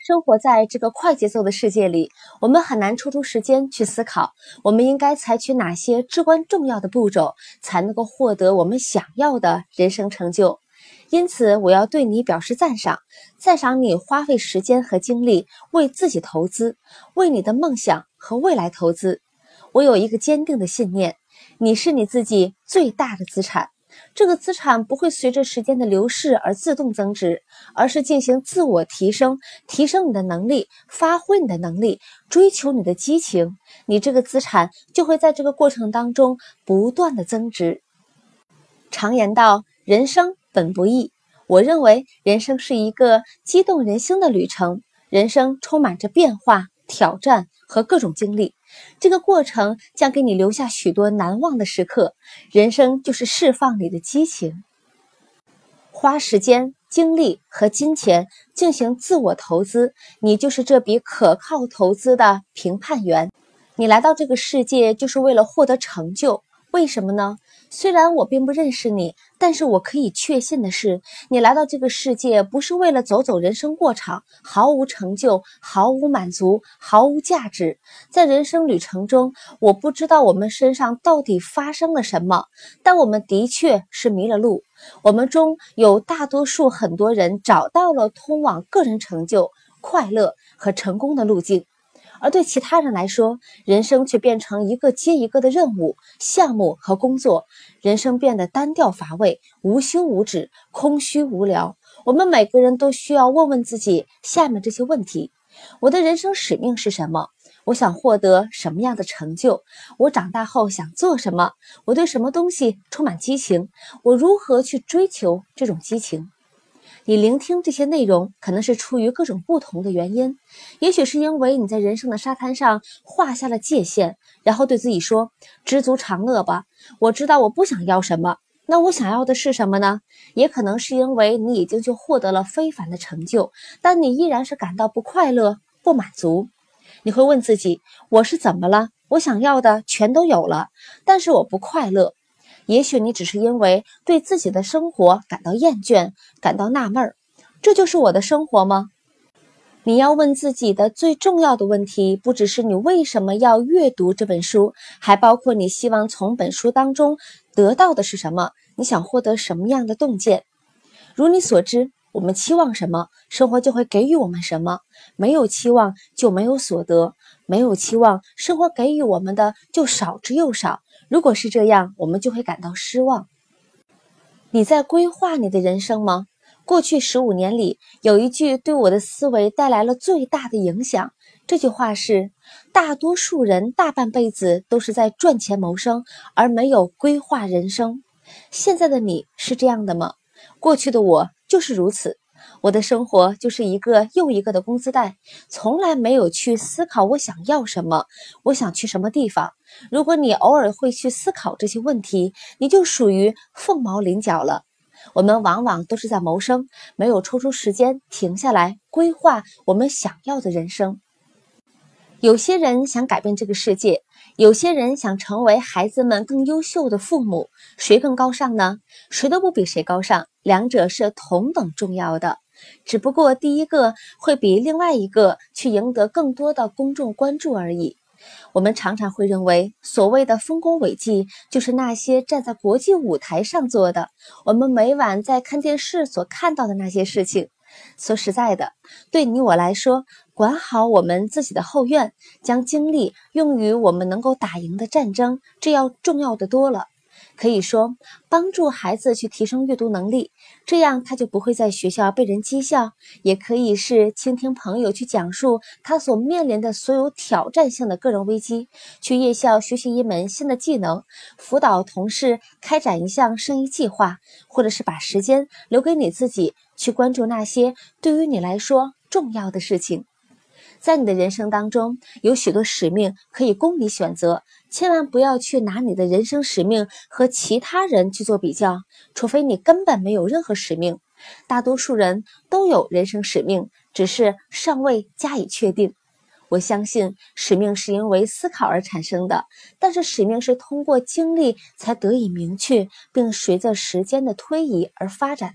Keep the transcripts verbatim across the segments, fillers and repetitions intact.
生活在这个快节奏的世界里，我们很难抽出时间去思考，我们应该采取哪些至关重要的步骤，才能够获得我们想要的人生成就。因此，我要对你表示赞赏，赞赏你花费时间和精力为自己投资，为你的梦想和未来投资。我有一个坚定的信念，你是你自己最大的资产。这个资产不会随着时间的流逝而自动增值，而是进行自我提升，提升你的能力，发挥你的能力，追求你的激情，你这个资产就会在这个过程当中不断的增值。常言道，人生本不易，我认为人生是一个激动人心的旅程，人生充满着变化、挑战和各种经历。这个过程将给你留下许多难忘的时刻，人生就是释放你的激情。花时间、精力和金钱进行自我投资，你就是这笔可靠投资的评判员。你来到这个世界就是为了获得成就，为什么呢？虽然我并不认识你，但是我可以确信的是，你来到这个世界不是为了走走人生过场，毫无成就，毫无满足，毫无价值。在人生旅程中，我不知道我们身上到底发生了什么，但我们的确是迷了路。我们中有大多数很多人找到了通往个人成就、快乐和成功的路径。而对其他人来说，人生却变成一个接一个的任务、项目和工作，人生变得单调乏味、无休无止、空虚无聊。我们每个人都需要问问自己下面这些问题：我的人生使命是什么？我想获得什么样的成就？我长大后想做什么？我对什么东西充满激情？我如何去追求这种激情？你聆听这些内容可能是出于各种不同的原因，也许是因为你在人生的沙滩上画下了界限，然后对自己说知足常乐吧，我知道我不想要什么，那我想要的是什么呢？也可能是因为你已经就获得了非凡的成就，但你依然是感到不快乐、不满足。你会问自己，我是怎么了？我想要的全都有了，但是我不快乐。也许你只是因为对自己的生活感到厌倦，感到纳闷，这就是我的生活吗？你要问自己的最重要的问题，不只是你为什么要阅读这本书，还包括你希望从本书当中得到的是什么，你想获得什么样的洞见。如你所知，我们期望什么，生活就会给予我们什么，没有期望就没有所得，没有期望，生活给予我们的就少之又少。如果是这样，我们就会感到失望。你在规划你的人生吗？过去十五年里，有一句对我的思维带来了最大的影响。这句话是：大多数人大半辈子都是在赚钱谋生，而没有规划人生。现在的你是这样的吗？过去的我就是如此。我的生活就是一个又一个的工资袋，从来没有去思考我想要什么，我想去什么地方。如果你偶尔会去思考这些问题，你就属于凤毛麟角了。我们往往都是在谋生，没有抽出时间停下来规划我们想要的人生。有些人想改变这个世界，有些人想成为孩子们更优秀的父母，谁更高尚呢？谁都不比谁高尚，两者是同等重要的，只不过第一个会比另外一个去赢得更多的公众关注而已。我们常常会认为，所谓的丰功伟绩就是那些站在国际舞台上做的，我们每晚在看电视所看到的那些事情。说实在的，对你我来说，管好我们自己的后院，将精力用于我们能够打赢的战争，这要重要的多了。可以说，帮助孩子去提升阅读能力，这样他就不会在学校被人讥笑；也可以是倾听朋友去讲述他所面临的所有挑战性的个人危机，去夜校学习一门新的技能，辅导同事开展一项生意计划，或者是把时间留给你自己，去关注那些对于你来说重要的事情。在你的人生当中，有许多使命可以供你选择，千万不要去拿你的人生使命和其他人去做比较，除非你根本没有任何使命。大多数人都有人生使命，只是尚未加以确定。我相信使命是因为思考而产生的，但是使命是通过经历才得以明确，并随着时间的推移而发展的。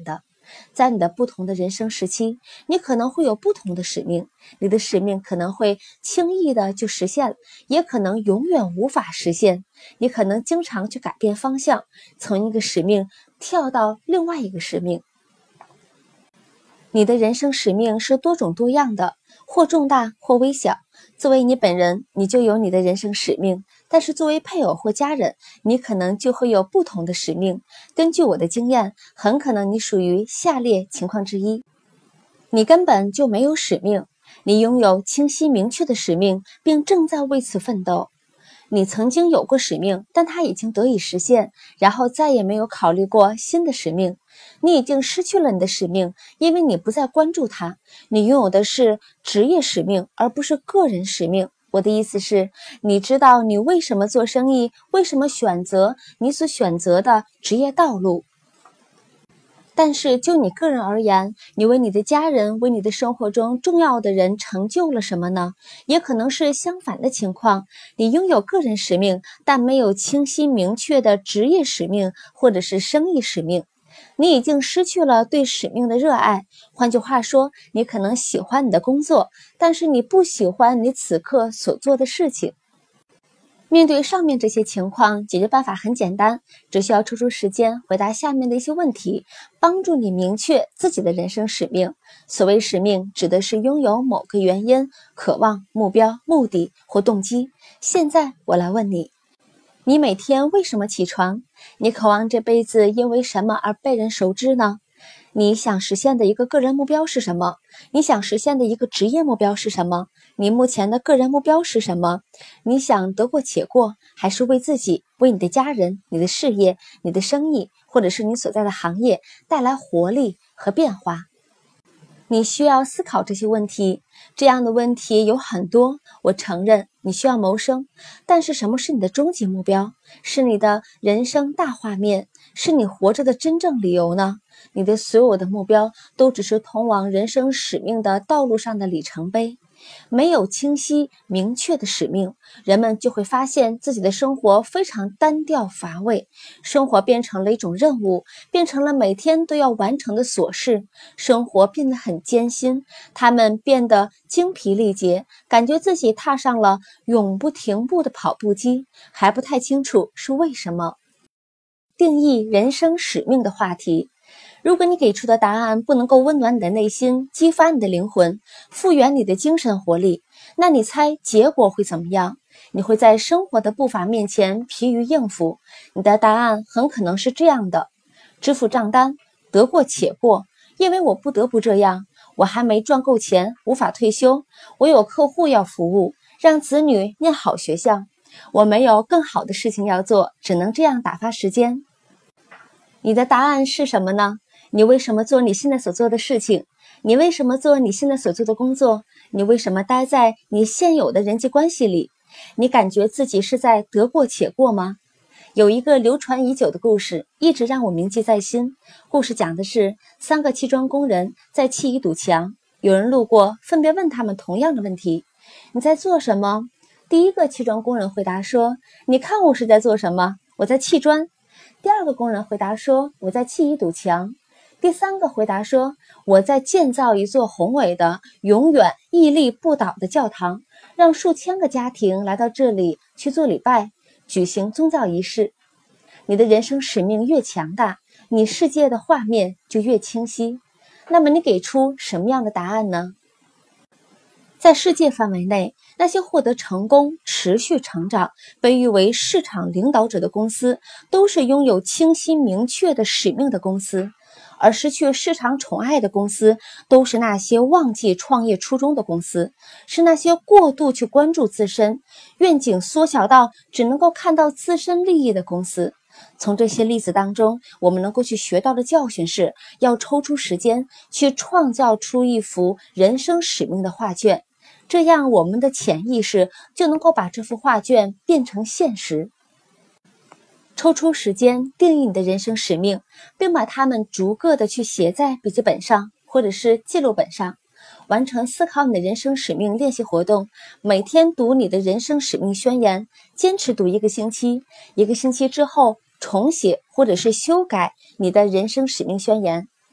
在你的不同的人生时期，你可能会有不同的使命，你的使命可能会轻易的就实现了，也可能永远无法实现。你可能经常去改变方向，从一个使命跳到另外一个使命。你的人生使命是多种多样的，或重大或微小。作为你本人，你就有你的人生使命，但是作为配偶或家人，你可能就会有不同的使命。根据我的经验，很可能你属于下列情况之一：你根本就没有使命，你拥有清晰明确的使命，并正在为此奋斗。你曾经有过使命，但它已经得以实现，然后再也没有考虑过新的使命。你已经失去了你的使命，因为你不再关注它。你拥有的是职业使命，而不是个人使命。我的意思是，你知道你为什么做生意，为什么选择你所选择的职业道路。但是就你个人而言，你为你的家人，为你的生活中重要的人成就了什么呢？也可能是相反的情况，你拥有个人使命，但没有清晰明确的职业使命或者是生意使命。你已经失去了对使命的热爱。换句话说，你可能喜欢你的工作，但是你不喜欢你此刻所做的事情。面对上面这些情况，解决办法很简单，只需要抽出时间回答下面的一些问题，帮助你明确自己的人生使命。所谓使命，指的是拥有某个原因、渴望、目标、目的或动机。现在我来问你，你每天为什么起床？你渴望这辈子因为什么而被人熟知呢？你想实现的一个个人目标是什么？你想实现的一个职业目标是什么？你目前的个人目标是什么？你想得过且过，还是为自己、为你的家人、你的事业、你的生意，或者是你所在的行业带来活力和变化？你需要思考这些问题。这样的问题有很多，我承认你需要谋生，但是什么是你的终极目标？是你的人生大画面？是你活着的真正理由呢？你的所有的目标都只是通往人生使命的道路上的里程碑。没有清晰明确的使命，人们就会发现自己的生活非常单调乏味，生活变成了一种任务，变成了每天都要完成的琐事，生活变得很艰辛，他们变得精疲力竭，感觉自己踏上了永不停步的跑步机，还不太清楚是为什么。定义人生使命的话题。如果你给出的答案不能够温暖你的内心，激发你的灵魂，复原你的精神活力，那你猜结果会怎么样？你会在生活的步伐面前疲于应付。你的答案很可能是这样的：支付账单，得过且过，因为我不得不这样，我还没赚够钱，无法退休，我有客户要服务，让子女念好学校，我没有更好的事情要做，只能这样打发时间。你的答案是什么呢？你为什么做你现在所做的事情？你为什么做你现在所做的工作？你为什么待在你现有的人际关系里？你感觉自己是在得过且过吗？有一个流传已久的故事，一直让我铭记在心。故事讲的是三个砌砖工人在砌一堵墙，有人路过，分别问他们同样的问题：你在做什么？第一个砌砖工人回答说：你看我是在做什么？我在砌砖。第二个工人回答说：我在砌一堵墙。第三个回答说：我在建造一座宏伟的、永远屹立不倒的教堂，让数千个家庭来到这里去做礼拜，举行宗教仪式。你的人生使命越强大，你世界的画面就越清晰。那么你给出什么样的答案呢？在世界范围内，那些获得成功、持续成长、被誉为市场领导者的公司，都是拥有清晰明确的使命的公司。而失去市场宠爱的公司，都是那些忘记创业初衷的公司，是那些过度去关注自身，愿景缩小到只能够看到自身利益的公司。从这些例子当中，我们能够去学到的教训是，要抽出时间去创造出一幅人生使命的画卷，这样我们的潜意识就能够把这幅画卷变成现实。抽出时间定义你的人生使命，并把它们逐个的去写在笔记本上或者是记录本上，完成思考你的人生使命练习活动。每天读你的人生使命宣言，坚持读一个星期，一个星期之后重写或者是修改你的人生使命宣言。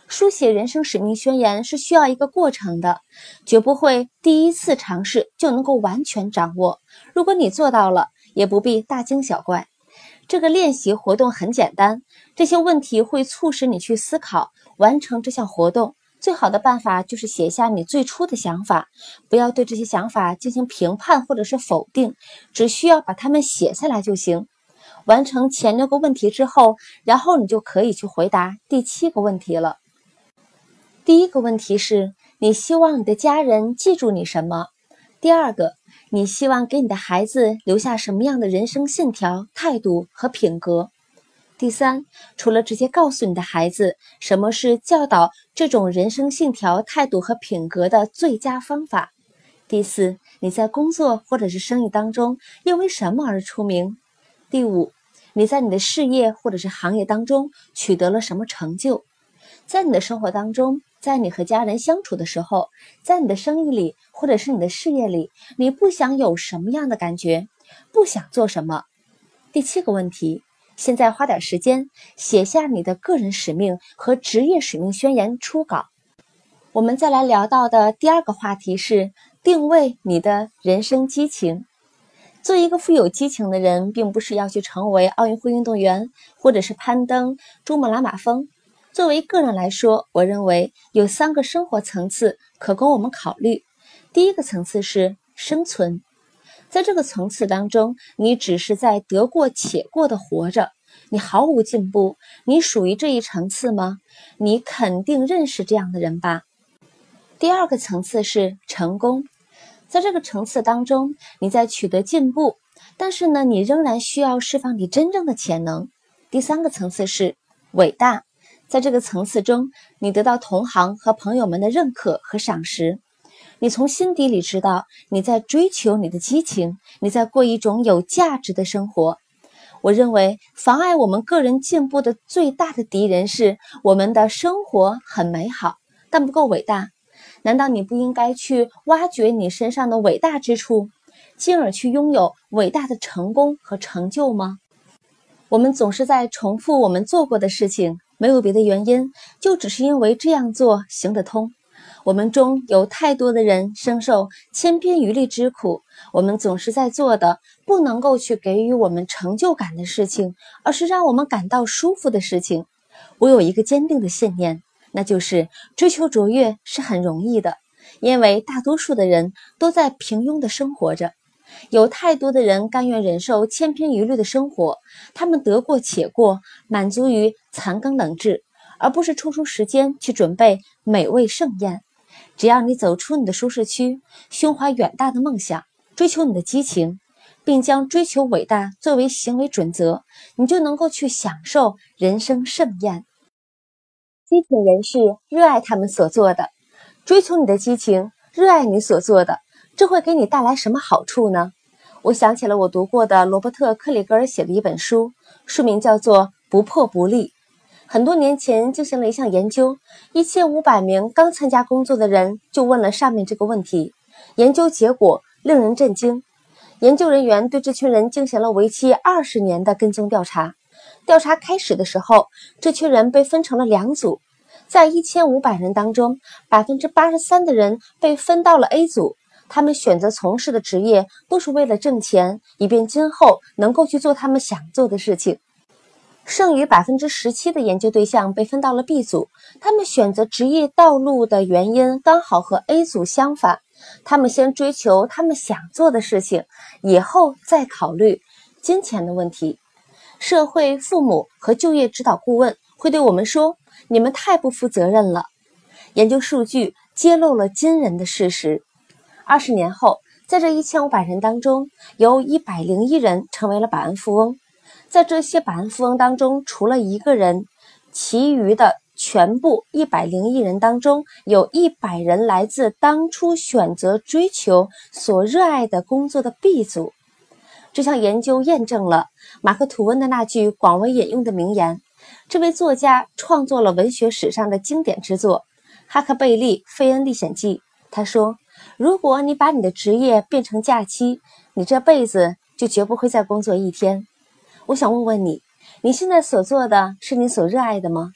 书写人生使命宣言是需要一个过程的，绝不会第一次尝试就能够完全掌握。如果你做到了，也不必大惊小怪。这个练习活动很简单，这些问题会促使你去思考。完成这项活动，最好的办法就是写下你最初的想法，不要对这些想法进行评判或者是否定，只需要把它们写下来就行。完成前六个问题之后，然后你就可以去回答第七个问题了。第一个问题是，你希望你的家人记住你什么？第二个，你希望给你的孩子留下什么样的人生信条、态度和品格？第三，除了直接告诉你的孩子什么是教导这种人生信条、态度和品格的最佳方法。第四，你在工作或者是生意当中因为什么而出名？第五，你在你的事业或者是行业当中取得了什么成就？在你的生活当中，在你和家人相处的时候，在你的生意里或者是你的事业里，你不想有什么样的感觉？不想做什么？第七个问题，现在花点时间写下你的个人使命和职业使命宣言初稿。我们再来聊到的第二个话题是定位你的人生激情。做一个富有激情的人，并不是要去成为奥运会运动员，或者是攀登珠穆朗玛峰。作为个人来说，我认为有三个生活层次可供我们考虑。第一个层次是生存，在这个层次当中，你只是在得过且过的活着，你毫无进步，你属于这一层次吗？你肯定认识这样的人吧。第二个层次是成功，在这个层次当中，你在取得进步，但是呢，你仍然需要释放你真正的潜能。第三个层次是伟大，在这个层次中，你得到同行和朋友们的认可和赏识，你从心底里知道你在追求你的激情，你在过一种有价值的生活。我认为妨碍我们个人进步的最大的敌人是我们的生活很美好，但不够伟大。难道你不应该去挖掘你身上的伟大之处，进而去拥有伟大的成功和成就吗？我们总是在重复我们做过的事情，没有别的原因，就只是因为这样做行得通。我们中有太多的人深受千篇一律之苦，我们总是在做的不能够去给予我们成就感的事情，而是让我们感到舒服的事情。我有一个坚定的信念，那就是追求卓越是很容易的，因为大多数的人都在平庸的生活着。有太多的人甘愿忍受千篇一律的生活，他们得过且过，满足于残羹冷炙，而不是抽出时间去准备美味盛宴。只要你走出你的舒适区，胸怀远大的梦想，追求你的激情，并将追求伟大作为行为准则，你就能够去享受人生盛宴。激情人士热爱他们所做的，追求你的激情，热爱你所做的，这会给你带来什么好处呢？我想起了我读过的罗伯特·克里格尔写的一本书，书名叫做《不破不立》。很多年前进行了一项研究，一千五百名刚参加工作的人就问了上面这个问题。研究结果令人震惊，研究人员对这群人进行了为期二十年的跟踪调查。调查开始的时候，这群人被分成了两组，在一千五百人当中， 百分之八十三 的人被分到了 A 组，他们选择从事的职业都是为了挣钱，以便今后能够去做他们想做的事情。剩余 百分之十七 的研究对象被分到了 B 组，他们选择职业道路的原因刚好和 A 组相反，他们先追求他们想做的事情，以后再考虑金钱的问题。社会、父母和就业指导顾问会对我们说，你们太不负责任了。研究数据揭露了惊人的事实。二十年后，在这一千五百人当中，有一百零一人成为了百万富翁。在这些百万富翁当中，除了一个人，其余的全部一百零一人当中，有一百人来自当初选择追求所热爱的工作的 B 组。这项研究验证了马克·吐温的那句广为引用的名言。这位作家创作了文学史上的经典之作《哈克贝利·费恩历险记》。他说，如果你把你的职业变成假期，你这辈子就绝不会再工作一天。我想问问你，你现在所做的是你所热爱的吗？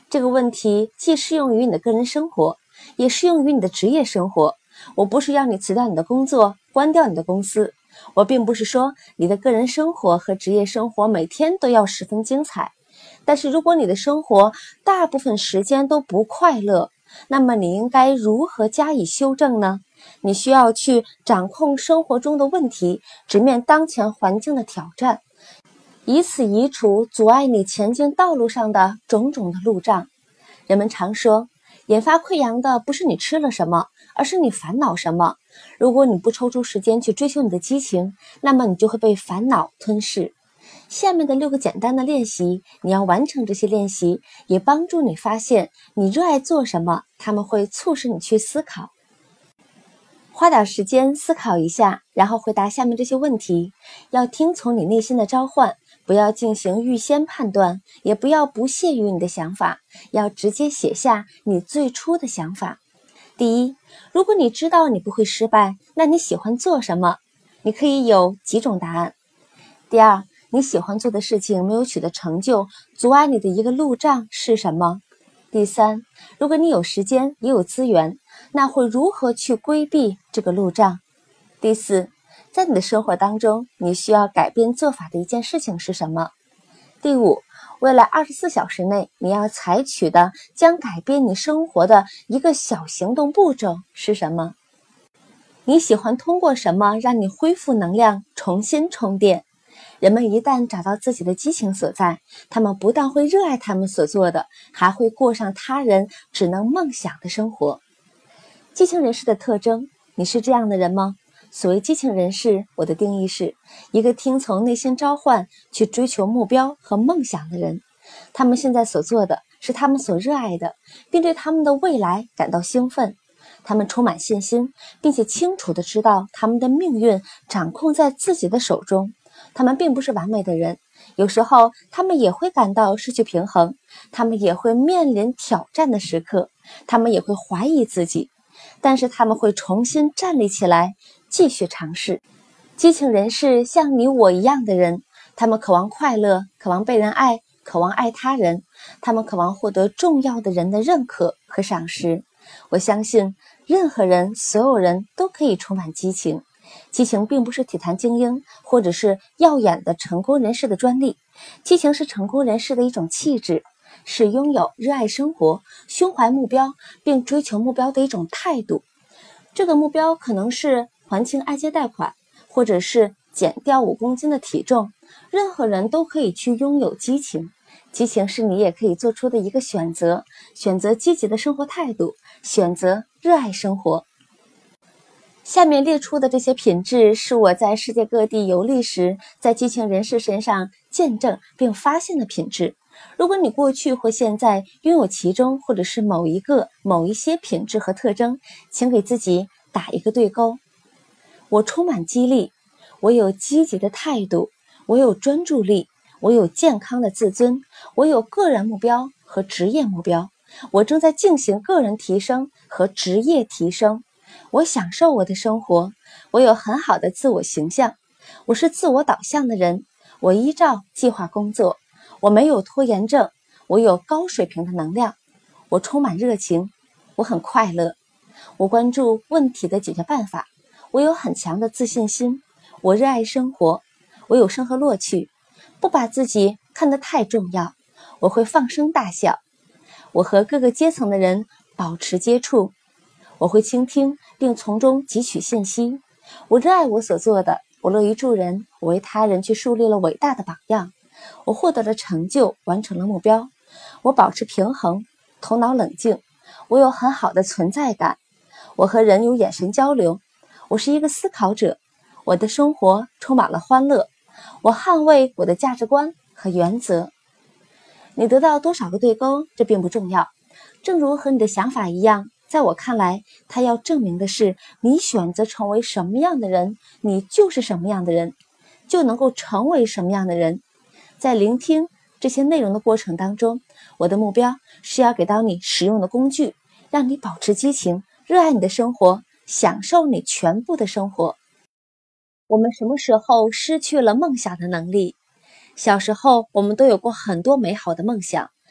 这个问题既适用于你的个人生活，也适用于你的职业生活。我不是要你辞掉你的工作，关掉你的公司。我并不是说你的个人生活和职业生活每天都要十分精彩。但是如果你的生活大部分时间都不快乐，那么你应该如何加以修正呢？你需要去掌控生活中的问题，直面当前环境的挑战，以此移除阻碍你前进道路上的种种的路障。人们常说，引发溃疡的不是你吃了什么，而是你烦恼什么。如果你不抽出时间去追求你的激情，那么你就会被烦恼吞噬。下面的六个简单的练习，你要完成这些练习，也帮助你发现你热爱做什么，它们会促使你去思考。花点时间思考一下，然后回答下面这些问题。要听从你内心的召唤，不要进行预先判断，也不要不屑于你的想法，要直接写下你最初的想法。第一，如果你知道你不会失败，那你喜欢做什么？你可以有几种答案。第二，你喜欢做的事情没有取得成就，阻碍你的一个路障是什么？第三，如果你有时间也有资源，那会如何去规避这个路障？第四，在你的生活当中，你需要改变做法的一件事情是什么？第五，未来二十四小时内你要采取的将改变你生活的一个小行动步骤是什么？你喜欢通过什么让你恢复能量，重新充电？人们一旦找到自己的激情所在，他们不但会热爱他们所做的，还会过上他人只能梦想的生活。激情人士的特征，你是这样的人吗？所谓激情人士，我的定义是一个听从内心召唤去追求目标和梦想的人。他们现在所做的是他们所热爱的，并对他们的未来感到兴奋。他们充满信心，并且清楚地知道他们的命运掌控在自己的手中。他们并不是完美的人，有时候他们也会感到失去平衡，他们也会面临挑战的时刻，他们也会怀疑自己，但是他们会重新站立起来，继续尝试。激情人士像你我一样的人，他们渴望快乐，渴望被人爱，渴望爱他人，他们渴望获得重要的人的认可和赏识。我相信任何人，所有人都可以充满激情。激情并不是体坛精英或者是耀眼的成功人士的专利，激情是成功人士的一种气质，是拥有热爱生活、胸怀目标并追求目标的一种态度。这个目标可能是还清按揭贷款，或者是减掉五公斤的体重。任何人都可以去拥有激情，激情是你也可以做出的一个选择，选择积极的生活态度，选择热爱生活。下面列出的这些品质是我在世界各地游历时在激情人士身上见证并发现的品质。如果你过去或现在拥有其中或者是某一个某一些品质和特征，请给自己打一个对勾。我充满激励，我有积极的态度，我有专注力，我有健康的自尊，我有个人目标和职业目标，我正在进行个人提升和职业提升。我享受我的生活，我有很好的自我形象，我是自我导向的人，我依照计划工作，我没有拖延症，我有高水平的能量，我充满热情，我很快乐，我关注问题的解决办法，我有很强的自信心，我热爱生活，我有生活乐趣，不把自己看得太重要，我会放声大笑，我和各个阶层的人保持接触，我会倾听并从中汲取信息，我热爱我所做的，我乐于助人，我为他人去树立了伟大的榜样，我获得了成就，完成了目标，我保持平衡，头脑冷静，我有很好的存在感，我和人有眼神交流，我是一个思考者，我的生活充满了欢乐，我捍卫我的价值观和原则。你得到多少个对勾，这并不重要，正如和你的想法一样，在我看来，它要证明的是你选择成为什么样的人，你就是什么样的人，就能够成为什么样的人。在聆听这些内容的过程当中，我的目标是要给到你实用的工具，让你保持激情，热爱你的生活，享受你全部的生活。我们什么时候失去了梦想的能力？小时候我们都有过很多美好的梦想，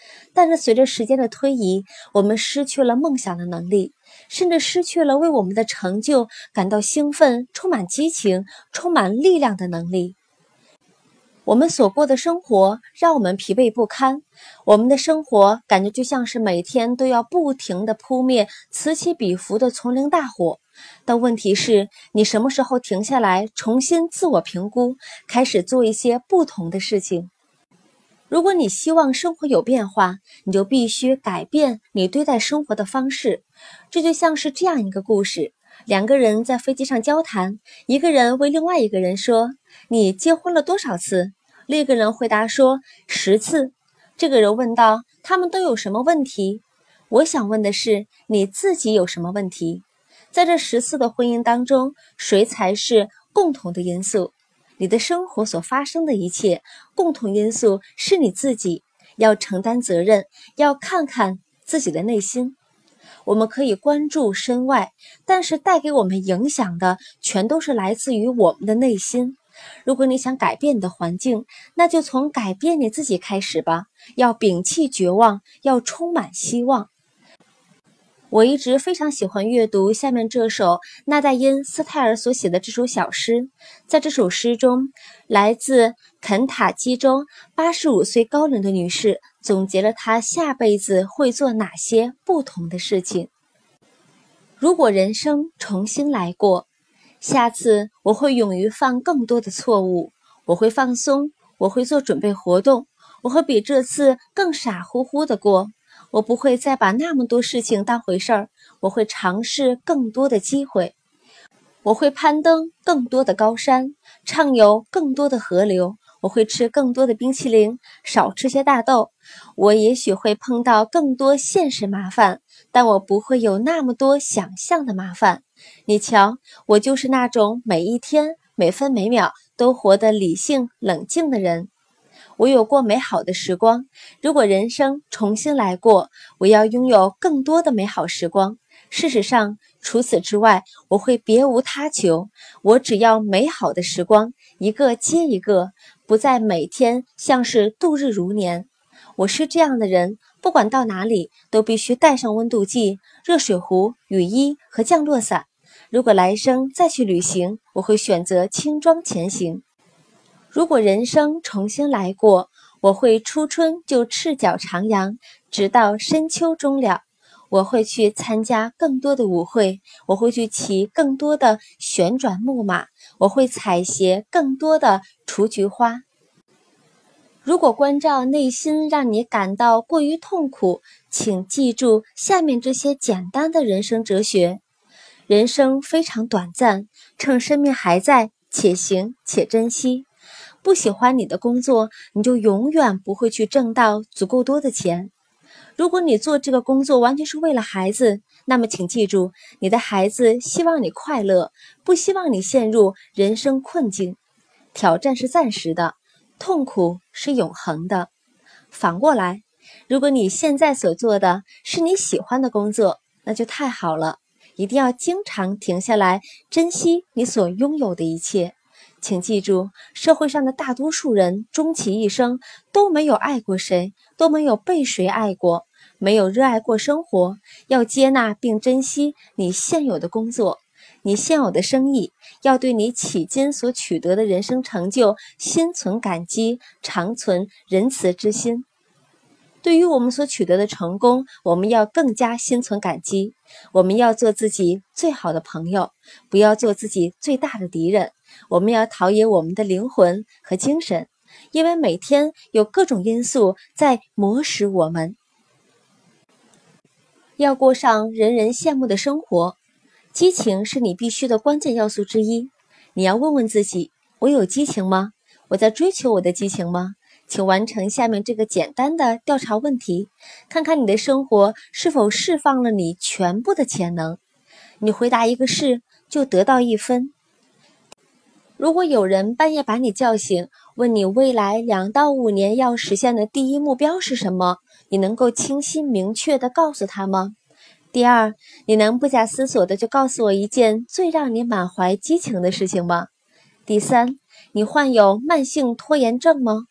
但是随着时间的推移，我们失去了梦想的能力，甚至失去了为我们的成就感到兴奋、充满激情、充满力量的能力。我们所过的生活让我们疲惫不堪，我们的生活感觉就像是每天都要不停地扑灭此起彼伏的丛林大火。但问题是，你什么时候停下来，重新自我评估，开始做一些不同的事情？如果你希望生活有变化，你就必须改变你对待生活的方式。这就像是这样一个故事，两个人在飞机上交谈，一个人问另外一个人说：“你结婚了多少次？”另一个人回答说：“十次。”这个人问道：“他们都有什么问题？”我想问的是，你自己有什么问题？在这十次的婚姻当中，谁才是共同的因素？你的生活所发生的一切，共同因素是你自己，要承担责任，要看看自己的内心。我们可以关注身外，但是带给我们影响的全都是来自于我们的内心。如果你想改变你的环境，那就从改变你自己开始吧，要摒弃绝望，要充满希望。我一直非常喜欢阅读下面这首纳代因·斯泰尔所写的这首小诗。在这首诗中，来自肯塔基州八十五岁高龄的女士总结了她下辈子会做哪些不同的事情。如果人生重新来过，下次我会勇于犯更多的错误，我会放松，我会做准备活动，我会比这次更傻乎乎的过。我不会再把那么多事情当回事儿，我会尝试更多的机会，我会攀登更多的高山，畅游更多的河流，我会吃更多的冰淇淋，少吃些大豆。我也许会碰到更多现实麻烦，但我不会有那么多想象的麻烦。你瞧，我就是那种每一天每分每秒都活得理性冷静的人。我有过美好的时光，如果人生重新来过，我要拥有更多的美好时光。事实上，除此之外，我会别无他求，我只要美好的时光，一个接一个，不再每天像是度日如年。我是这样的人，不管到哪里，都必须带上温度计、热水壶、雨衣和降落伞。如果来生再去旅行，我会选择轻装前行。如果人生重新来过，我会初春就赤脚徜徉，直到深秋终了。我会去参加更多的舞会，我会去骑更多的旋转木马，我会采撷更多的雏菊花。如果关照内心让你感到过于痛苦，请记住下面这些简单的人生哲学。人生非常短暂，趁生命还在，且行且珍惜。不喜欢你的工作，你就永远不会去挣到足够多的钱。如果你做这个工作完全是为了孩子，那么请记住，你的孩子希望你快乐，不希望你陷入人生困境。挑战是暂时的，痛苦是永恒的。反过来，如果你现在所做的是你喜欢的工作，那就太好了。一定要经常停下来，珍惜你所拥有的一切。请记住，社会上的大多数人终其一生都没有爱过谁，都没有被谁爱过，没有热爱过生活。要接纳并珍惜你现有的工作，你现有的生意，要对你迄今所取得的人生成就心存感激，常存仁慈之心。对于我们所取得的成功，我们要更加心存感激。我们要做自己最好的朋友，不要做自己最大的敌人。我们要陶冶我们的灵魂和精神，因为每天有各种因素在磨蚀我们。要过上人人羡慕的生活，激情是你必须的关键要素之一。你要问问自己，我有激情吗？我在追求我的激情吗？请完成下面这个简单的调查问题，看看你的生活是否释放了你全部的潜能。你回答一个是，就得到一分。如果有人半夜把你叫醒，问你未来两到五年要实现的第一目标是什么，你能够清晰明确地告诉他吗？第二，你能不假思索地就告诉我一件最让你满怀激情的事情吗？第三，你患有慢性拖延症吗？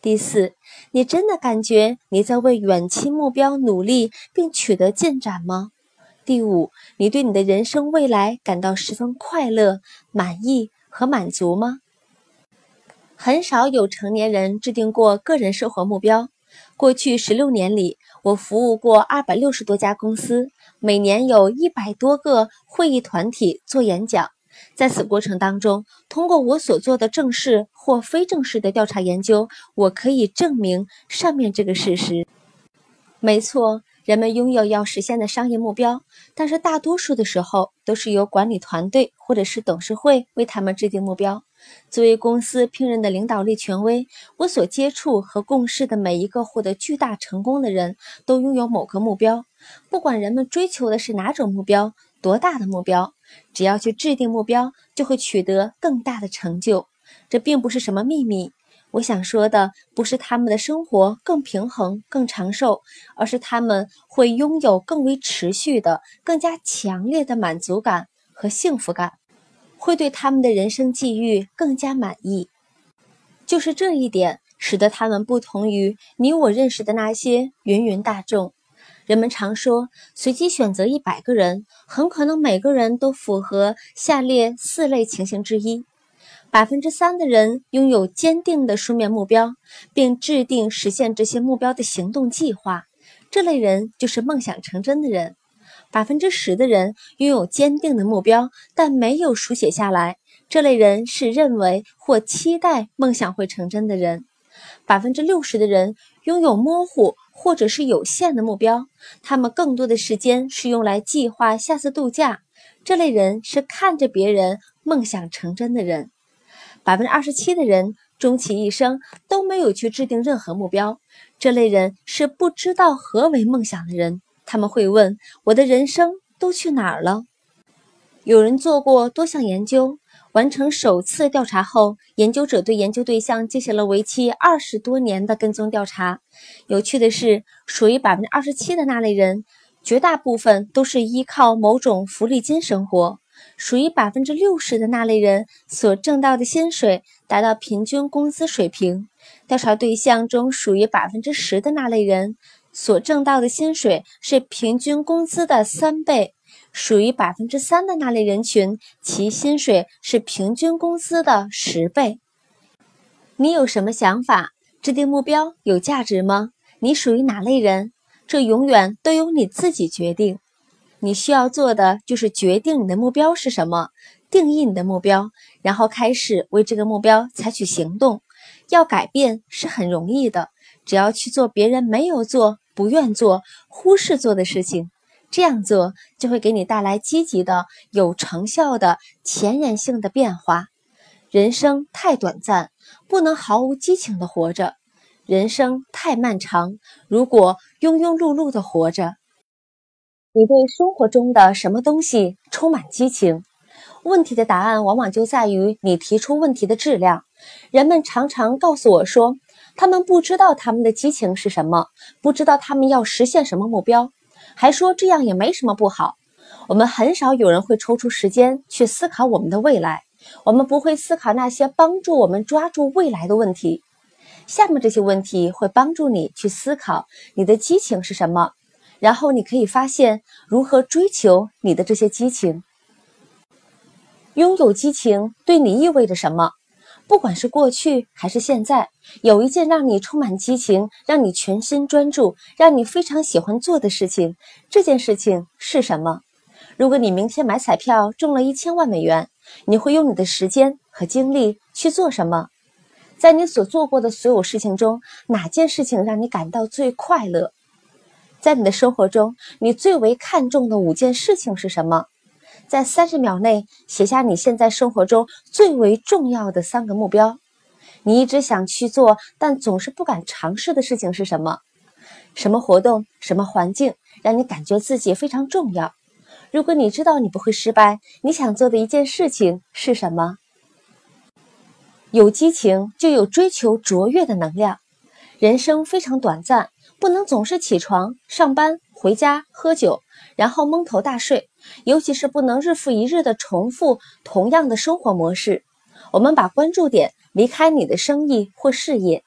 第四，你真的感觉你在为远期目标努力并取得进展吗？第五，你对你的人生未来感到十分快乐、满意和满足吗？很少有成年人制定过个人生活目标。过去十六年里，我服务过二百六十多家公司，每年有一百多个会议团体做演讲。在此过程当中，通过我所做的正式或非正式的调查研究，我可以证明上面这个事实。没错，人们拥有要实现的商业目标，但是大多数的时候都是由管理团队或者是董事会为他们制定目标。作为公司聘任的领导力权威，我所接触和共事的每一个获得巨大成功的人都拥有某个目标，不管人们追求的是哪种目标，多大的目标，只要去制定目标，就会取得更大的成就。这并不是什么秘密。我想说的不是他们的生活更平衡、更长寿，而是他们会拥有更为持续的、更加强烈的满足感和幸福感，会对他们的人生际遇更加满意。就是这一点，使得他们不同于你我认识的那些芸芸大众。人们常说，随机选择一百个人，很可能每个人都符合下列四类情形之一。百分之三的人拥有坚定的书面目标，并制定实现这些目标的行动计划，这类人就是梦想成真的人。百分之十的人拥有坚定的目标，但没有书写下来，这类人是认为或期待梦想会成真的人。百分之六十的人拥有模糊或者是有限的目标，他们更多的时间是用来计划下次度假，这类人是看着别人梦想成真的人。百分之二十七的人终其一生都没有去制定任何目标，这类人是不知道何为梦想的人。他们会问，我的人生都去哪儿了？有人做过多项研究，完成首次调查后，研究者对研究对象进行了为期二十多年的跟踪调查。有趣的是，属于百分之二十七的那类人，绝大部分都是依靠某种福利金生活。属于百分之六十的那类人所挣到的薪水达到平均工资水平。调查对象中属于百分之十的那类人所挣到的薪水是平均工资的三倍。属于百分之三的那类人群，其薪水是平均工资的十倍。你有什么想法？制定目标有价值吗？你属于哪类人？这永远都由你自己决定。你需要做的就是决定你的目标是什么，定义你的目标，然后开始为这个目标采取行动。要改变是很容易的，只要去做别人没有做、不愿做、忽视做的事情，这样做就会给你带来积极的、有成效的、前沿性的变化。人生太短暂，不能毫无激情地活着；人生太漫长，如果庸庸碌碌地活着。你对生活中的什么东西充满激情？问题的答案往往就在于你提出问题的质量。人们常常告诉我说，他们不知道他们的激情是什么，不知道他们要实现什么目标，还说这样也没什么不好。我们很少有人会抽出时间去思考我们的未来，我们不会思考那些帮助我们抓住未来的问题。下面这些问题会帮助你去思考你的激情是什么，然后你可以发现如何追求你的这些激情。拥有激情对你意味着什么？不管是过去还是现在，有一件让你充满激情，让你全心专注，让你非常喜欢做的事情，这件事情是什么？如果你明天买彩票中了一千万美元，你会用你的时间和精力去做什么？在你所做过的所有事情中，哪件事情让你感到最快乐？在你的生活中，你最为看重的五件事情是什么？在三十秒内写下你现在生活中最为重要的三个目标。你一直想去做，但总是不敢尝试的事情是什么？什么活动、什么环境让你感觉自己非常重要？如果你知道你不会失败，你想做的一件事情是什么？有激情就有追求卓越的能量。人生非常短暂，不能总是起床、上班、回家、喝酒，然后蒙头大睡，尤其是不能日复一日的重复同样的生活模式。我们把关注点离开你的生意或事业，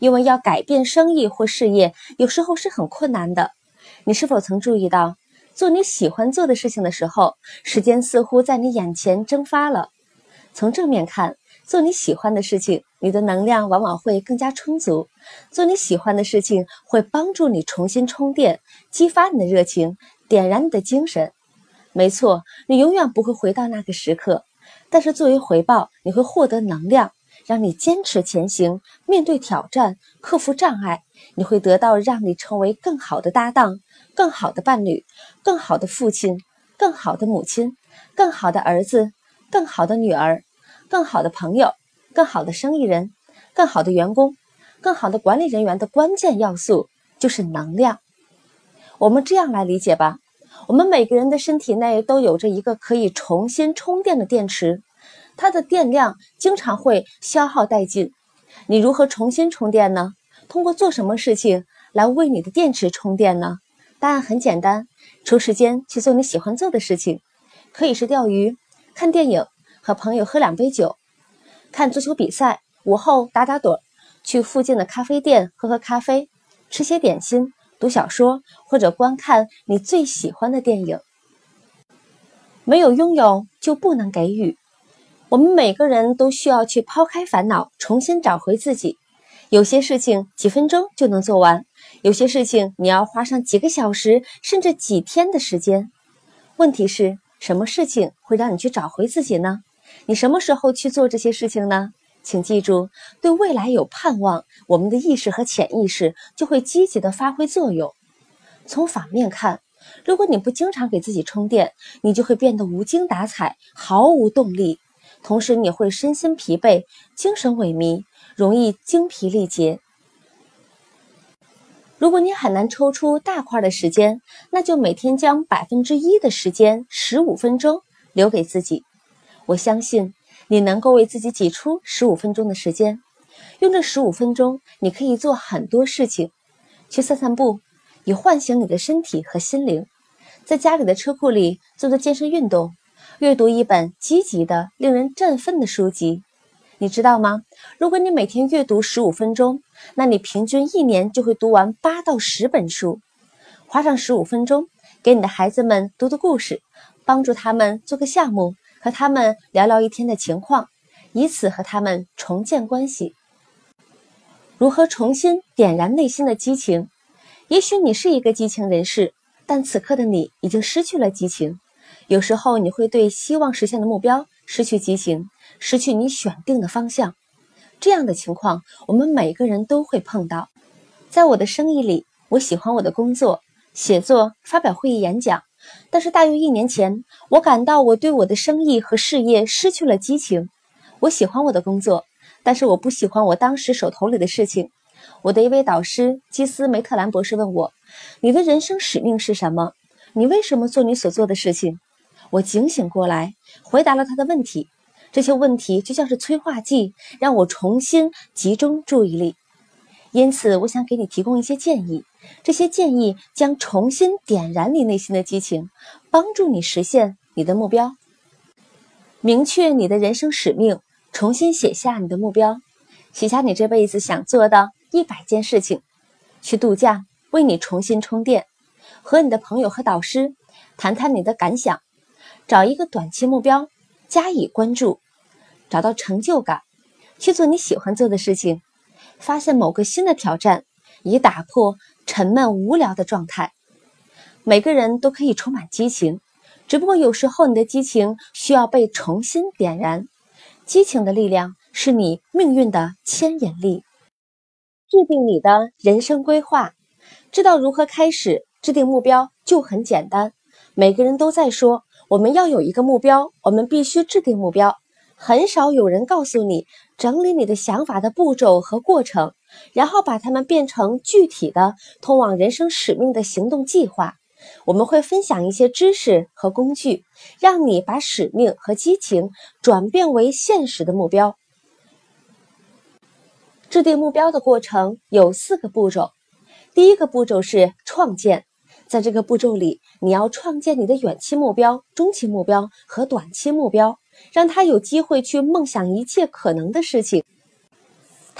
因为要改变生意或事业，有时候是很困难的。你是否曾注意到，做你喜欢做的事情的时候，时间似乎在你眼前蒸发了？从正面看，做你喜欢的事情，你的能量往往会更加充足。做你喜欢的事情会帮助你重新充电，激发你的热情，点燃你的精神。没错，你永远不会回到那个时刻，但是作为回报，你会获得能量，让你坚持前行，面对挑战，克服障碍。你会得到让你成为更好的搭档，更好的伴侣，更好的父亲，更好的母亲，更好的儿子，更好的女儿，更好的朋友，更好的生意人，更好的员工，更好的管理人员的关键要素就是能量。我们这样来理解吧，我们每个人的身体内都有着一个可以重新充电的电池，它的电量经常会消耗殆尽。你如何重新充电呢？通过做什么事情来为你的电池充电呢？答案很简单，抽时间去做你喜欢做的事情，可以是钓鱼、看电影、和朋友喝两杯酒、看足球比赛，午后打打盹，去附近的咖啡店喝喝咖啡，吃些点心，读小说，或者观看你最喜欢的电影。没有拥有就不能给予，我们每个人都需要去抛开烦恼，重新找回自己。有些事情几分钟就能做完，有些事情你要花上几个小时甚至几天的时间。问题是，什么事情会让你去找回自己呢？你什么时候去做这些事情呢？请记住，对未来有盼望，我们的意识和潜意识就会积极地发挥作用。从反面看，如果你不经常给自己充电，你就会变得无精打采，毫无动力，同时你会身心疲惫，精神萎靡，容易精疲力竭。如果你很难抽出大块的时间，那就每天将百分之一的时间，十五分钟留给自己。我相信你能够为自己挤出十五分钟的时间，用这十五分钟，你可以做很多事情：去散散步，以唤醒你的身体和心灵；在家里的车库里做做健身运动；阅读一本积极的、令人振奋的书籍。你知道吗？如果你每天阅读十五分钟，那你平均一年就会读完八到十本书。花上十五分钟，给你的孩子们读读故事，帮助他们做个项目，和他们聊聊一天的情况，以此和他们重建关系。如何重新点燃内心的激情？也许你是一个激情人士，但此刻的你已经失去了激情。有时候你会对希望实现的目标失去激情，失去你选定的方向。这样的情况，我们每个人都会碰到。在我的生意里，我喜欢我的工作，写作、发表会议演讲。但是大约一年前，我感到我对我的生意和事业失去了激情。我喜欢我的工作，但是我不喜欢我当时手头里的事情。我的一位导师基斯梅特兰博士问我：你的人生使命是什么？你为什么做你所做的事情？我警醒过来，回答了他的问题。这些问题就像是催化剂，让我重新集中注意力。因此，我想给你提供一些建议。这些建议将重新点燃你内心的激情，帮助你实现你的目标。明确你的人生使命，重新写下你的目标，写下你这辈子想做的一百件事情。去度假，为你重新充电。和你的朋友和导师谈谈你的感想。找一个短期目标，加以关注，找到成就感，去做你喜欢做的事情，发现某个新的挑战，以打破沉闷无聊的状态。每个人都可以充满激情，只不过有时候你的激情需要被重新点燃。激情的力量是你命运的牵引力。制定你的人生规划，知道如何开始，制定目标就很简单。每个人都在说我们要有一个目标，我们必须制定目标。很少有人告诉你整理你的想法的步骤和过程，然后把它们变成具体的通往人生使命的行动计划。我们会分享一些知识和工具，让你把使命和激情转变为现实的目标。制定目标的过程有四个步骤。第一个步骤是创建。在这个步骤里，你要创建你的远期目标、中期目标和短期目标，让他有机会去梦想一切可能的事情。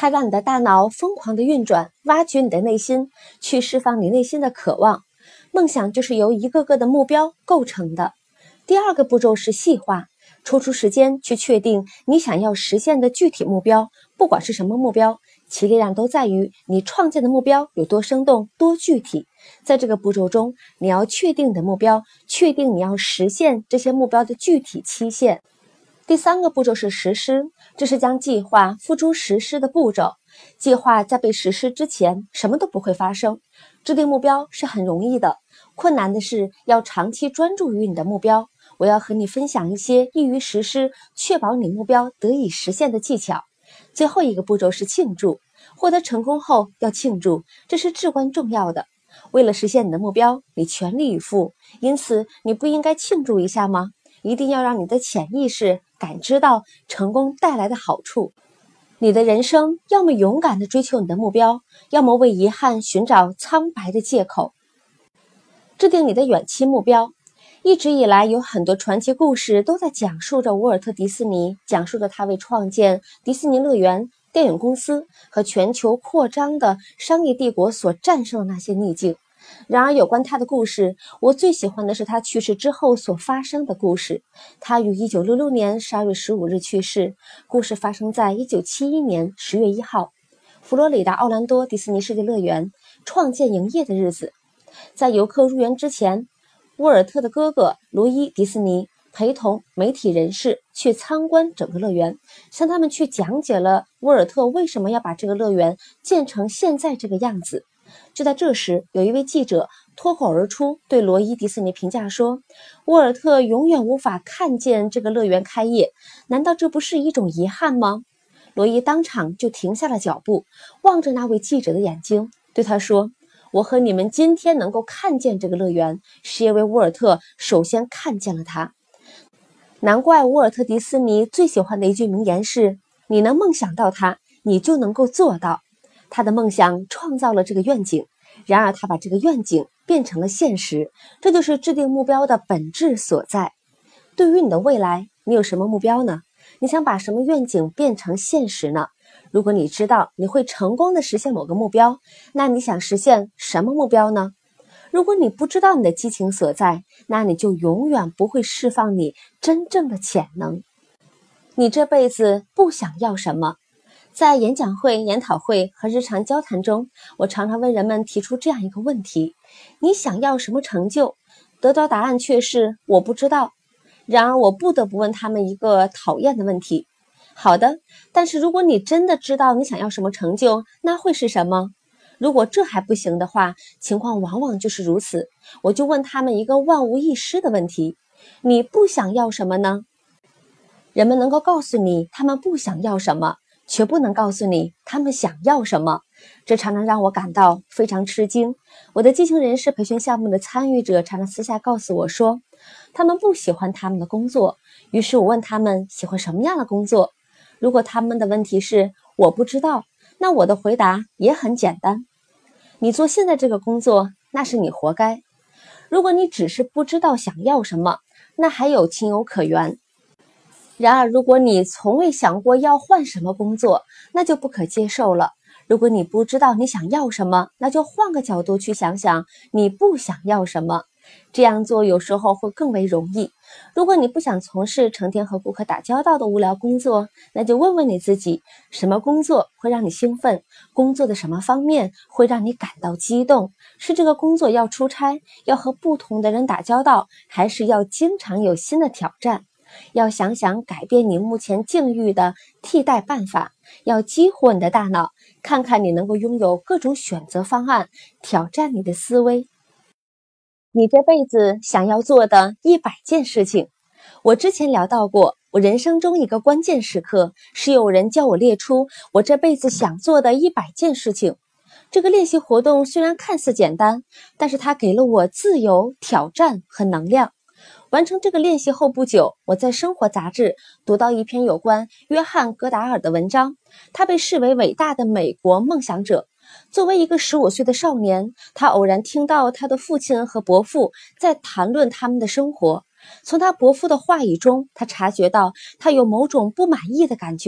它让你的大脑疯狂地运转，挖掘你的内心，去释放你内心的渴望。梦想就是由一个个的目标构成的。第二个步骤是细化，抽出时间去确定你想要实现的具体目标，不管是什么目标，其力量都在于你创建的目标有多生动、多具体。在这个步骤中，你要确定你的目标，确定你要实现这些目标的具体期限。第三个步骤是实施，这是将计划付诸实施的步骤。计划在被实施之前，什么都不会发生。制定目标是很容易的，困难的是要长期专注于你的目标。我要和你分享一些易于实施，确保你目标得以实现的技巧。最后一个步骤是庆祝，获得成功后要庆祝，这是至关重要的。为了实现你的目标，你全力以赴，因此你不应该庆祝一下吗？一定要让你的潜意识感知到成功带来的好处。你的人生要么勇敢地追求你的目标，要么为遗憾寻找苍白的借口。制定你的远期目标。一直以来，有很多传奇故事都在讲述着沃尔特·迪士尼，讲述着他为创建迪士尼乐园、电影公司和全球扩张的商业帝国所战胜的那些逆境。然而，有关他的故事，我最喜欢的是他去世之后所发生的故事。他于一九六六年十二月十五日去世，故事发生在一九七一年十月一号，佛罗里达奥兰多迪士尼世界乐园创建营业的日子。在游客入园之前，沃尔特的哥哥罗伊·迪士尼陪同媒体人士去参观整个乐园，向他们去讲解了沃尔特为什么要把这个乐园建成现在这个样子。就在这时，有一位记者脱口而出对罗伊·迪士尼评价说，沃尔特永远无法看见这个乐园开业，难道这不是一种遗憾吗？罗伊当场就停下了脚步，望着那位记者的眼睛，对他说，我和你们今天能够看见这个乐园，是因为沃尔特首先看见了它。难怪沃尔特·迪士尼最喜欢的一句名言是，你能梦想到它，你就能够做到。他的梦想创造了这个愿景，然而他把这个愿景变成了现实，这就是制定目标的本质所在。对于你的未来，你有什么目标呢？你想把什么愿景变成现实呢？如果你知道你会成功的实现某个目标，那你想实现什么目标呢？如果你不知道你的激情所在，那你就永远不会释放你真正的潜能。你这辈子不想要什么？在演讲会、研讨会和日常交谈中，我常常为人们提出这样一个问题：你想要什么成就？得到答案却是我不知道。然而我不得不问他们一个讨厌的问题：好的，但是如果你真的知道你想要什么成就，那会是什么？如果这还不行的话，情况往往就是如此。我就问他们一个万无一失的问题：你不想要什么呢？人们能够告诉你他们不想要什么，却不能告诉你他们想要什么，这常常让我感到非常吃惊。我的激情人士培训项目的参与者常常私下告诉我说，他们不喜欢他们的工作，于是我问他们喜欢什么样的工作。如果他们的问题是我不知道，那我的回答也很简单，你做现在这个工作，那是你活该。如果你只是不知道想要什么，那还有情有可原。然而，如果你从未想过要换什么工作，那就不可接受了。如果你不知道你想要什么，那就换个角度去想想你不想要什么。这样做有时候会更为容易。如果你不想从事成天和顾客打交道的无聊工作，那就问问你自己，什么工作会让你兴奋？工作的什么方面会让你感到激动？是这个工作要出差，要和不同的人打交道，还是要经常有新的挑战？要想想改变你目前境遇的替代办法，要激活你的大脑，看看你能够拥有各种选择方案，挑战你的思维。你这辈子想要做的一百件事情。我之前聊到过，我人生中一个关键时刻是有人叫我列出我这辈子想做的一百件事情。这个练习活动虽然看似简单，但是它给了我自由、挑战和能量。完成这个练习后不久，我在生活杂志读到一篇有关约翰·戈达尔的文章，他被视为伟大的美国梦想者。作为一个十五岁的少年，他偶然听到他的父亲和伯父在谈论他们的生活。从他伯父的话语中，他察觉到他有某种不满意的感觉。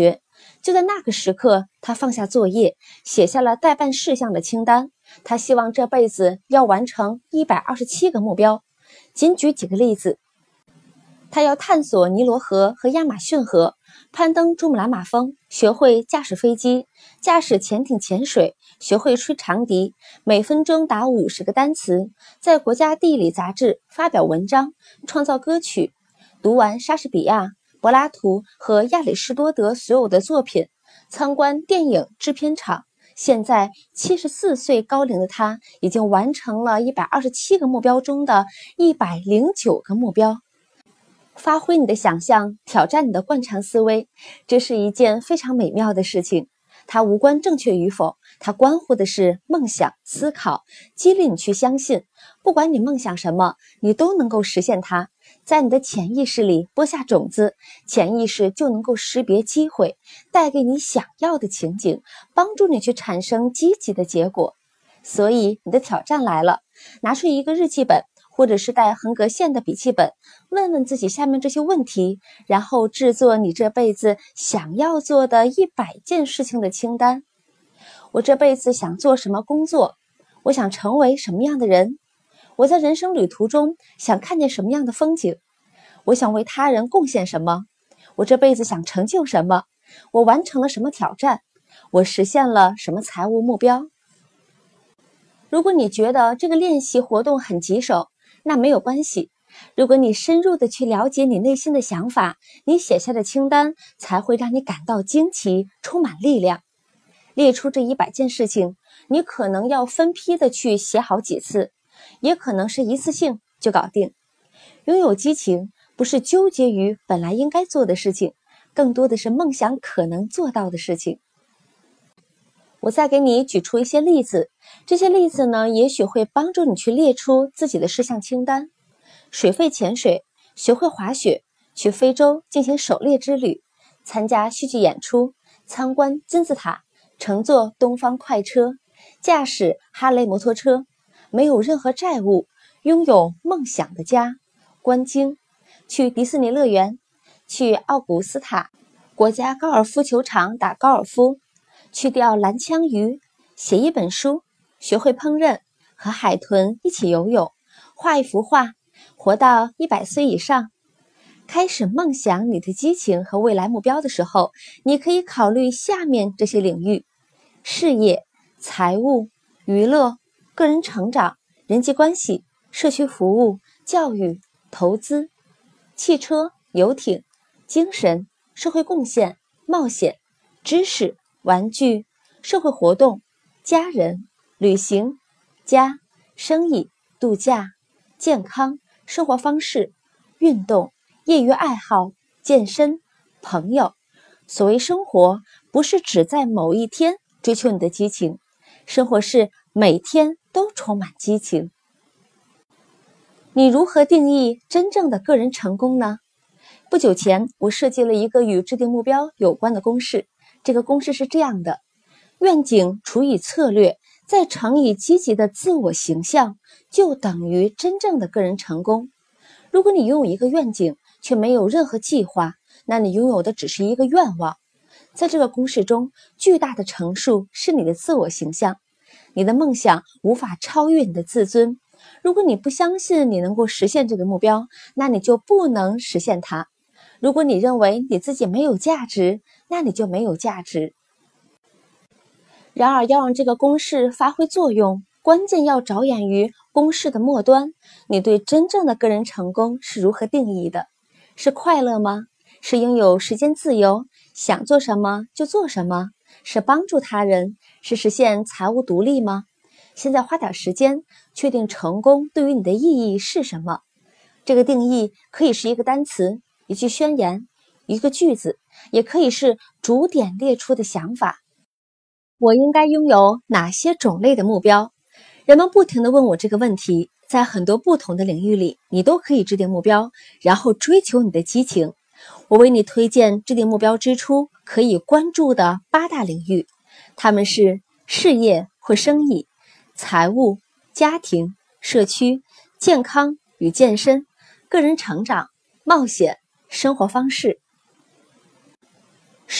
就在那个时刻，他放下作业，写下了待办事项的清单。他希望这辈子要完成一百二十七个目标。仅举几个例子，他要探索尼罗河和亚马逊河，攀登珠穆朗玛峰，学会驾驶飞机，驾驶潜艇潜水，学会吹长笛，每分钟打五十个单词，在国家地理杂志发表文章，创造歌曲，读完莎士比亚、柏拉图和亚里士多德所有的作品，参观电影制片厂。现在七十四岁高龄的他，已经完成了一百二十七个目标中的一百零九个目标。发挥你的想象，挑战你的惯常思维，这是一件非常美妙的事情。它无关正确与否，它关乎的是梦想、思考，激励你去相信，不管你梦想什么，你都能够实现它。在你的潜意识里播下种子，潜意识就能够识别机会，带给你想要的情景，帮助你去产生积极的结果。所以你的挑战来了，拿出一个日记本，或者是带横格线的笔记本，问问自己下面这些问题，然后制作你这辈子想要做的一百件事情的清单。我这辈子想做什么工作？我想成为什么样的人？我在人生旅途中想看见什么样的风景？我想为他人贡献什么？我这辈子想成就什么？我完成了什么挑战？我实现了什么财务目标？如果你觉得这个练习活动很棘手，那没有关系。如果你深入的去了解你内心的想法，你写下的清单才会让你感到惊奇，充满力量。列出这一百件事情，你可能要分批的去写好几次，也可能是一次性就搞定。拥有激情，不是纠结于本来应该做的事情，更多的是梦想可能做到的事情。我再给你举出一些例子，这些例子呢，也许会帮助你去列出自己的事项清单。水肺潜水，学会滑雪，去非洲进行狩猎之旅，参加戏剧演出，参观金字塔，乘坐东方快车，驾驶哈雷摩托车，没有任何债务，拥有梦想的家，观鲸，去迪士尼乐园，去奥古斯塔国家高尔夫球场打高尔夫，去钓蓝枪鱼，写一本书，学会烹饪，和海豚一起游泳，画一幅画，活到一百岁以上。开始梦想你的激情和未来目标的时候，你可以考虑下面这些领域：事业、财务、娱乐、个人成长、人际关系、社区服务、教育、投资、汽车、游艇、精神、社会贡献、冒险、知识、玩具、社会活动、家人、旅行、家、生意、度假、健康、生活方式、运动、业余爱好、健身、朋友。所谓生活，不是只在某一天追求你的激情，生活是每天都充满激情。你如何定义真正的个人成功呢？不久前，我设计了一个与制定目标有关的公式。这个公式是这样的：愿景除以策略，再乘以积极的自我形象，就等于真正的个人成功。如果你拥有一个愿景，却没有任何计划，那你拥有的只是一个愿望。在这个公式中，巨大的乘数是你的自我形象。你的梦想无法超越你的自尊。如果你不相信你能够实现这个目标，那你就不能实现它。如果你认为你自己没有价值，那你就没有价值。然而，要让这个公式发挥作用，关键要着眼于公式的末端。你对真正的个人成功是如何定义的？是快乐吗？是拥有时间自由，想做什么就做什么？是帮助他人？是实现财务独立吗？现在花点时间，确定成功对于你的意义是什么。这个定义可以是一个单词、一句宣言、一个句子，也可以是逐点列出的想法。我应该拥有哪些种类的目标？人们不停地问我这个问题，在很多不同的领域里，你都可以制定目标，然后追求你的激情。我为你推荐制定目标之初可以关注的八大领域，它们是事业或生意、财务、家庭、社区、健康与健身、个人成长、冒险、生活方式。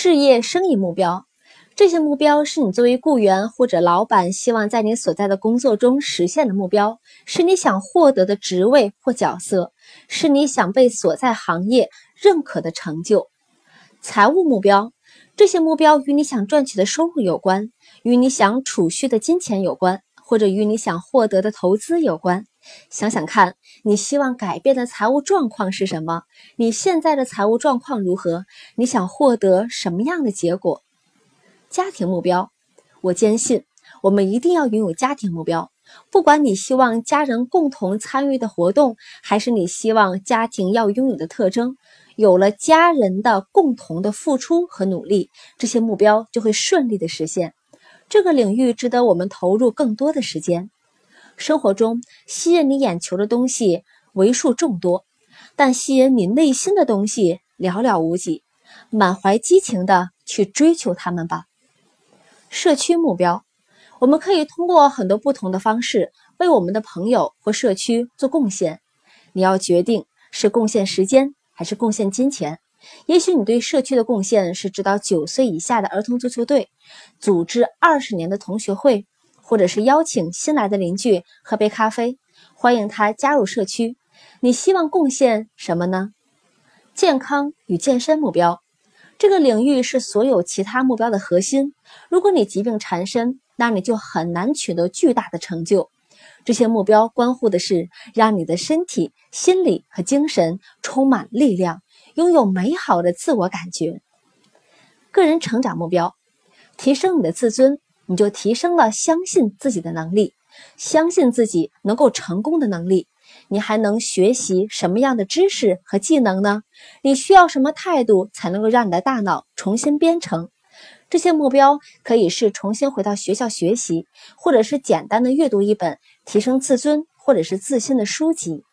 事业生意目标，这些目标是你作为雇员或者老板希望在你所在的工作中实现的目标，是你想获得的职位或角色，是你想被所在行业认可的成就。财务目标，这些目标与你想赚取的收入有关，与你想储蓄的金钱有关，或者与你想获得的投资有关。想想看，你希望改变的财务状况是什么？你现在的财务状况如何？你想获得什么样的结果？家庭目标，我坚信我们一定要拥有家庭目标，不管你希望家人共同参与的活动，还是你希望家庭要拥有的特征，有了家人的共同的付出和努力，这些目标就会顺利的实现。这个领域值得我们投入更多的时间。生活中吸引你眼球的东西为数众多，但吸引你内心的东西寥寥无几，满怀激情的去追求它们吧。社区目标，我们可以通过很多不同的方式为我们的朋友或社区做贡献。你要决定是贡献时间还是贡献金钱。也许你对社区的贡献是指导九岁以下的儿童足球队，组织二十年的同学会，或者是邀请新来的邻居喝杯咖啡，欢迎他加入社区。你希望贡献什么呢？健康与健身目标，这个领域是所有其他目标的核心。如果你疾病缠身，那你就很难取得巨大的成就。这些目标关乎的是让你的身体、心理和精神充满力量，拥有美好的自我感觉。个人成长目标，提升你的自尊，你就提升了相信自己的能力，相信自己能够成功的能力。你还能学习什么样的知识和技能呢？你需要什么态度才能够让你的大脑重新编程？这些目标可以是重新回到学校学习，或者是简单的阅读一本提升自尊或者是自信的书籍。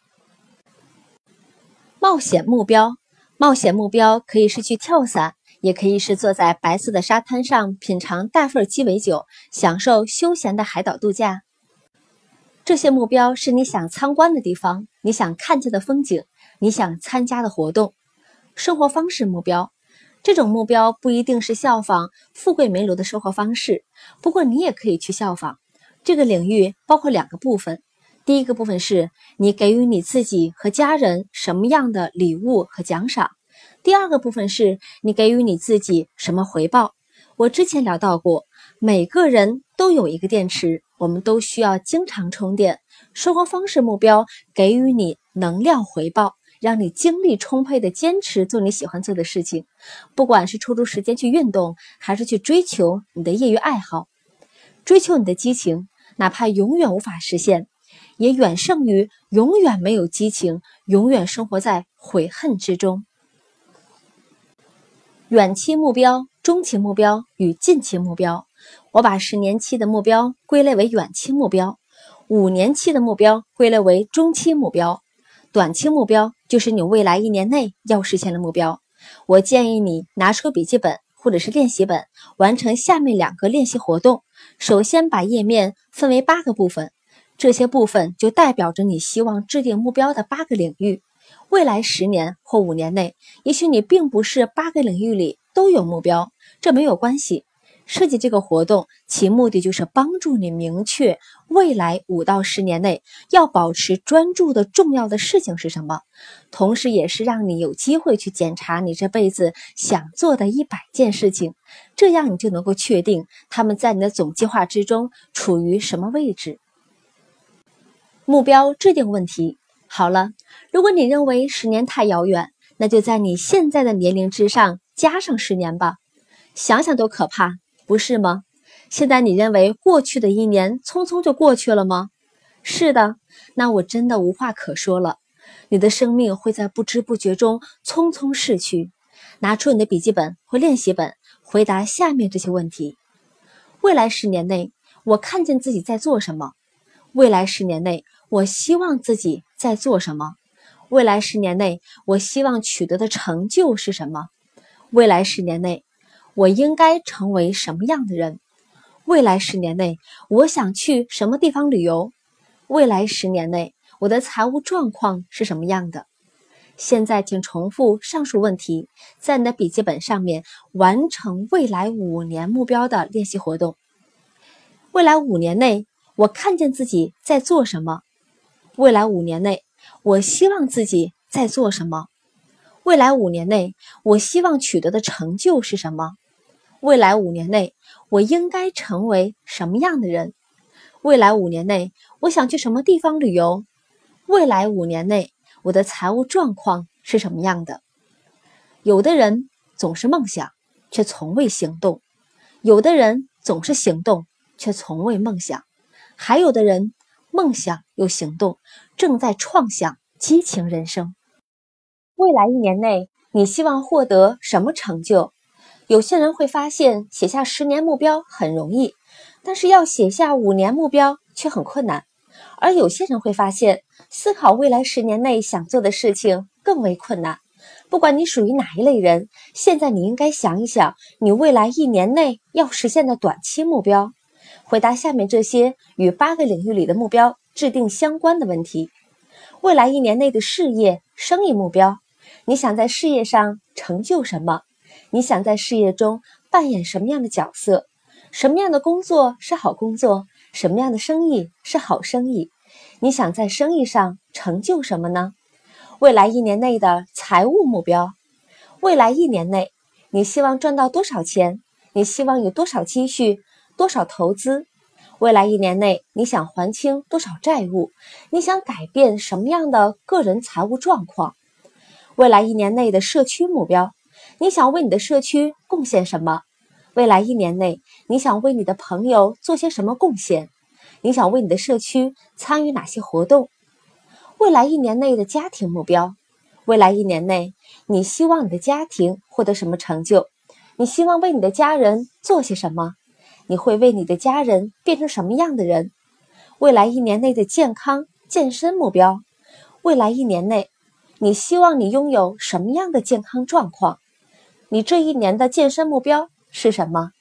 冒险目标，冒险目标可以是去跳伞，也可以是坐在白色的沙滩上品尝大份鸡尾酒，享受休闲的海岛度假。这些目标是你想参观的地方，你想看见的风景，你想参加的活动。生活方式目标，这种目标不一定是效仿富贵梅罗的生活方式，不过你也可以去效仿。这个领域包括两个部分，第一个部分是你给予你自己和家人什么样的礼物和奖赏，第二个部分是你给予你自己什么回报。我之前聊到过，每个人都有一个电池，我们都需要经常充电。生活方式目标给予你能量回报，让你精力充沛的坚持做你喜欢做的事情，不管是抽出时间去运动，还是去追求你的业余爱好。追求你的激情，哪怕永远无法实现，也远胜于永远没有激情，永远生活在悔恨之中。远期目标、中期目标与近期目标，我把十年期的目标归类为远期目标，五年期的目标归类为中期目标，短期目标就是你未来一年内要实现的目标。我建议你拿出笔记本或者是练习本，完成下面两个练习活动。首先把页面分为八个部分，这些部分就代表着你希望制定目标的八个领域。未来十年或五年内，也许你并不是八个领域里都有目标，这没有关系。设计这个活动，其目的就是帮助你明确未来五到十年内要保持专注的重要的事情是什么，同时也是让你有机会去检查你这辈子想做的一百件事情，这样你就能够确定他们在你的总计划之中处于什么位置。目标制定问题。好了，如果你认为十年太遥远，那就在你现在的年龄之上加上十年吧。想想都可怕，不是吗？现在你认为过去的一年匆匆就过去了吗？是的，那我真的无话可说了。你的生命会在不知不觉中匆匆逝去。拿出你的笔记本或练习本，回答下面这些问题。未来十年内，我看见自己在做什么？未来十年内，我希望自己在做什么？未来十年内，我希望取得的成就是什么？未来十年内，我应该成为什么样的人？未来十年内，我想去什么地方旅游？未来十年内，我的财务状况是什么样的？ 现在请重复上述问题，在你的笔记本上面完成未来五年目标的练习活动。未来五年内，我看见自己在做什么？未来五年内，我希望自己在做什么？未来五年内，我希望取得的成就是什么？未来五年内，我应该成为什么样的人？未来五年内，我想去什么地方旅游？未来五年内，我的财务状况是什么样的？有的人总是梦想，却从未行动；有的人总是行动，却从未梦想；还有的人梦想又行动，正在创想激情人生。未来一年内，你希望获得什么成就？有些人会发现写下十年目标很容易，但是要写下五年目标却很困难。而有些人会发现，思考未来十年内想做的事情更为困难。不管你属于哪一类人，现在你应该想一想，你未来一年内要实现的短期目标。回答下面这些与八个领域里的目标制定相关的问题。未来一年内的事业、生意目标，你想在事业上成就什么？你想在事业中扮演什么样的角色？什么样的工作是好工作？什么样的生意是好生意？你想在生意上成就什么呢？未来一年内的财务目标，未来一年内，你希望赚到多少钱？你希望有多少积蓄？多少投资？未来一年内，你想还清多少债务？你想改变什么样的个人财务状况？未来一年内的社区目标，你想为你的社区贡献什么？未来一年内，你想为你的朋友做些什么贡献？你想为你的社区参与哪些活动？未来一年内的家庭目标，未来一年内，你希望你的家庭获得什么成就？你希望为你的家人做些什么？你会为你的家人变成什么样的人？未来一年内的健康健身目标，未来一年内，你希望你拥有什么样的健康状况？你这一年的健身目标是什么？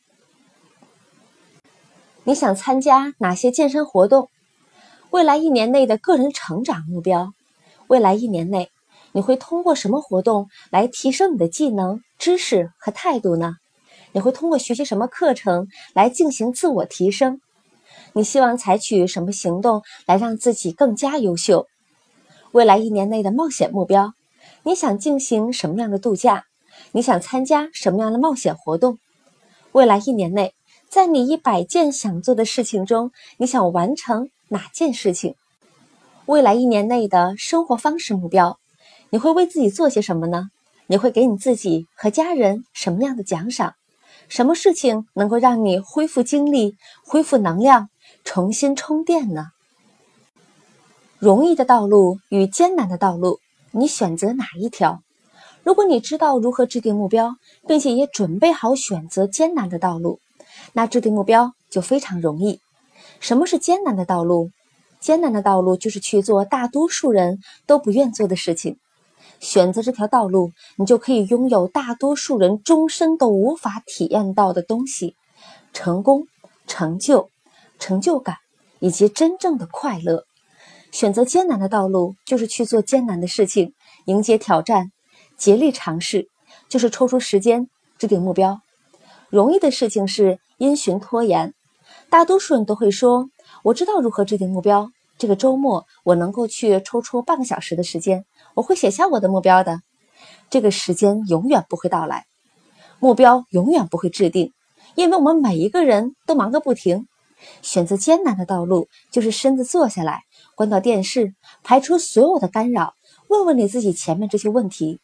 你想参加哪些健身活动？未来一年内的个人成长目标，未来一年内，你会通过什么活动来提升你的技能、知识和态度呢？你会通过学习什么课程来进行自我提升？你希望采取什么行动来让自己更加优秀？未来一年内的冒险目标，你想进行什么样的度假？你想参加什么样的冒险活动？未来一年内，在你一百件想做的事情中，你想完成哪件事情？未来一年内的生活方式目标，你会为自己做些什么呢？你会给你自己和家人什么样的奖赏？什么事情能够让你恢复精力、恢复能量、重新充电呢？容易的道路与艰难的道路，你选择哪一条？如果你知道如何制定目标，并且也准备好选择艰难的道路，那制定目标就非常容易。什么是艰难的道路？艰难的道路就是去做大多数人都不愿做的事情。选择这条道路，你就可以拥有大多数人终身都无法体验到的东西：成功、成就、成就感以及真正的快乐。选择艰难的道路，就是去做艰难的事情，迎接挑战，竭力尝试，就是抽出时间制定目标。容易的事情是因循拖延。大多数人都会说，我知道如何制定目标，这个周末我能够去抽出半个小时的时间，我会写下我的目标的。这个时间永远不会到来，目标永远不会制定，因为我们每一个人都忙个不停。选择艰难的道路，就是身子坐下来，关掉电视，排除所有的干扰，问问你自己前面这些问题。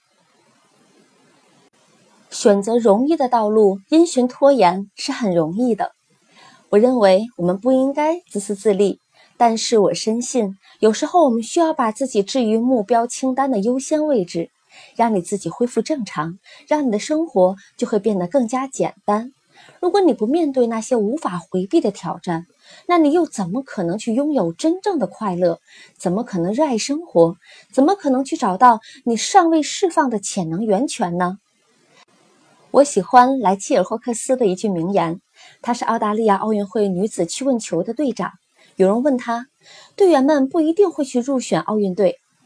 选择容易的道路，因循拖延是很容易的。我认为我们不应该自私自利，但是我深信，有时候我们需要把自己置于目标清单的优先位置，让你自己恢复正常，让你的生活就会变得更加简单。如果你不面对那些无法回避的挑战，那你又怎么可能去拥有真正的快乐？怎么可能热爱生活？怎么可能去找到你尚未释放的潜能源泉呢？我喜欢莱切尔霍克斯的一句名言，他是澳大利亚奥运会女子曲棍球的队长。有人问他，队员们不一定会去入选奥运队，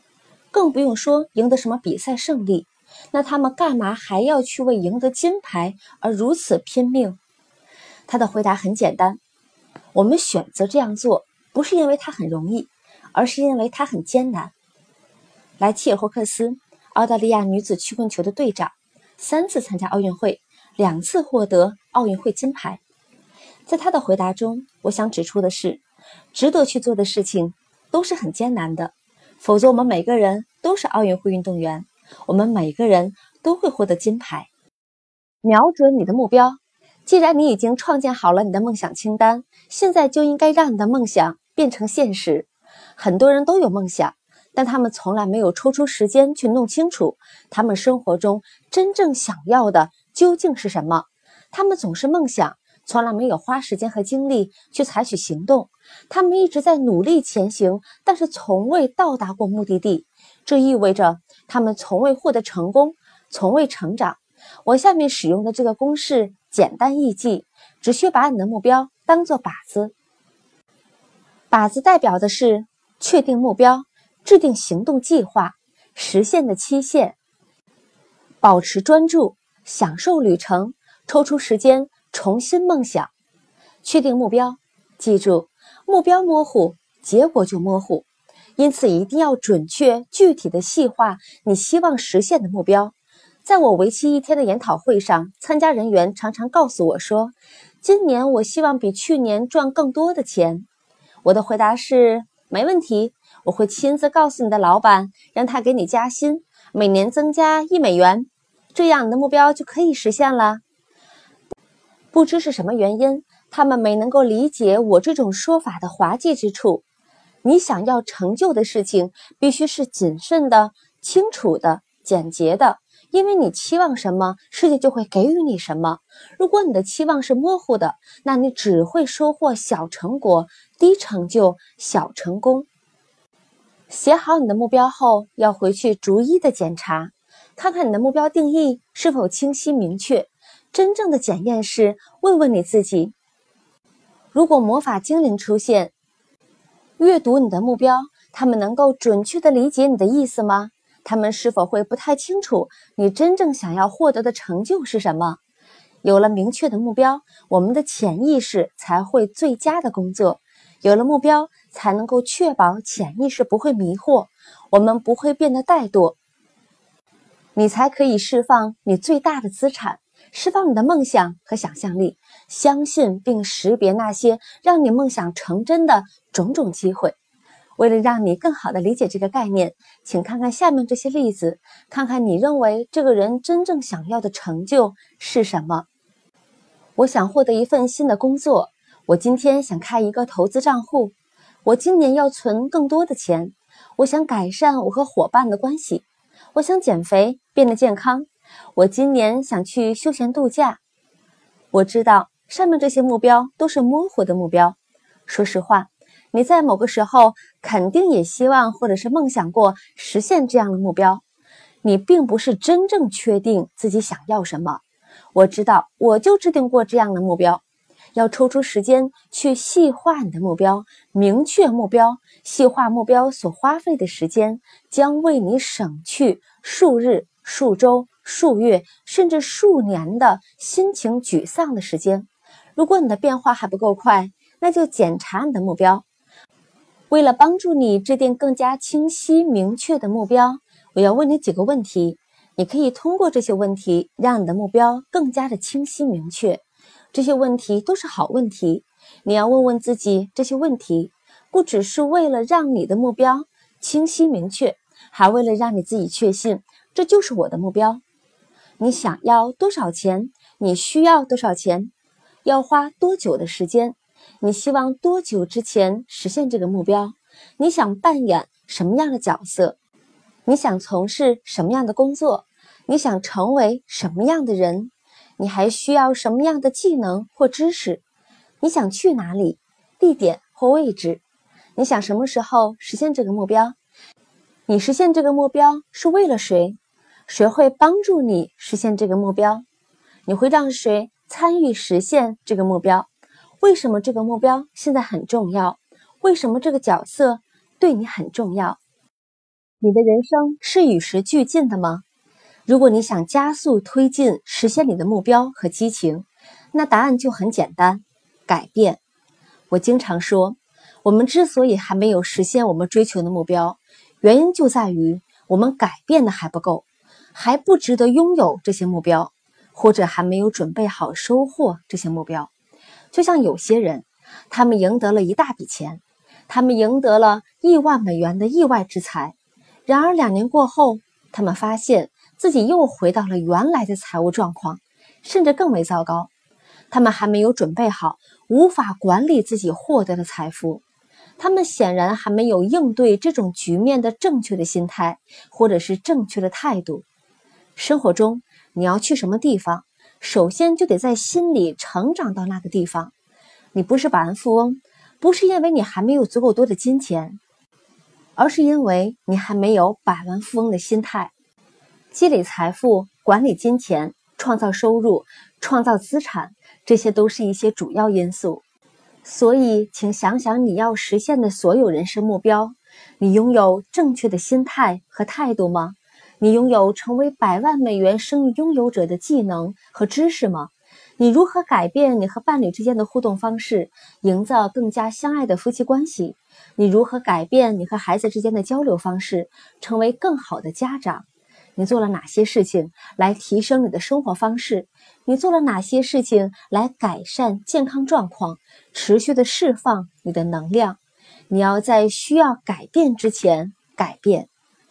更不用说赢得什么比赛胜利。那他们干嘛还要去为赢得金牌而如此拼命？他的回答很简单，我们选择这样做，不是因为它很容易，而是因为它很艰难。莱切尔霍克斯，澳大利亚女子曲棍球的队长，三次参加奥运会，两次获得奥运会金牌。在他的回答中，我想指出的是，值得去做的事情都是很艰难的，否则我们每个人都是奥运会运动员，我们每个人都会获得金牌。瞄准你的目标，既然你已经创建好了你的梦想清单，现在就应该让你的梦想变成现实。很多人都有梦想，但他们从来没有抽出时间去弄清楚他们生活中真正想要的究竟是什么。他们总是梦想，从来没有花时间和精力去采取行动。他们一直在努力前行，但是从未到达过目的地。这意味着他们从未获得成功，从未成长。我下面使用的这个公式简单易记，只需把你的目标当作靶子。靶子代表的是确定目标，制定行动计划，实现的期限，保持专注，享受旅程，抽出时间重新梦想。确定目标，记住，目标模糊，结果就模糊，因此一定要准确具体的细化你希望实现的目标。在我为期一天的研讨会上，参加人员常常告诉我说，今年我希望比去年赚更多的钱。我的回答是，没问题，我会亲自告诉你的老板，让他给你加薪，每年增加一美元，这样你的目标就可以实现了。不知是什么原因，他们没能够理解我这种说法的滑稽之处。你想要成就的事情，必须是谨慎的、清楚的、简洁的，因为你期望什么，世界就会给予你什么。如果你的期望是模糊的，那你只会收获小成果、低成就、小成功。写好你的目标后，要回去逐一的检查，看看你的目标定义是否清晰明确。真正的检验是问问你自己，如果魔法精灵出现，阅读你的目标，他们能够准确地理解你的意思吗？他们是否会不太清楚你真正想要获得的成就是什么？有了明确的目标，我们的潜意识才会最佳的工作。有了目标，才能够确保潜意识不会迷惑，我们不会变得怠惰。你才可以释放你最大的资产，释放你的梦想和想象力，相信并识别那些让你梦想成真的种种机会。为了让你更好地理解这个概念，请看看下面这些例子，看看你认为这个人真正想要的成就是什么。我想获得一份新的工作，我今天想开一个投资账户，我今年要存更多的钱，我想改善我和伙伴的关系，我想减肥，变得健康，我今年想去休闲度假。我知道上面这些目标都是模糊的目标。说实话，你在某个时候肯定也希望或者是梦想过实现这样的目标，你并不是真正确定自己想要什么。我知道，我就制定过这样的目标。要抽出时间去细化你的目标，明确目标，细化目标所花费的时间，将为你省去数日、数周、数月，甚至数年的心情沮丧的时间。如果你的变化还不够快，那就检查你的目标。为了帮助你制定更加清晰明确的目标，我要问你几个问题，你可以通过这些问题让你的目标更加的清晰明确。这些问题都是好问题，你要问问自己这些问题，不只是为了让你的目标清晰明确，还为了让你自己确信这就是我的目标。你想要多少钱？你需要多少钱？要花多久的时间？你希望多久之前实现这个目标？你想扮演什么样的角色？你想从事什么样的工作？你想成为什么样的人？你还需要什么样的技能或知识？你想去哪里？地点或位置？你想什么时候实现这个目标？你实现这个目标是为了谁？谁会帮助你实现这个目标？你会让谁参与实现这个目标？为什么这个目标现在很重要？为什么这个角色对你很重要？ 你的人生是与时俱进的吗？如果你想加速推进实现你的目标和激情，那答案就很简单，改变。我经常说，我们之所以还没有实现我们追求的目标，原因就在于我们改变的还不够，还不值得拥有这些目标，或者还没有准备好收获这些目标。就像有些人，他们赢得了一大笔钱，他们赢得了亿万美元的意外之财，然而两年过后，他们发现自己又回到了原来的财务状况，甚至更为糟糕。他们还没有准备好，无法管理自己获得的财富。他们显然还没有应对这种局面的正确的心态，或者是正确的态度。生活中，你要去什么地方，首先就得在心里成长到那个地方。你不是百万富翁，不是因为你还没有足够多的金钱，而是因为你还没有百万富翁的心态。积累财富、管理金钱、创造收入、创造资产，这些都是一些主要因素。所以，请想想你要实现的所有人生目标，你拥有正确的心态和态度吗？你拥有成为百万美元生意拥有者的技能和知识吗？你如何改变你和伴侣之间的互动方式，营造更加相爱的夫妻关系？你如何改变你和孩子之间的交流方式，成为更好的家长？你做了哪些事情来提升你的生活方式？你做了哪些事情来改善健康状况，持续的释放你的能量？你要在需要改变之前改变。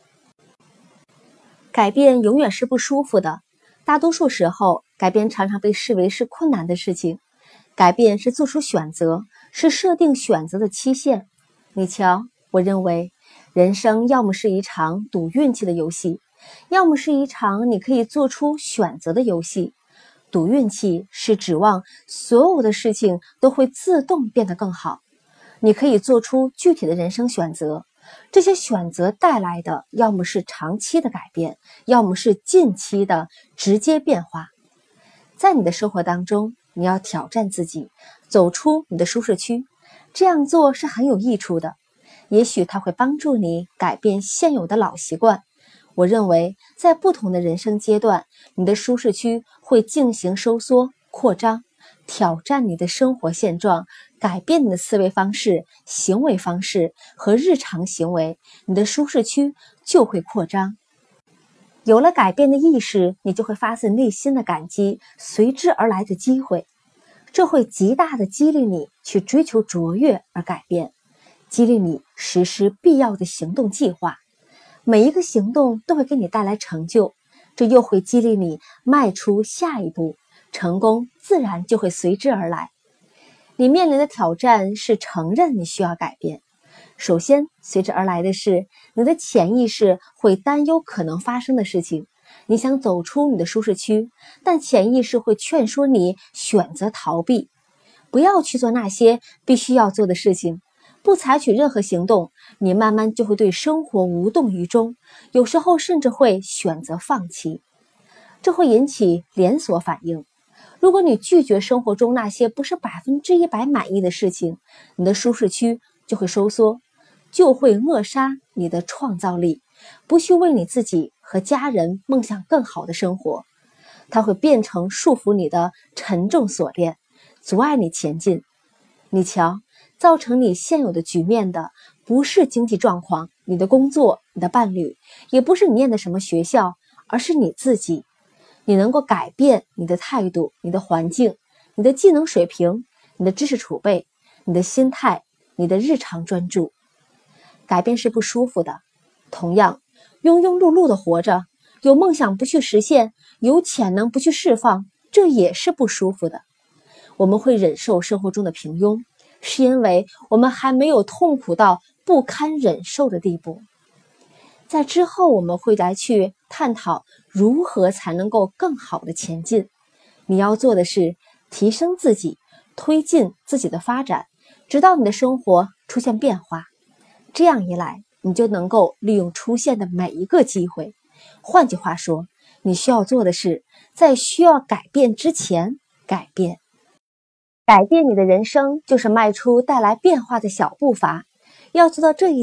改变永远是不舒服的，大多数时候，改变常常被视为是困难的事情。改变是做出选择，是设定选择的期限。你瞧，我认为人生要么是一场赌运气的游戏，要么是一场你可以做出选择的游戏。赌运气是指望所有的事情都会自动变得更好，你可以做出具体的人生选择，这些选择带来的要么是长期的改变，要么是近期的直接变化。在你的生活当中，你要挑战自己，走出你的舒适区，这样做是很有益处的。也许它会帮助你改变现有的老习惯。我认为在不同的人生阶段，你的舒适区会进行收缩、扩张，挑战你的生活现状，改变你的思维方式、行为方式和日常行为，你的舒适区就会扩张。有了改变的意识，你就会发自内心的感激随之而来的机会，这会极大的激励你去追求卓越而改变，激励你实施必要的行动计划。每一个行动都会给你带来成就，这又会激励你迈出下一步，成功自然就会随之而来。你面临的挑战是承认你需要改变。首先，随之而来的是你的潜意识会担忧可能发生的事情，你想走出你的舒适区，但潜意识会劝说你选择逃避，不要去做那些必须要做的事情。不采取任何行动，你慢慢就会对生活无动于衷，有时候甚至会选择放弃。这会引起连锁反应。如果你拒绝生活中那些不是百分之一百满意的事情，你的舒适区就会收缩，就会扼杀你的创造力，不去为你自己和家人梦想更好的生活。它会变成束缚你的沉重锁链，阻碍你前进。你瞧，造成你现有的局面的不是经济状况，你的工作，你的伴侣，也不是你念的什么学校，而是你自己。你能够改变你的态度、你的环境、你的技能水平、你的知识储备、你的心态、你的日常专注。改变是不舒服的，同样，庸庸碌碌的活着，有梦想不去实现，有潜能不去释放，这也是不舒服的。我们会忍受生活中的平庸，是因为我们还没有痛苦到不堪忍受的地步。在之后我们会来去探讨如何才能够更好的前进。你要做的是提升自己，推进自己的发展，直到你的生活出现变化。这样一来，你就能够利用出现的每一个机会。换句话说，你需要做的是在需要改变之前改变。改变你的人生，就是迈出带来变化的小步伐。要做到这一点，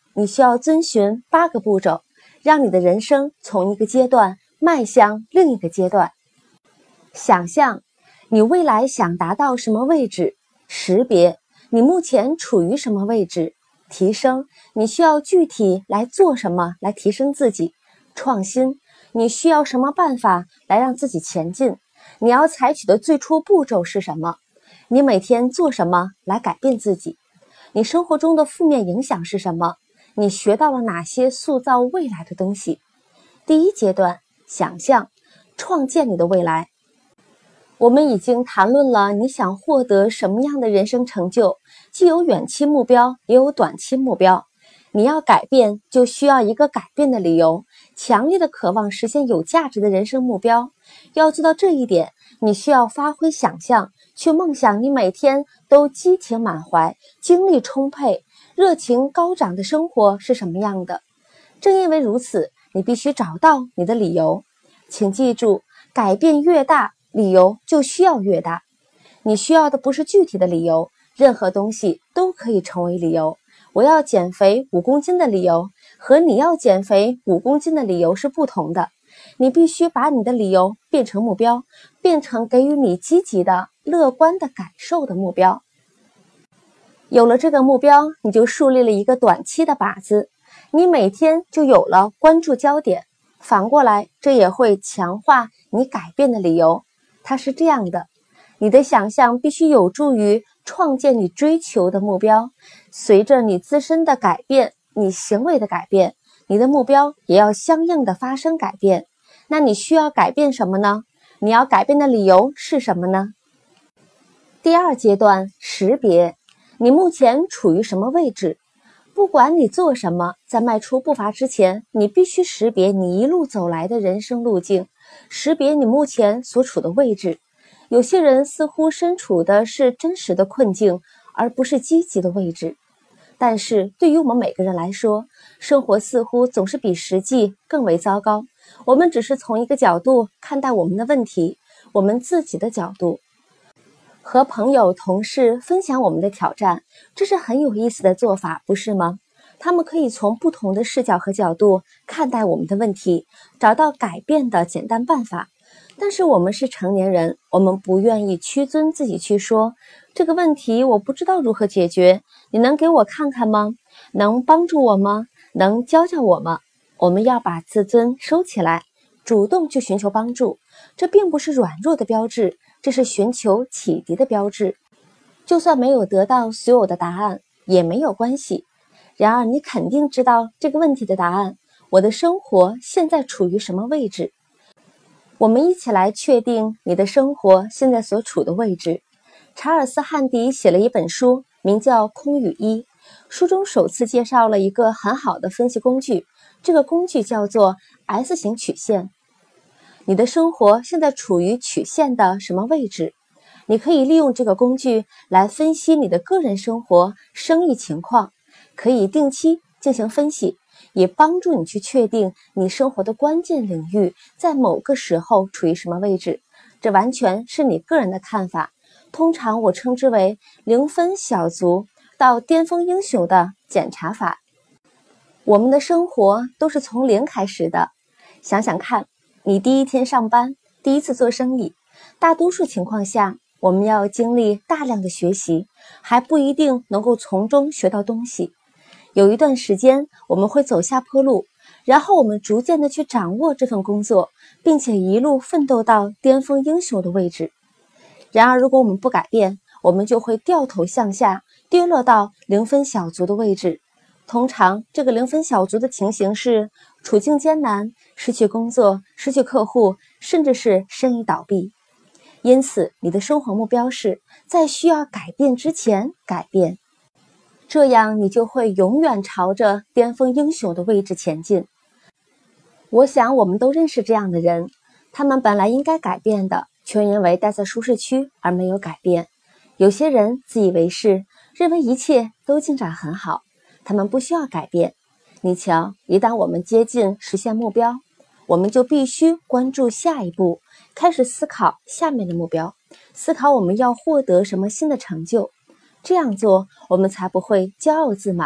你需要遵循八个步骤，让你的人生从一个阶段迈向另一个阶段。想象你未来想达到什么位置，识别你目前处于什么位置，提升你需要具体来做什么来提升自己，创新你需要什么办法来让自己前进，你要采取的最初步骤是什么，你每天做什么来改变自己，你生活中的负面影响是什么，你学到了哪些塑造未来的东西。第一阶段，想象创建你的未来。我们已经谈论了你想获得什么样的人生成就，既有远期目标，也有短期目标。你要改变，就需要一个改变的理由，强烈的渴望实现有价值的人生目标。要做到这一点，你需要发挥想象，去梦想你每天都激情满怀，精力充沛，热情高涨的生活是什么样的。正因为如此，你必须找到你的理由。请记住，改变越大，理由就需要越大。你需要的不是具体的理由，任何东西都可以成为理由。我要减肥五公斤的理由和你要减肥五公斤的理由是不同的。你必须把你的理由变成目标，变成给予你积极的、乐观的感受的目标。有了这个目标，你就树立了一个短期的靶子，你每天就有了关注焦点。反过来，这也会强化你改变的理由。它是这样的，你的想象必须有助于创建你追求的目标。随着你自身的改变，你行为的改变，你的目标也要相应的发生改变。那你需要改变什么呢？你要改变的理由是什么呢？第二阶段，识别你目前处于什么位置。不管你做什么，在迈出步伐之前，你必须识别你一路走来的人生路径，识别你目前所处的位置。有些人似乎身处的是真实的困境，而不是积极的位置。但是对于我们每个人来说，生活似乎总是比实际更为糟糕。我们只是从一个角度看待我们的问题，我们自己的角度。和朋友、同事分享我们的挑战，这是很有意思的做法，不是吗？他们可以从不同的视角和角度看待我们的问题，找到改变的简单办法。但是我们是成年人，我们不愿意屈尊自己去说，这个问题我不知道如何解决，你能给我看看吗？能帮助我吗？能教教我吗？我们要把自尊收起来，主动去寻求帮助。这并不是软弱的标志，这是寻求启迪的标志。就算没有得到所有的答案也没有关系，然而你肯定知道这个问题的答案。我的生活现在处于什么位置？我们一起来确定你的生活现在所处的位置。查尔斯·汉迪写了一本书，名叫《空与一》，书中首次介绍了一个很好的分析工具，这个工具叫做 S 型曲线。你的生活现在处于曲线的什么位置？你可以利用这个工具来分析你的个人生活、生意情况，可以定期进行分析，也帮助你去确定你生活的关键领域在某个时候处于什么位置。这完全是你个人的看法，通常我称之为零分小卒到巅峰英雄的检查法。我们的生活都是从零开始的，想想看，你第一天上班，第一次做生意，大多数情况下我们要经历大量的学习，还不一定能够从中学到东西。有一段时间我们会走下坡路，然后我们逐渐的去掌握这份工作，并且一路奋斗到巅峰英雄的位置。然而如果我们不改变，我们就会掉头向下，跌落到零分小卒的位置。通常这个零分小卒的情形是处境艰难，失去工作，失去客户，甚至是生意倒闭。因此你的生活目标是在需要改变之前改变，这样你就会永远朝着巅峰英雄的位置前进。我想我们都认识这样的人，他们本来应该改变的，却因为待在舒适区而没有改变。有些人自以为是，认为一切都进展很好，他们不需要改变。你瞧，一旦我们接近实现目标，我们就必须关注下一步，开始思考下面的目标，思考我们要获得什么新的成就。这样做，我们才不会骄傲自满，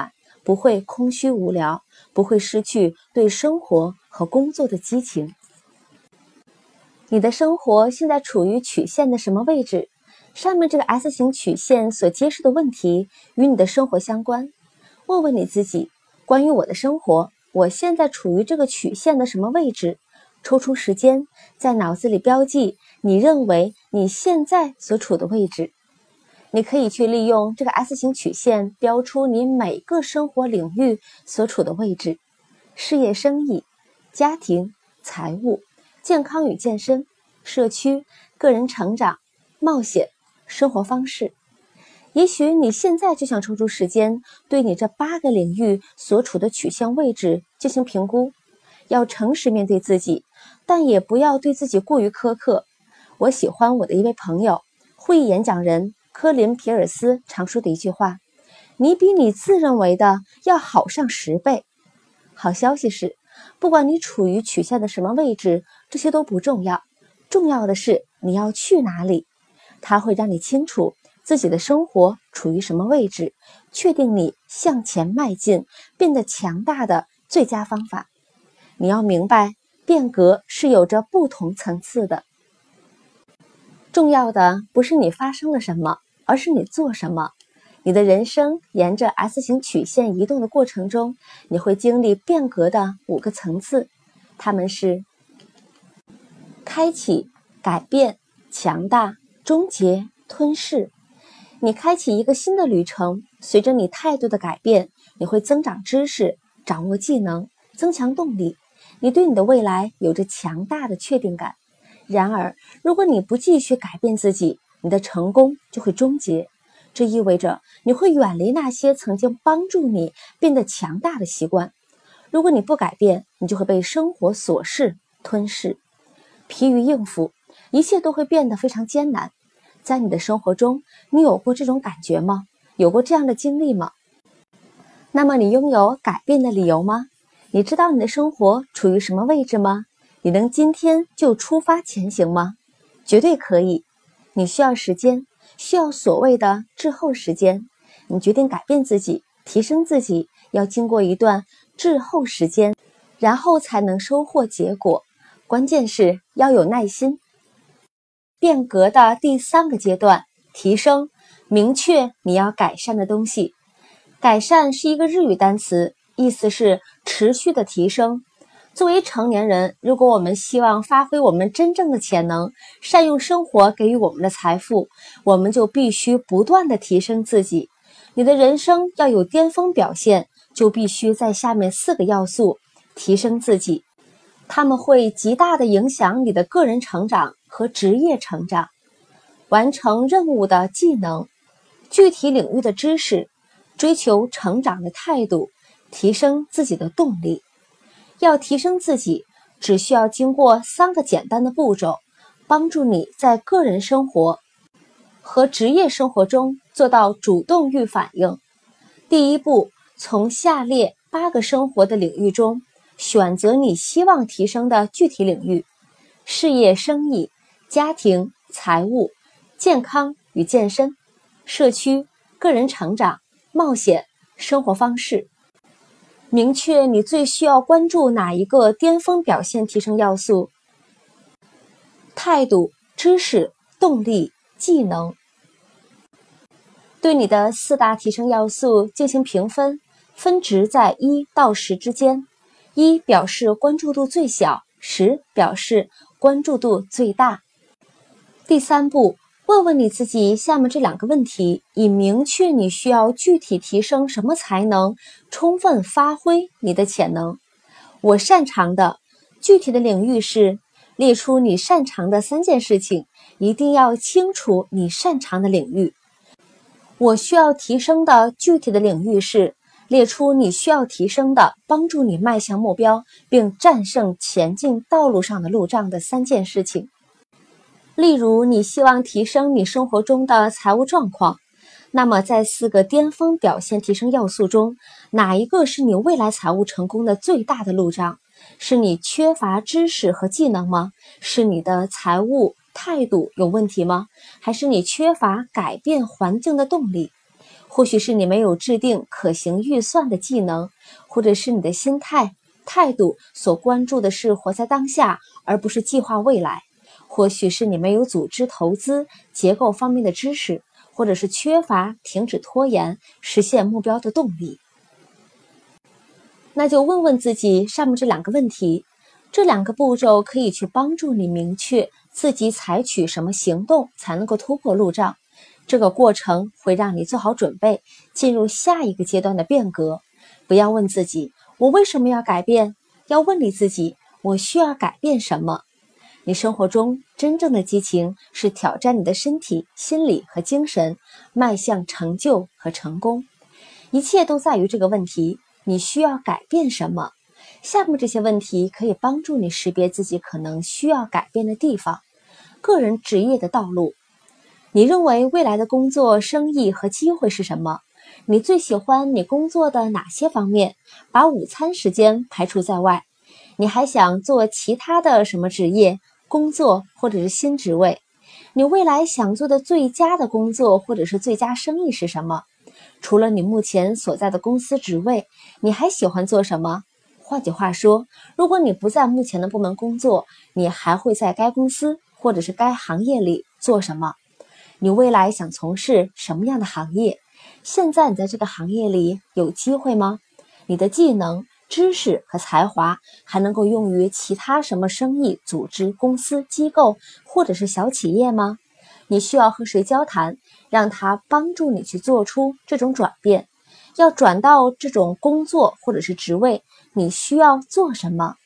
不会空虚无聊，不会失去对生活和工作的激情。你的生活现在处于曲线的什么位置？上面这个 S 型曲线所揭示的问题与你的生活相关。问问你自己，关于我的生活，我现在处于这个曲线的什么位置？抽出时间，在脑子里标记你认为你现在所处的位置。你可以去利用这个 S 型曲线标出你每个生活领域所处的位置：事业生意、家庭、财务、健康与健身、社区、个人成长、冒险、生活方式。也许你现在就想抽出时间，对你这八个领域所处的曲线位置进行评估。要诚实面对自己，但也不要对自己过于苛刻。我喜欢我的一位朋友，会议演讲人科林·皮尔斯常说的一句话：你比你自认为的要好上十倍。好消息是，不管你处于曲线的什么位置，这些都不重要，重要的是你要去哪里。它会让你清楚自己的生活处于什么位置，确定你向前迈进变得强大的最佳方法。你要明白，变革是有着不同层次的。重要的不是你发生了什么，而是你做什么。你的人生沿着 S 型曲线移动的过程中，你会经历变革的五个层次，它们是开启、改变、强大、终结、吞噬。你开启一个新的旅程，随着你态度的改变，你会增长知识，掌握技能，增强动力。你对你的未来有着强大的确定感。然而，如果你不继续改变自己，你的成功就会终结。这意味着你会远离那些曾经帮助你变得强大的习惯。如果你不改变，你就会被生活琐事吞噬。疲于应付，一切都会变得非常艰难。在你的生活中，你有过这种感觉吗？有过这样的经历吗？那么你拥有改变的理由吗？你知道你的生活处于什么位置吗？你能今天就出发前行吗？绝对可以。你需要时间，需要所谓的滞后时间。你决定改变自己，提升自己，要经过一段滞后时间，然后才能收获结果。关键是要有耐心。变革的第三个阶段，提升，明确你要改善的东西。改善是一个日语单词，意思是持续的提升。作为成年人，如果我们希望发挥我们真正的潜能，善用生活给予我们的财富，我们就必须不断的提升自己。你的人生要有巅峰表现，就必须在下面四个要素提升自己，它们会极大的影响你的个人成长和职业成长。完成任务的技能，具体领域的知识，追求成长的态度，提升自己的动力。要提升自己，只需要经过三个简单的步骤，帮助你在个人生活和职业生活中做到主动预反应。第一步，从下列八个生活的领域中选择你希望提升的具体领域：事业生意、家庭、财务、健康与健身、社区、个人成长、冒险、生活方式。明确你最需要关注哪一个巅峰表现提升要素：态度、知识、动力、技能。对你的四大提升要素进行评分，分值在一到十之间。一表示关注度最小，十表示关注度最大。第三步，问问你自己下面这两个问题，以明确你需要具体提升什么才能充分发挥你的潜能。我擅长的具体的领域是，列出你擅长的三件事情，一定要清楚你擅长的领域。我需要提升的具体的领域是，列出你需要提升的帮助你迈向目标并战胜前进道路上的路障的三件事情。例如，你希望提升你生活中的财务状况，那么在四个巅峰表现提升要素中，哪一个是你未来财务成功的最大的路障？是你缺乏知识和技能吗？是你的财务态度有问题吗？还是你缺乏改变环境的动力？ 或许是你没有制定可行预算的技能，或者是你的心态、态度所关注的是活在当下，而不是计划未来。或许是你没有组织投资、结构方面的知识，或者是缺乏停止拖延、实现目标的动力。那就问问自己上面这两个问题，这两个步骤可以去帮助你明确自己采取什么行动才能够突破路障。这个过程会让你做好准备，进入下一个阶段的变革。不要问自己我为什么要改变，要问你自己我需要改变什么。你生活中真正的激情是挑战你的身体、心理和精神，迈向成就和成功。一切都在于这个问题，你需要改变什么？下面这些问题可以帮助你识别自己可能需要改变的地方。个人职业的道路，你认为未来的工作、生意和机会是什么？你最喜欢你工作的哪些方面？把午餐时间排除在外。你还想做其他的什么职业、工作或者是新职位？你未来想做的最佳的工作或者是最佳生意是什么？除了你目前所在的公司职位，你还喜欢做什么？换句话说，如果你不在目前的部门工作，你还会在该公司或者是该行业里做什么？你未来想从事什么样的行业？现在你在这个行业里有机会吗？你的技能、知识和才华还能够用于其他什么生意、组织、公司、机构或者是小企业吗？你需要和谁交谈，让他帮助你去做出这种转变？要转到这种工作或者是职位，你需要做什么？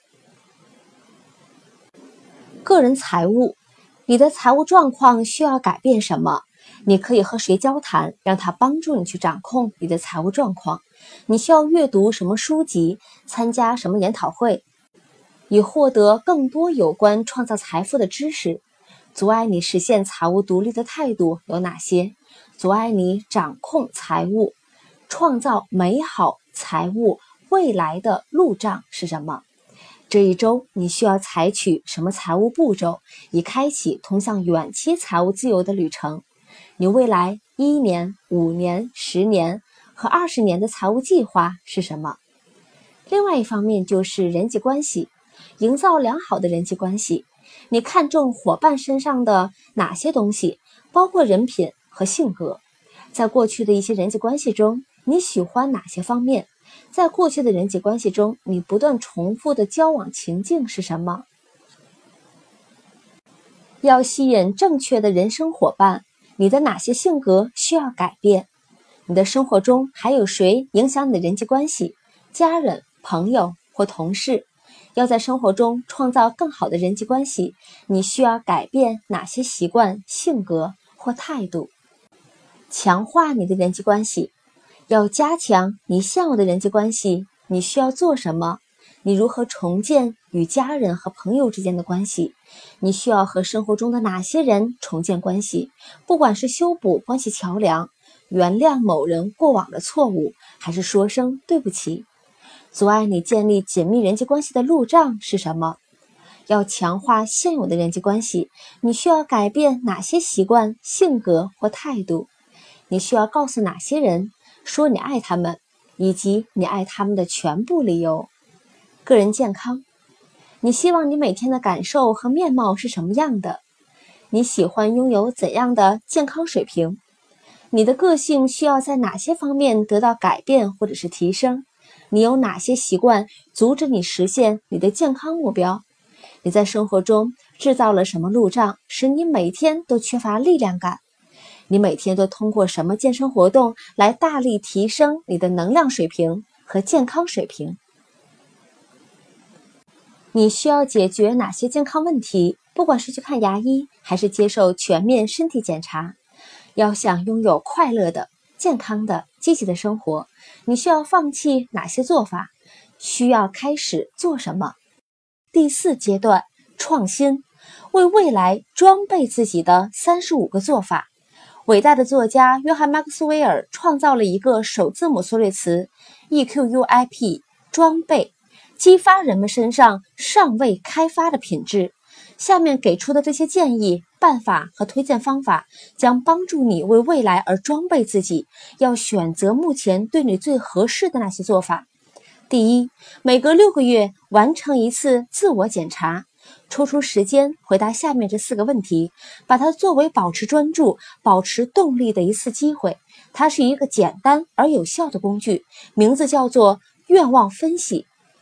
个人财务，你的财务状况需要改变什么？你可以和谁交谈，让他帮助你去掌控你的财务状况？你需要阅读什么书籍，参加什么研讨会，以获得更多有关创造财富的知识？阻碍你实现财务独立的态度有哪些？阻碍你掌控财务、创造美好财务未来的路障是什么？这一周你需要采取什么财务步骤，以开启通向远期财务自由的旅程？你未来一年、五年、十年和二十年的财务计划是什么？另外一方面就是人际关系，营造良好的人际关系。你看重伙伴身上的哪些东西，包括人品和性格？在过去的一些人际关系中，你喜欢哪些方面？在过去的人际关系中，你不断重复的交往情境是什么？要吸引正确的人生伙伴，你的哪些性格需要改变？你的生活中还有谁影响你的人际关系？家人、朋友或同事？要在生活中创造更好的人际关系，你需要改变哪些习惯、性格或态度？强化你的人际关系。要加强你现有的人际关系，你需要做什么？你如何重建与家人和朋友之间的关系？你需要和生活中的哪些人重建关系？不管是修补关系桥梁，原谅某人过往的错误，还是说声对不起？阻碍你建立紧密人际关系的路障是什么？要强化现有的人际关系，你需要改变哪些习惯、性格或态度？你需要告诉哪些人说你爱他们，以及你爱他们的全部理由？个人健康，你希望你每天的感受和面貌是什么样的？你喜欢拥有怎样的健康水平？你的个性需要在哪些方面得到改变或者是提升？你有哪些习惯阻止你实现你的健康目标？你在生活中制造了什么路障，使你每天都缺乏力量感？你每天都通过什么健身活动来大力提升你的能量水平和健康水平？你需要解决哪些健康问题？不管是去看牙医，还是接受全面身体检查。要想拥有快乐的、健康的、积极的生活，你需要放弃哪些做法？需要开始做什么？第四阶段，创新，为未来装备自己的三十五个做法。伟大的作家约翰·马克斯韦尔创造了一个首字母缩略词 E Q U I P 装备，激发人们身上尚未开发的品质。 下面给出的这些建议、办法和推荐方法将帮助你为未来而装备自己，要选择目前对你最合适的那些做法。第一，每隔六个月完成一次自我检查，抽出时间回答下面这四个问题，把它作为保持专注、保持动力的一次机会。它是一个简单而有效的工具，名字叫做愿望分析。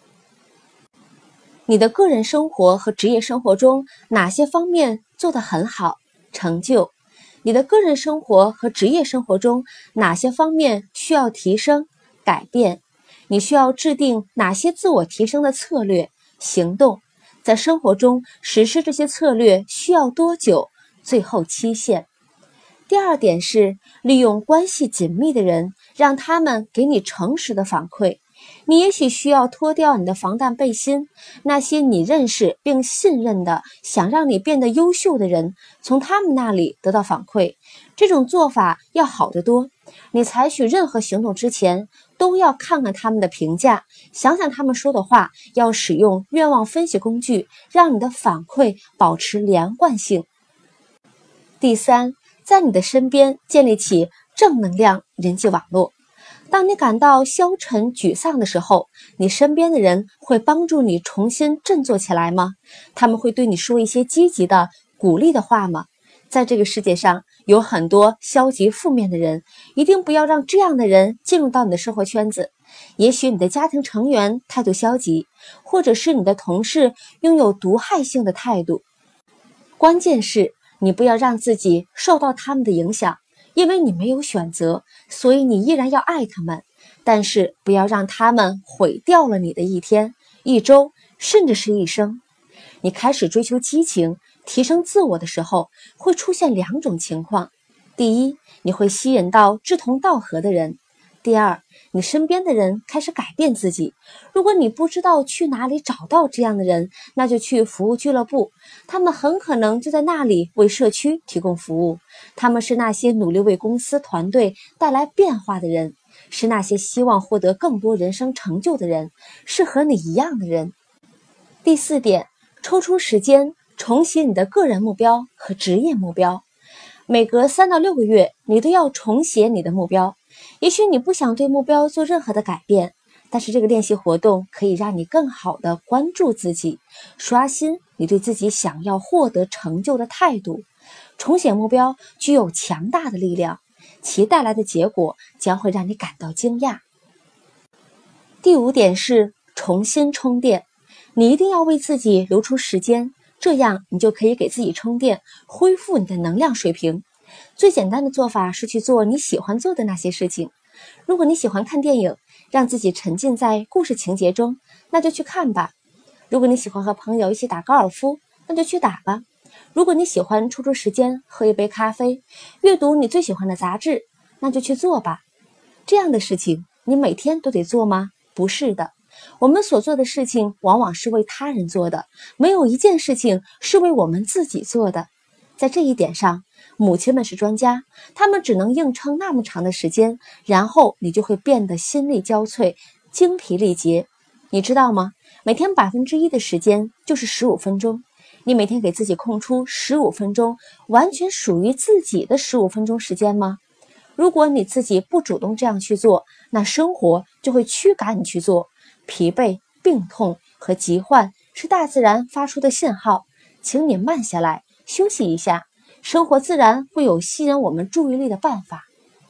你的个人生活和职业生活中哪些方面做得很好，成就？你的个人生活和职业生活中哪些方面需要提升，改变？你需要制定哪些自我提升的策略、行动？在生活中实施这些策略需要多久？最后期限。第二点是利用关系紧密的人，让他们给你诚实的反馈。你也许需要脱掉你的防弹背心，那些你认识并信任的想让你变得优秀的人，从他们那里得到反馈。这种做法要好得多。你采取任何行动之前，都要看看他们的评价，想想他们说的话，要使用愿望分析工具，让你的反馈保持连贯性。第三，在你的身边建立起正能量人际网络。当你感到消沉沮丧的时候，你身边的人会帮助你重新振作起来吗？他们会对你说一些积极的鼓励的话吗？在这个世界上有很多消极负面的人，一定不要让这样的人进入到你的生活圈子。也许你的家庭成员态度消极，或者是你的同事拥有毒害性的态度。关键是你不要让自己受到他们的影响，因为你没有选择，所以你依然要爱他们，但是不要让他们毁掉了你的一天、一周，甚至是一生。你开始追求激情、提升自我的时候，会出现两种情况。第一，你会吸引到志同道合的人。第二，你身边的人开始改变自己。如果你不知道去哪里找到这样的人，那就去服务俱乐部，他们很可能就在那里为社区提供服务。他们是那些努力为公司团队带来变化的人，是那些希望获得更多人生成就的人，是和你一样的人。第四点，抽出时间重写你的个人目标和职业目标。每隔三到六个月，你都要重写你的目标。也许你不想对目标做任何的改变，但是这个练习活动可以让你更好地关注自己，刷新你对自己想要获得成就的态度。重写目标具有强大的力量，其带来的结果将会让你感到惊讶。第五点是重新充电。你一定要为自己留出时间，这样你就可以给自己充电，恢复你的能量水平。最简单的做法是去做你喜欢做的那些事情。如果你喜欢看电影，让自己沉浸在故事情节中，那就去看吧。如果你喜欢和朋友一起打高尔夫，那就去打吧。如果你喜欢抽出时间喝一杯咖啡，阅读你最喜欢的杂志，那就去做吧。这样的事情你每天都得做吗？不是的。我们所做的事情往往是为他人做的，没有一件事情是为我们自己做的。在这一点上，母亲们是专家，她们只能硬撑那么长的时间，然后你就会变得心力交瘁、精疲力竭。你知道吗？每天百分之一的时间就是十五分钟。你每天给自己空出十五分钟，完全属于自己的十五分钟时间吗？如果你自己不主动这样去做，那生活就会驱赶你去做。疲惫、病痛和疾患是大自然发出的信号，请你慢下来，休息一下，生活自然会有吸引我们注意力的办法。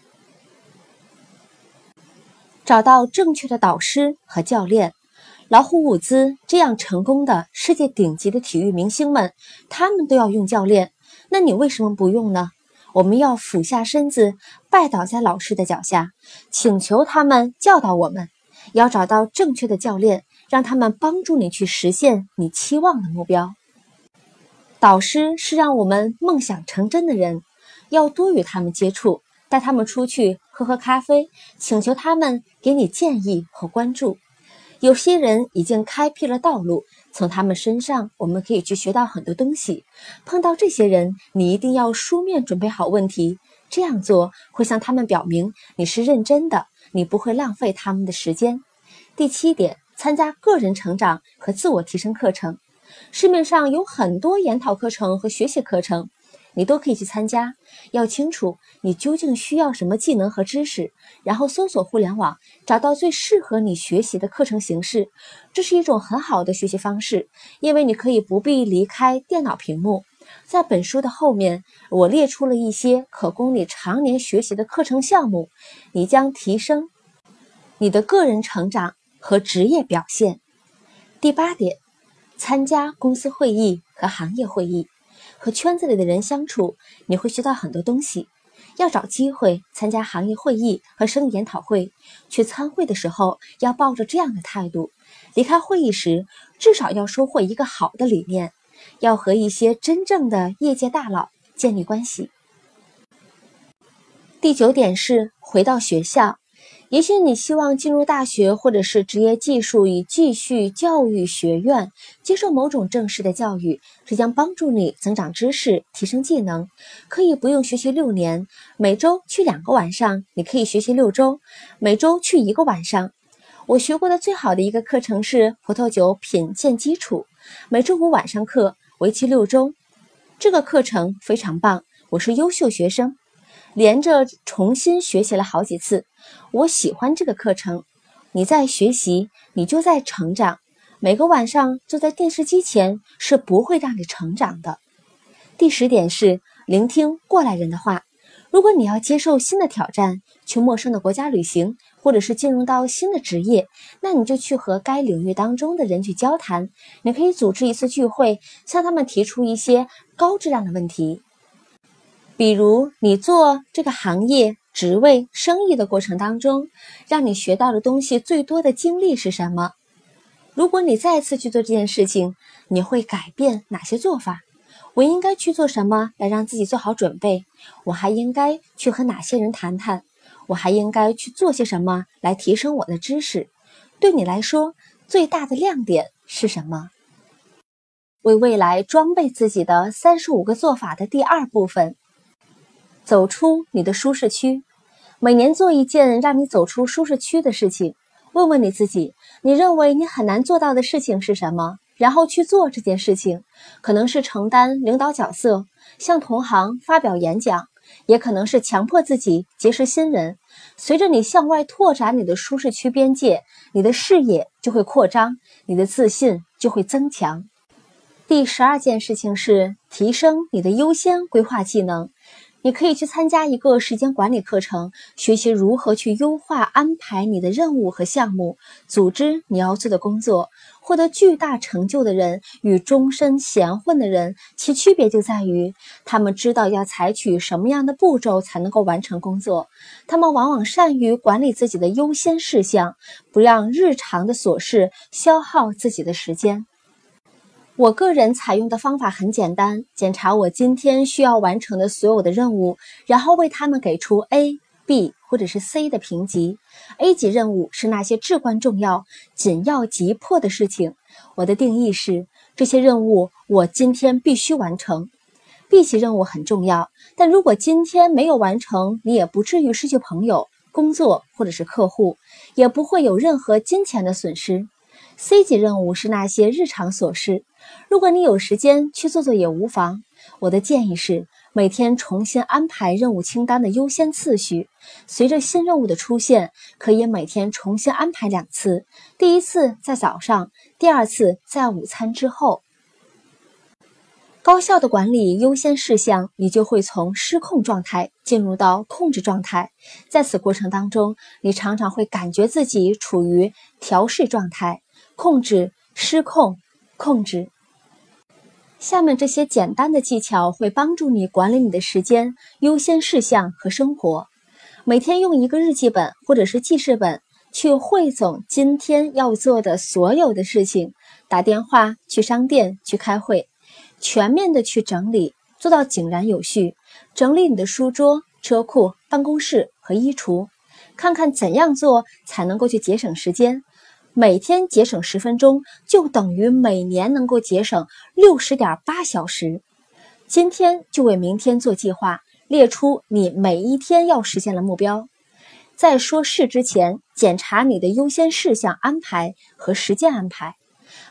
找到正确的导师和教练。老虎伍兹这样成功的世界顶级的体育明星们，他们都要用教练，那你为什么不用呢？我们要俯下身子，拜倒在老师的脚下，请求他们教导我们。要找到正确的教练，让他们帮助你去实现你期望的目标。导师是让我们梦想成真的人，要多与他们接触，带他们出去喝喝咖啡，请求他们给你建议和关注。有些人已经开辟了道路，从他们身上我们可以去学到很多东西。碰到这些人，你一定要书面准备好问题，这样做会向他们表明你是认真的，你不会浪费他们的时间。第七点，参加个人成长和自我提升课程。 市面上有很多研讨课程和学习课程，你都可以去参加。要清楚你究竟需要什么技能和知识，然后搜索互联网，找到最适合你学习的课程形式。这是一种很好的学习方式，因为你可以不必离开电脑屏幕。在本书的后面，我列出了一些可供你常年学习的课程项目，你将提升你的个人成长和职业表现。第八点，参加公司会议和行业会议。和圈子里的人相处，你会学到很多东西。要找机会参加行业会议和生意研讨会，去参会的时候要抱着这样的态度，离开会议时至少要收获一个好的理念，要和一些真正的业界大佬建立关系。第九点是回到学校。也许你希望进入大学或者是职业技术与继续教育学院，接受某种正式的教育，这将帮助你增长知识，提升技能。可以不用学习六年，每周去两个晚上，你可以学习六周，每周去一个晚上。我学过的最好的一个课程是葡萄酒品鉴基础，每周五晚上课，为期六周。这个课程非常棒，我是优秀学生，连着重新学习了好几次。我喜欢这个课程。你在学习，你就在成长。每个晚上坐在电视机前是不会让你成长的。第十点是聆听过来人的话。如果你要接受新的挑战，去陌生的国家旅行，或者是进入到新的职业，那你就去和该领域当中的人去交谈。你可以组织一次聚会，向他们提出一些高质量的问题。比如你做这个行业职位生意的过程当中，让你学到的东西最多的经历是什么？如果你再次去做这件事情，你会改变哪些做法？我应该去做什么来让自己做好准备？我还应该去和哪些人谈谈？我还应该去做些什么来提升我的知识？对你来说，最大的亮点是什么？为未来装备自己的三十五个做法的第二部分，走出你的舒适区。每年做一件让你走出舒适区的事情，问问你自己，你认为你很难做到的事情是什么？然后去做这件事情。可能是承担领导角色，向同行发表演讲，也可能是强迫自己结识新人。随着你向外拓展你的舒适区边界，你的视野就会扩张，你的自信就会增强。第十二件事情是提升你的优先规划技能。你可以去参加一个时间管理课程，学习如何去优化安排你的任务和项目，组织你要做的工作。获得巨大成就的人与终身闲混的人，其区别就在于他们知道要采取什么样的步骤才能够完成工作。他们往往善于管理自己的优先事项，不让日常的琐事消耗自己的时间。我个人采用的方法很简单，检查我今天需要完成的所有的任务，然后为他们给出 A、B 或者是 C 的评级。A 级任务是那些至关重要、紧要急迫的事情，我的定义是这些任务我今天必须完成。B 级任务很重要，但如果今天没有完成，你也不至于失去朋友、工作或者是客户，也不会有任何金钱的损失。C 级任务是那些日常琐事，如果你有时间去做做也无妨。我的建议是每天重新安排任务清单的优先次序，随着新任务的出现，可以每天重新安排两次，第一次在早上，第二次在午餐之后。高效的管理优先事项，你就会从失控状态进入到控制状态。在此过程当中，你常常会感觉自己处于调试状态，控制、失控、控制。下面这些简单的技巧会帮助你管理你的时间、优先事项和生活。每天用一个日记本或者是记事本去汇总今天要做的所有的事情，打电话、去商店、去开会，全面的去整理，做到井然有序。整理你的书桌、车库、办公室和衣橱，看看怎样做才能够去节省时间。每天节省十分钟，就等于每年能够节省 六十点八 小时。今天就为明天做计划，列出你每一天要实现的目标。在说事之前，检查你的优先事项安排和时间安排。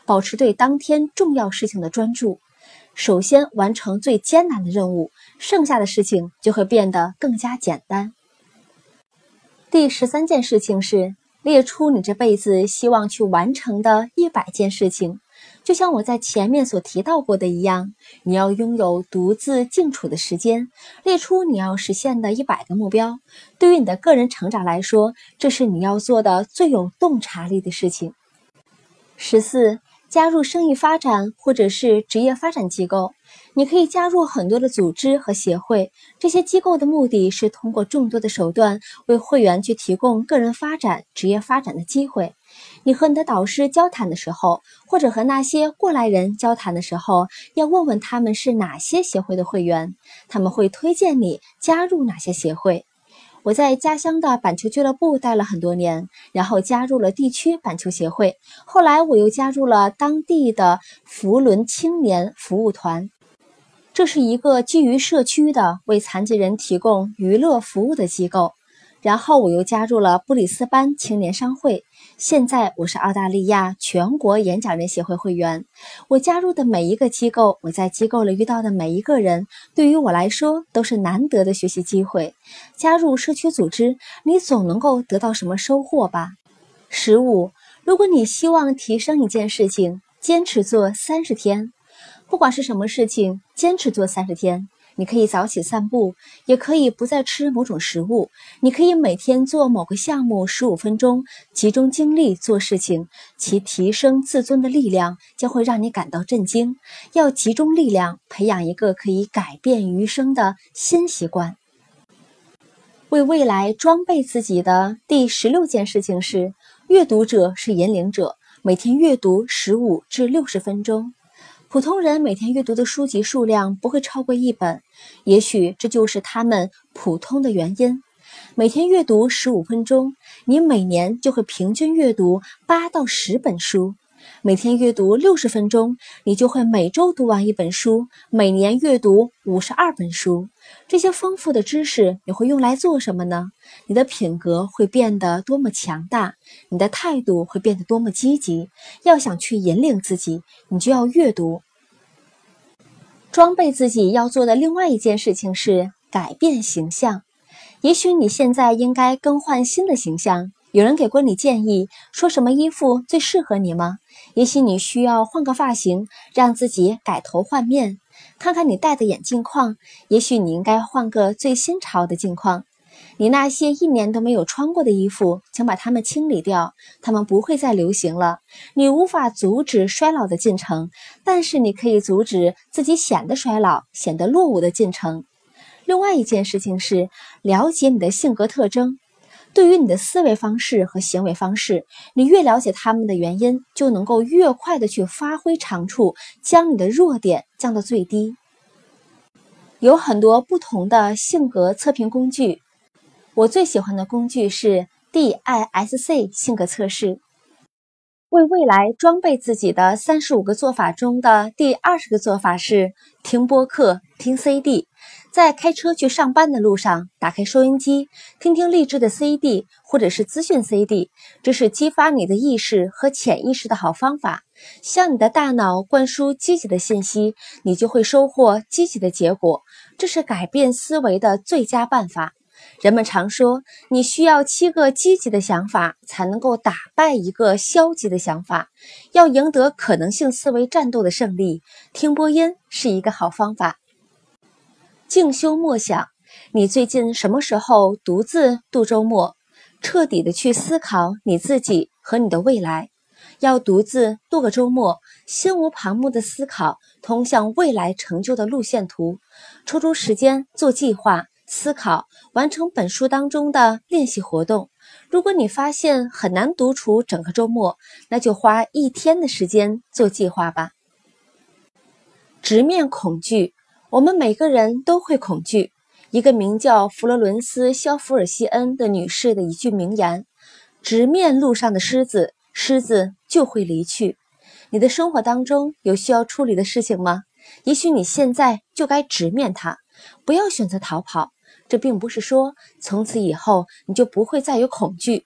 保持对当天重要事情的专注。首先完成最艰难的任务，剩下的事情就会变得更加简单。第十三件事情是列出你这辈子希望去完成的一百件事情。就像我在前面所提到过的一样，你要拥有独自静处的时间，列出你要实现的一百个目标。对于你的个人成长来说，这是你要做的最有洞察力的事情。十四，加入生意发展或者是职业发展机构。你可以加入很多的组织和协会，这些机构的目的是通过众多的手段为会员去提供个人发展、职业发展的机会。你和你的导师交谈的时候，或者和那些过来人交谈的时候，要问问他们是哪些协会的会员，他们会推荐你加入哪些协会。我在家乡的板球俱乐部待了很多年，然后加入了地区板球协会，后来我又加入了当地的福伦青年服务团。这是一个基于社区的为残疾人提供娱乐服务的机构。然后我又加入了布里斯班青年商会，现在我是澳大利亚全国演讲人协会会员。我加入的每一个机构，我在机构里遇到的每一个人，对于我来说都是难得的学习机会。加入社区组织，你总能够得到什么收获吧。十五，如果你希望提升一件事情，坚持做三十天。不管是什么事情，坚持做三十天。你可以早起散步，也可以不再吃某种食物，你可以每天做某个项目十五分钟，集中精力做事情，其提升自尊的力量将会让你感到震惊。要集中力量，培养一个可以改变余生的新习惯。为未来装备自己的第十六件事情是，阅读者是引领者，每天阅读十五至六十分钟。普通人每天阅读的书籍数量不会超过一本，也许这就是他们普通的原因。每天阅读十五分钟，你每年就会平均阅读八到十本书。每天阅读六十分钟，你就会每周读完一本书，每年阅读五十二本书。这些丰富的知识你会用来做什么呢？你的品格会变得多么强大，你的态度会变得多么积极。要想去引领自己，你就要阅读。装备自己要做的另外一件事情是改变形象。也许你现在应该更换新的形象，有人给过你建议，说什么衣服最适合你吗？也许你需要换个发型，让自己改头换面。看看你戴的眼镜框，也许你应该换个最新潮的镜框。你那些一年都没有穿过的衣服，请把它们清理掉，它们不会再流行了。你无法阻止衰老的进程，但是你可以阻止自己显得衰老、显得落伍的进程。另外一件事情是了解你的性格特征。对于你的思维方式和行为方式，你越了解他们的原因，就能够越快的去发挥长处，将你的弱点降到最低。有很多不同的性格测评工具，我最喜欢的工具是 D I S C 性格测试。为未来装备自己的三十五个做法中的第二十个做法是听播客、听 C D。在开车去上班的路上，打开收音机，听听励志的 C D 或者是资讯 C D， 这是激发你的意识和潜意识的好方法。向你的大脑灌输积极的信息，你就会收获积极的结果，这是改变思维的最佳办法。人们常说，你需要七个积极的想法才能够打败一个消极的想法。要赢得可能性思维战斗的胜利，听播音是一个好方法。静修默想，你最近什么时候独自度周末？彻底的去思考你自己和你的未来。要独自度个周末，心无旁骛的思考通向未来成就的路线图，抽出时间做计划、思考，完成本书当中的练习活动。如果你发现很难独处整个周末，那就花一天的时间做计划吧。直面恐惧，我们每个人都会恐惧。一个名叫弗罗伦斯·肖弗尔西恩的女士的一句名言：直面路上的狮子，狮子就会离去。你的生活当中有需要处理的事情吗？也许你现在就该直面它，不要选择逃跑。这并不是说从此以后你就不会再有恐惧，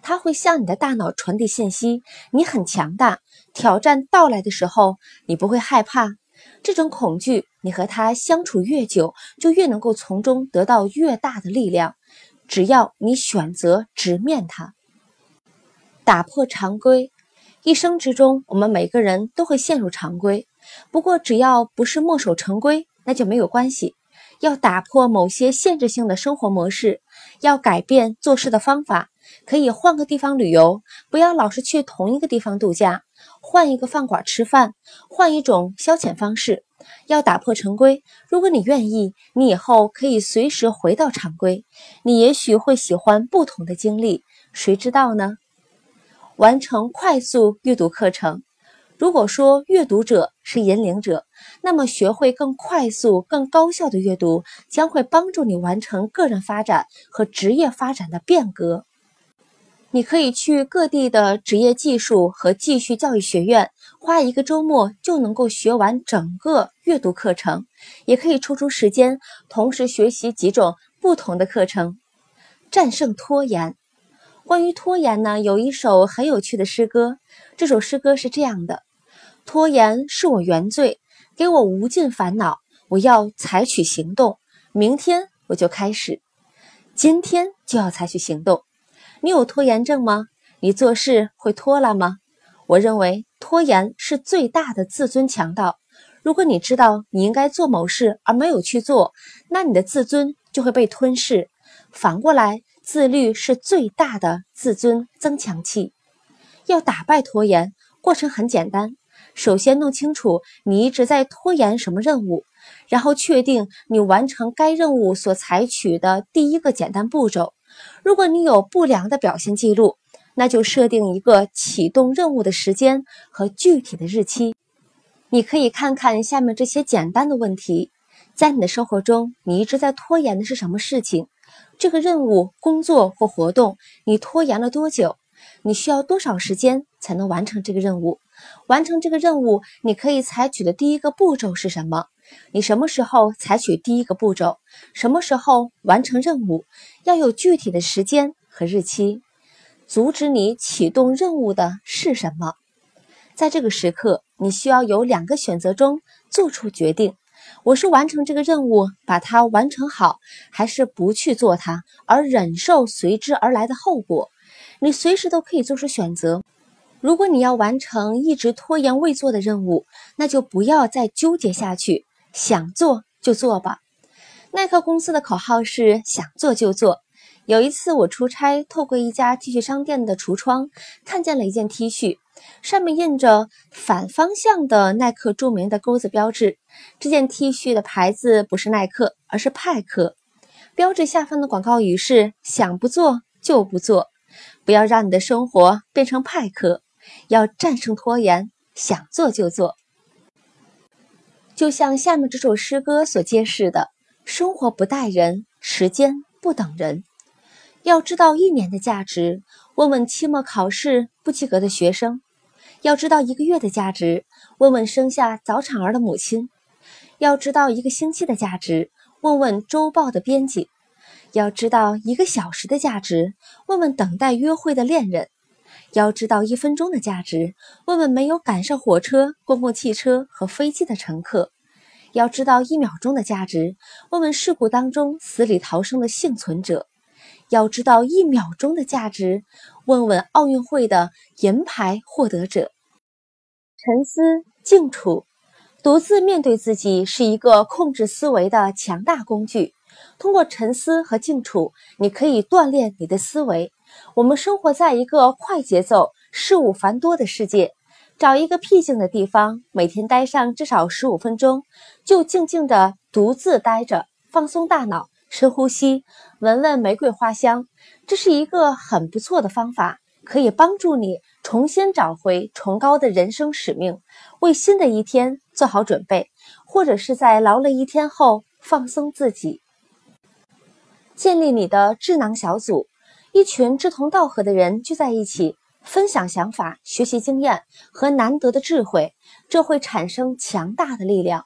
它会向你的大脑传递信息，你很强大，挑战到来的时候，你不会害怕。这种恐惧，你和它相处越久，就越能够从中得到越大的力量。只要你选择直面它。打破常规。一生之中，我们每个人都会陷入常规，不过只要不是墨守成规，那就没有关系。要打破某些限制性的生活模式，要改变做事的方法，可以换个地方旅游，不要老是去同一个地方度假，换一个饭馆吃饭，换一种消遣方式。要打破常规，如果你愿意，你以后可以随时回到常规，你也许会喜欢不同的经历，谁知道呢？完成快速阅读课程。如果说阅读者是引领者，那么学会更快速、更高效的阅读，将会帮助你完成个人发展和职业发展的变革。你可以去各地的职业技术和继续教育学院，花一个周末就能够学完整个阅读课程，也可以抽出时间同时学习几种不同的课程。战胜拖延。关于拖延呢，有一首很有趣的诗歌，这首诗歌是这样的：拖延是我原罪，给我无尽烦恼，我要采取行动，明天我就开始，今天就要采取行动。你有拖延症吗？你做事会拖拉吗？我认为拖延是最大的自尊强盗。如果你知道你应该做某事而没有去做，那你的自尊就会被吞噬。反过来，自律是最大的自尊增强器。要打败拖延，过程很简单。首先弄清楚你一直在拖延什么任务，然后确定你完成该任务所采取的第一个简单步骤。如果你有不良的表现记录，那就设定一个启动任务的时间和具体的日期。你可以看看下面这些简单的问题。在你的生活中，你一直在拖延的是什么事情？这个任务、工作或活动，你拖延了多久？你需要多少时间才能完成这个任务？完成这个任务，你可以采取的第一个步骤是什么？你什么时候采取第一个步骤？什么时候完成任务？要有具体的时间和日期。阻止你启动任务的是什么？在这个时刻，你需要有两个选择中做出决定。我是完成这个任务，把它完成好，还是不去做它，而忍受随之而来的后果？你随时都可以做出选择。如果你要完成一直拖延未做的任务，那就不要再纠结下去，想做就做吧。耐克公司的口号是想做就做。有一次我出差，透过一家 T 恤商店的橱窗，看见了一件 T 恤，上面印着反方向的耐克著名的钩子标志。这件 T 恤的牌子不是耐克，而是派克。标志下方的广告语是想不做就不做。不要让你的生活变成派克，要战胜拖延，想做就做。就像下面这首诗歌所揭示的，生活不待人，时间不等人。要知道一年的价值，问问期末考试不及格的学生；要知道一个月的价值，问问生下早产儿的母亲；要知道一个星期的价值，问问周报的编辑；要知道一个小时的价值，问问等待约会的恋人；要知道一分钟的价值，问问没有赶上火车、公共汽车和飞机的乘客；要知道一秒钟的价值，问问事故当中死里逃生的幸存者；要知道一秒钟的价值，问问奥运会的银牌获得者。沉思静处，独自面对自己是一个控制思维的强大工具。通过沉思和静处，你可以锻炼你的思维。我们生活在一个快节奏、事物繁多的世界，找一个僻静的地方，每天待上至少十五分钟，就静静地独自待着，放松大脑，深呼吸，闻闻玫瑰花香。这是一个很不错的方法，可以帮助你重新找回崇高的人生使命，为新的一天做好准备，或者是在劳累一天后放松自己。建立你的智囊小组，一群志同道合的人聚在一起，分享想法、学习经验和难得的智慧，这会产生强大的力量。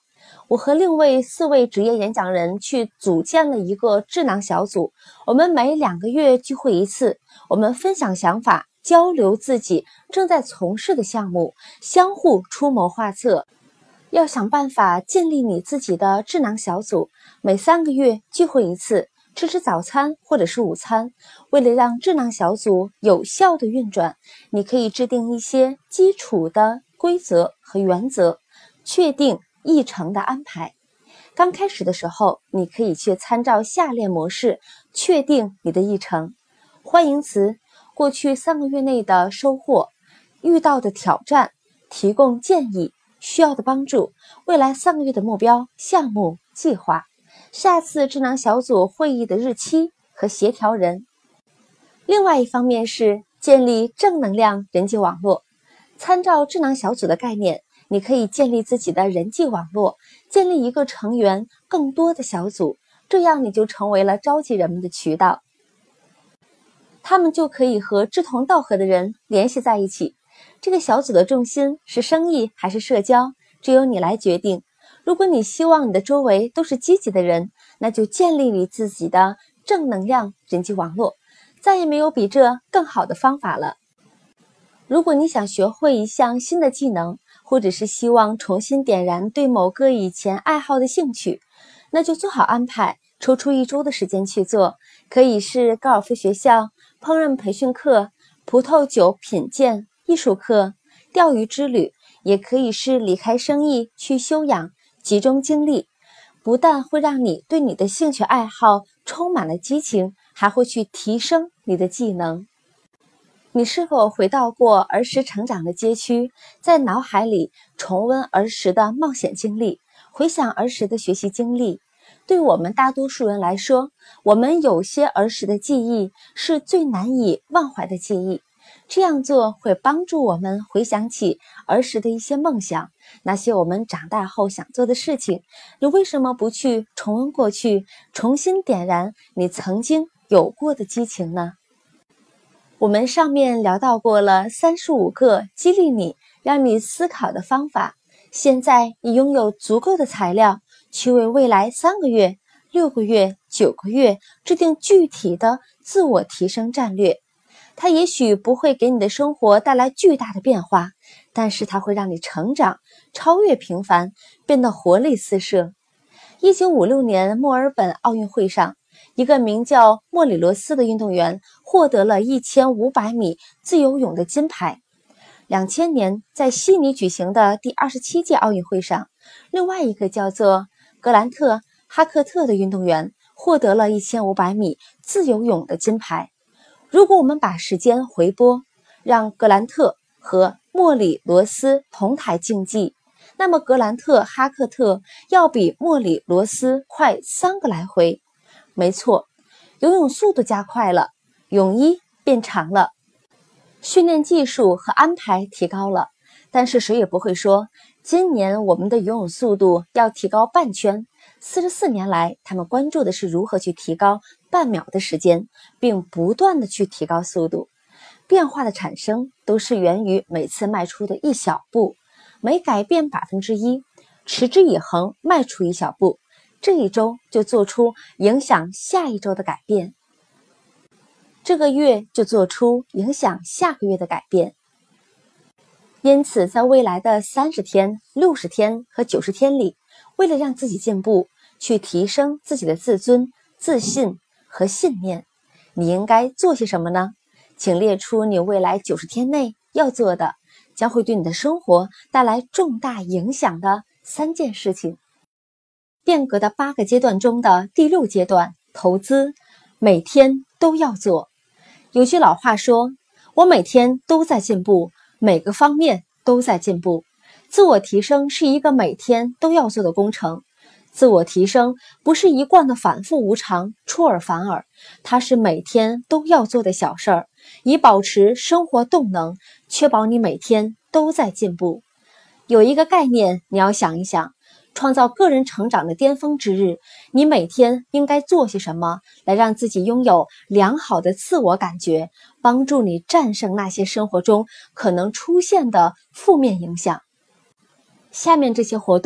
我和另外四位职业演讲人去组建了一个智囊小组，我们每两个月聚会一次，我们分享想法，交流自己正在从事的项目，相互出谋划策。要想办法建立你自己的智囊小组，每三个月聚会一次，吃吃早餐或者是午餐。为了让智囊小组有效的运转，你可以制定一些基础的规则和原则，确定议程的安排。刚开始的时候，你可以去参照下列模式确定你的议程：欢迎词、过去三个月内的收获、遇到的挑战、提供建议、需要的帮助、未来三个月的目标、项目、计划、下次智囊小组会议的日期和协调人。另外一方面是建立正能量人际网络。参照智囊小组的概念，你可以建立自己的人际网络，建立一个成员更多的小组，这样你就成为了召集人们的渠道。他们就可以和志同道合的人联系在一起。这个小组的重心是生意还是社交，只有你来决定。如果你希望你的周围都是积极的人，那就建立你自己的正能量人际网络，再也没有比这更好的方法了。如果你想学会一项新的技能，或者是希望重新点燃对某个以前爱好的兴趣，那就做好安排，抽出一周的时间去做。可以是高尔夫学校、烹饪培训课、葡萄酒品鉴、艺术课、钓鱼之旅，也可以是离开生意去休养，集中精力。不但会让你对你的兴趣爱好充满了激情，还会去提升你的技能。你是否回到过儿时成长的街区，在脑海里重温儿时的冒险经历，回想儿时的学习经历？对我们大多数人来说，我们有些儿时的记忆是最难以忘怀的记忆。这样做会帮助我们回想起儿时的一些梦想，那些我们长大后想做的事情。你为什么不去重温过去，重新点燃你曾经有过的激情呢？我们上面聊到过了三十五个激励你、让你思考的方法。现在你拥有足够的材料，去为未来三个月、六个月、九个月制定具体的自我提升战略。它也许不会给你的生活带来巨大的变化，但是它会让你成长，超越平凡，变得活力四射。一九五六年墨尔本奥运会上，一个名叫莫里罗斯的运动员获得了一千五百米自由泳的金牌。两千年在悉尼举行的第二十七届奥运会上，另外一个叫做格兰特·哈克特的运动员获得了一千五百米自由泳的金牌。如果我们把时间回拨，让格兰特和莫里罗斯同台竞技，那么格兰特·哈克特要比莫里罗斯快三个来回。没错，游泳速度加快了，泳衣变长了，训练技术和安排提高了，但是谁也不会说今年我们的游泳速度要提高半圈。四十四年来，他们关注的是如何去提高半秒的时间，并不断的去提高速度。变化的产生都是源于每次迈出的一小步，每改变百分之一，持之以恒迈出一小步，这一周就做出影响下一周的改变，这个月就做出影响下个月的改变。因此，在未来的三十天、六十天和九十天里，为了让自己进步，去提升自己的自尊、自信和信念，你应该做些什么呢？请列出你未来九十天内要做的，将会对你的生活带来重大影响的三件事情。变革的八个阶段中的第六阶段，投资，每天都要做。有句老话说，我每天都在进步，每个方面都在进步。自我提升是一个每天都要做的工程。自我提升不是一贯的反复无常、出尔反尔，它是每天都要做的小事儿，以保持生活动能，确保你每天都在进步。有一个概念你要想一想，创造个人成长的巅峰之日，你每天应该做些什么，来让自己拥有良好的自我感觉，帮助你战胜那些生活中可能出现的负面影响。下面这些活动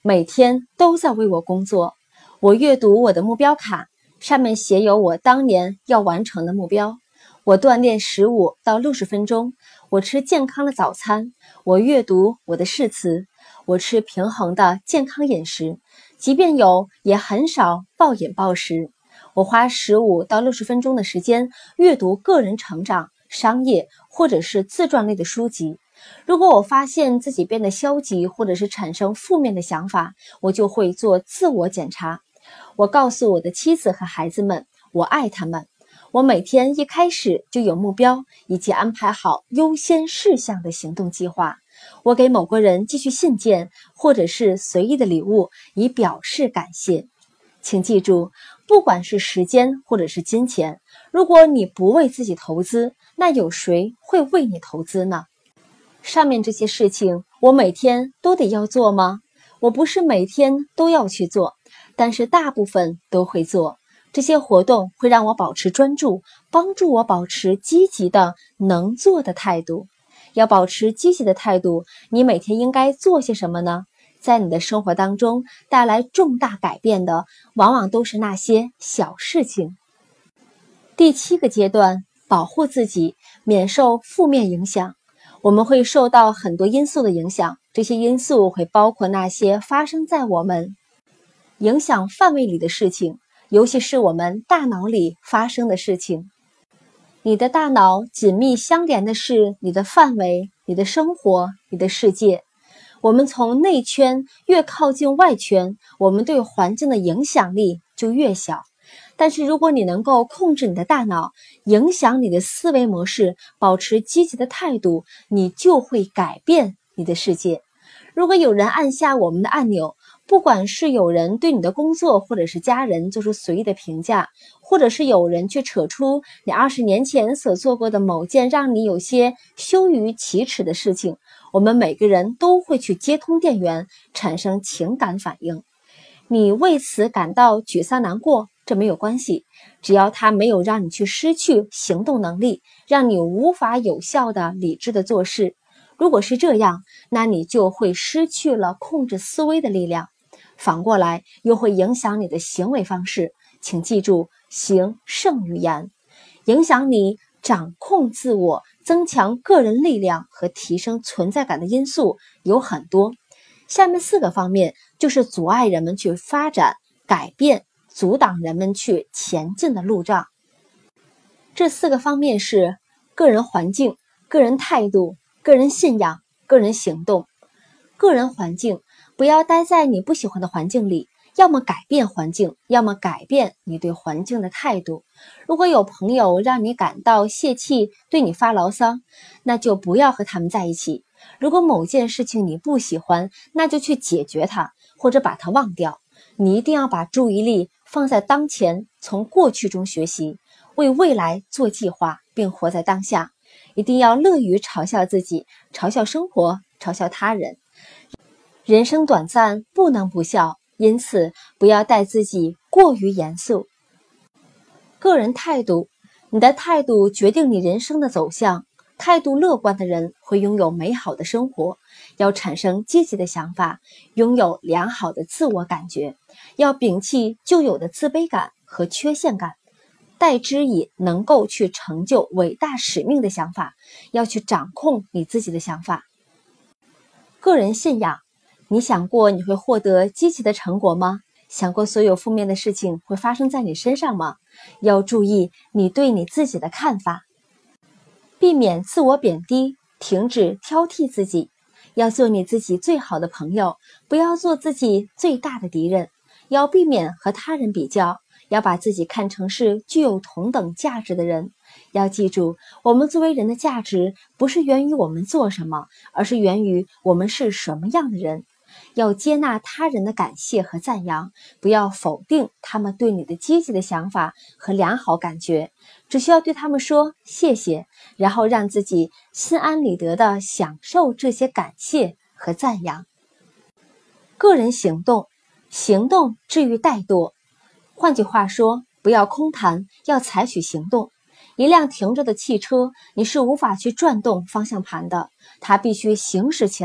每天都在为我工作。我阅读我的目标卡，上面写有我当年要完成的目标。我锻炼十五到六十分钟，我吃健康的早餐，我阅读我的誓词，我吃平衡的健康饮食，即便有，也很少暴饮暴食。我花十五到六十分钟的时间阅读个人成长、商业或者是自传类的书籍。如果我发现自己变得消极，或者是产生负面的想法，我就会做自我检查。我告诉我的妻子和孩子们，我爱他们。我每天一开始就有目标，以及安排好优先事项的行动计划。我给某个人寄去信件，或者是随意的礼物，以表示感谢。请记住，不管是时间或者是金钱，如果你不为自己投资，那有谁会为你投资呢？上面这些事情，我每天都得要做吗？我不是每天都要去做，但是大部分都会做。这些活动会让我保持专注，帮助我保持积极的能做的态度。要保持积极的态度，你每天应该做些什么呢？在你的生活当中带来重大改变的，往往都是那些小事情。第七个阶段，保护自己，免受负面影响。我们会受到很多因素的影响，这些因素会包括那些发生在我们影响范围里的事情，尤其是我们大脑里发生的事情。你的大脑紧密相连的是你的范围、你的生活、你的世界。我们从内圈越靠近外圈，我们对环境的影响力就越小。但是如果你能够控制你的大脑，影响你的思维模式，保持积极的态度，你就会改变你的世界。如果有人按下我们的按钮，不管是有人对你的工作或者是家人做出随意的评价，或者是有人去扯出你二十年前所做过的某件让你有些羞于启齿的事情，我们每个人都会去接通电源，产生情感反应。你为此感到沮丧难过，这没有关系，只要它没有让你去失去行动能力，让你无法有效的理智的做事。如果是这样，那你就会失去了控制思维的力量，反过来又会影响你的行为方式。请记住，行胜于言。影响你掌控自我、增强个人力量和提升存在感的因素有很多。下面四个方面就是阻碍人们去发展、改变、阻挡人们去前进的路障。这四个方面是个人环境、个人态度、个人信仰、个人行动。个人环境，不要待在你不喜欢的环境里，要么改变环境，要么改变你对环境的态度。如果有朋友让你感到泄气，对你发牢骚，那就不要和他们在一起。如果某件事情你不喜欢，那就去解决它，或者把它忘掉。你一定要把注意力放在当前，从过去中学习，为未来做计划，并活在当下。一定要乐于嘲笑自己，嘲笑生活，嘲笑他人。人生短暂，不能不笑，因此不要待自己过于严肃。个人态度，你的态度决定你人生的走向。态度乐观的人会拥有美好的生活，要产生积极的想法，拥有良好的自我感觉，要摒弃旧有的自卑感和缺陷感，代之以能够去成就伟大使命的想法，要去掌控你自己的想法。个人信仰，你想过你会获得积极的成果吗？想过所有负面的事情会发生在你身上吗？要注意你对你自己的看法。避免自我贬低，停止挑剔自己，要做你自己最好的朋友，不要做自己最大的敌人。要避免和他人比较，要把自己看成是具有同等价值的人。要记住，我们作为人的价值不是源于我们做什么，而是源于我们是什么样的人。要接纳他人的感谢和赞扬，不要否定他们对你的积极的想法和良好感觉，只需要对他们说谢谢，然后让自己心安理得地享受这些感谢和赞扬。个人行动，行动至于怠惰。换句话说，不要空谈，要采取行动。一辆停着的汽车，你是无法去转动方向盘的，它必须行驶起来。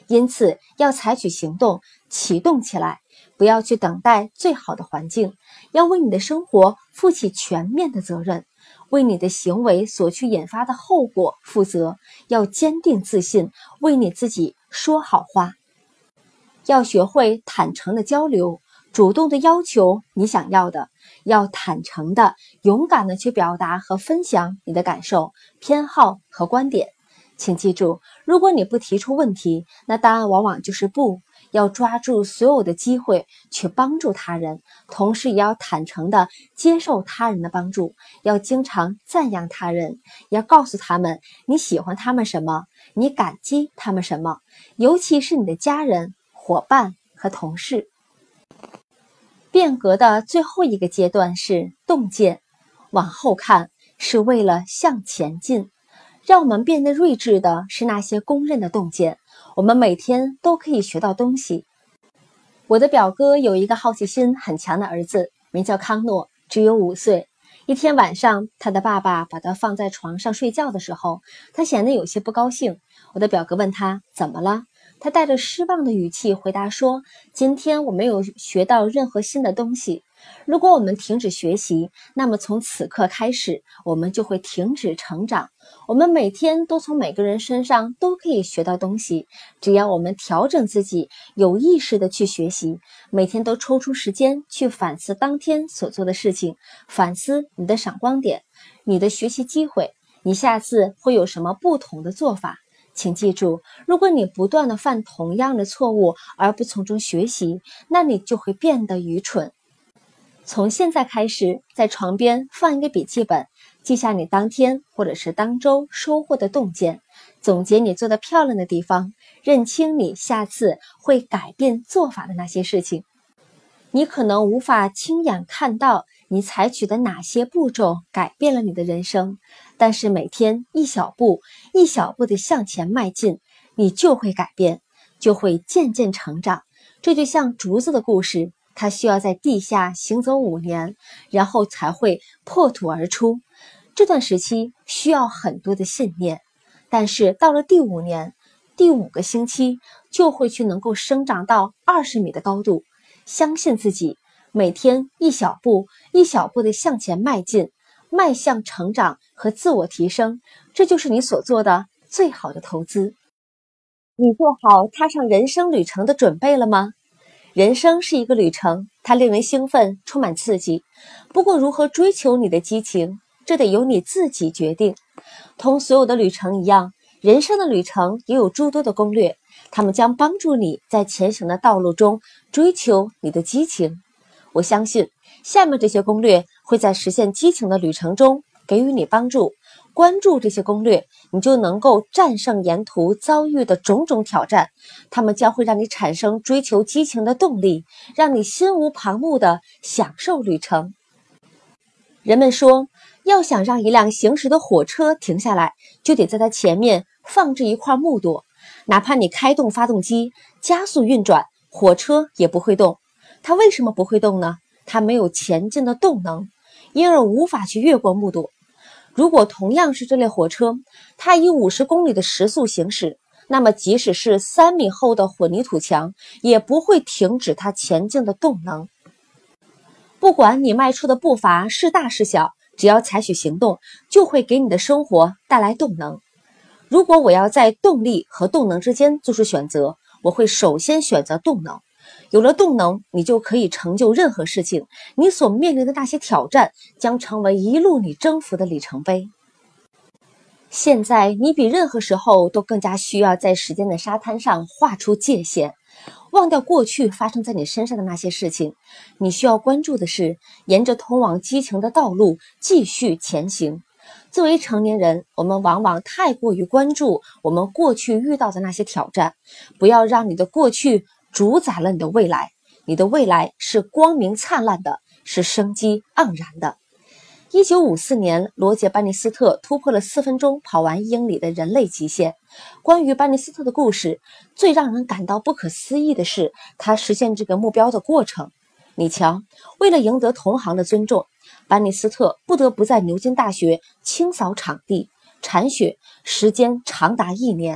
因此要采取行动，启动起来，不要去等待最好的环境，要为你的生活负起全面的责任，为你的行为所去引发的后果负责，要坚定自信，为你自己说好话。要学会坦诚的交流，主动的要求你想要的，要坦诚的、勇敢的去表达和分享你的感受、偏好和观点。请记住，如果你不提出问题，那答案往往就是不。要抓住所有的机会去帮助他人，同时也要坦诚地接受他人的帮助，要经常赞扬他人，要告诉他们你喜欢他们什么，你感激他们什么，尤其是你的家人、伙伴和同事。变革的最后一个阶段是洞见，往后看是为了向前进。让我们变得睿智的是那些公认的洞见，我们每天都可以学到东西。我的表哥有一个好奇心很强的儿子，名叫康诺，只有五岁。一天晚上，他的爸爸把他放在床上睡觉的时候，他显得有些不高兴。我的表哥问他怎么了，他带着失望的语气回答说，今天我没有学到任何新的东西。如果我们停止学习，那么从此刻开始，我们就会停止成长。我们每天都从每个人身上都可以学到东西，只要我们调整自己，有意识的去学习，每天都抽出时间去反思当天所做的事情，反思你的闪光点，你的学习机会，你下次会有什么不同的做法。请记住，如果你不断的犯同样的错误而不从中学习，那你就会变得愚蠢。从现在开始，在床边放一个笔记本，记下你当天或者是当周收获的洞见，总结你做得漂亮的地方，认清你下次会改变做法的那些事情。你可能无法亲眼看到你采取的哪些步骤改变了你的人生，但是每天一小步一小步的向前迈进，你就会改变，就会渐渐成长。这就像竹子的故事，它需要在地下行走五年，然后才会破土而出。这段时期需要很多的信念，但是到了第五年，第五个星期就会去能够生长到二十米的高度。相信自己，每天一小步一小步的向前迈进，迈向成长和自我提升，这就是你所做的最好的投资。你做好踏上人生旅程的准备了吗？人生是一个旅程，它令人兴奋，充满刺激。不过如何追求你的激情，这得由你自己决定。同所有的旅程一样，人生的旅程也有诸多的攻略，他们将帮助你在前行的道路中追求你的激情。我相信下面这些攻略会在实现激情的旅程中给予你帮助。关注这些攻略，你就能够战胜沿途遭遇的种种挑战，他们将会让你产生追求激情的动力，让你心无旁骛地享受旅程。人们说，要想让一辆行驶的火车停下来，就得在它前面放置一块木垛，哪怕你开动发动机，加速运转，火车也不会动。它为什么不会动呢？它没有前进的动能，因而无法去越过木垛。如果同样是这列火车，它以五十公里的时速行驶，那么即使是三米厚的混凝土墙，也不会停止它前进的动能。不管你迈出的步伐是大是小，只要采取行动，就会给你的生活带来动能。如果我要在动力和动能之间做出选择，我会首先选择动能。有了动能，你就可以成就任何事情，你所面临的那些挑战将成为一路你征服的里程碑。现在你比任何时候都更加需要在时间的沙滩上画出界限，忘掉过去发生在你身上的那些事情。你需要关注的是，沿着通往激情的道路继续前行。作为成年人，我们往往太过于关注我们过去遇到的那些挑战，不要让你的过去主宰了你的未来。你的未来是光明灿烂的，是生机盎然的。一九五四年，罗杰·班尼斯特突破了四分钟跑完一英里的人类极限。关于班尼斯特的故事，最让人感到不可思议的是他实现这个目标的过程。你瞧，为了赢得同行的尊重，班尼斯特不得不在牛津大学清扫场地、铲雪，时间长达一年。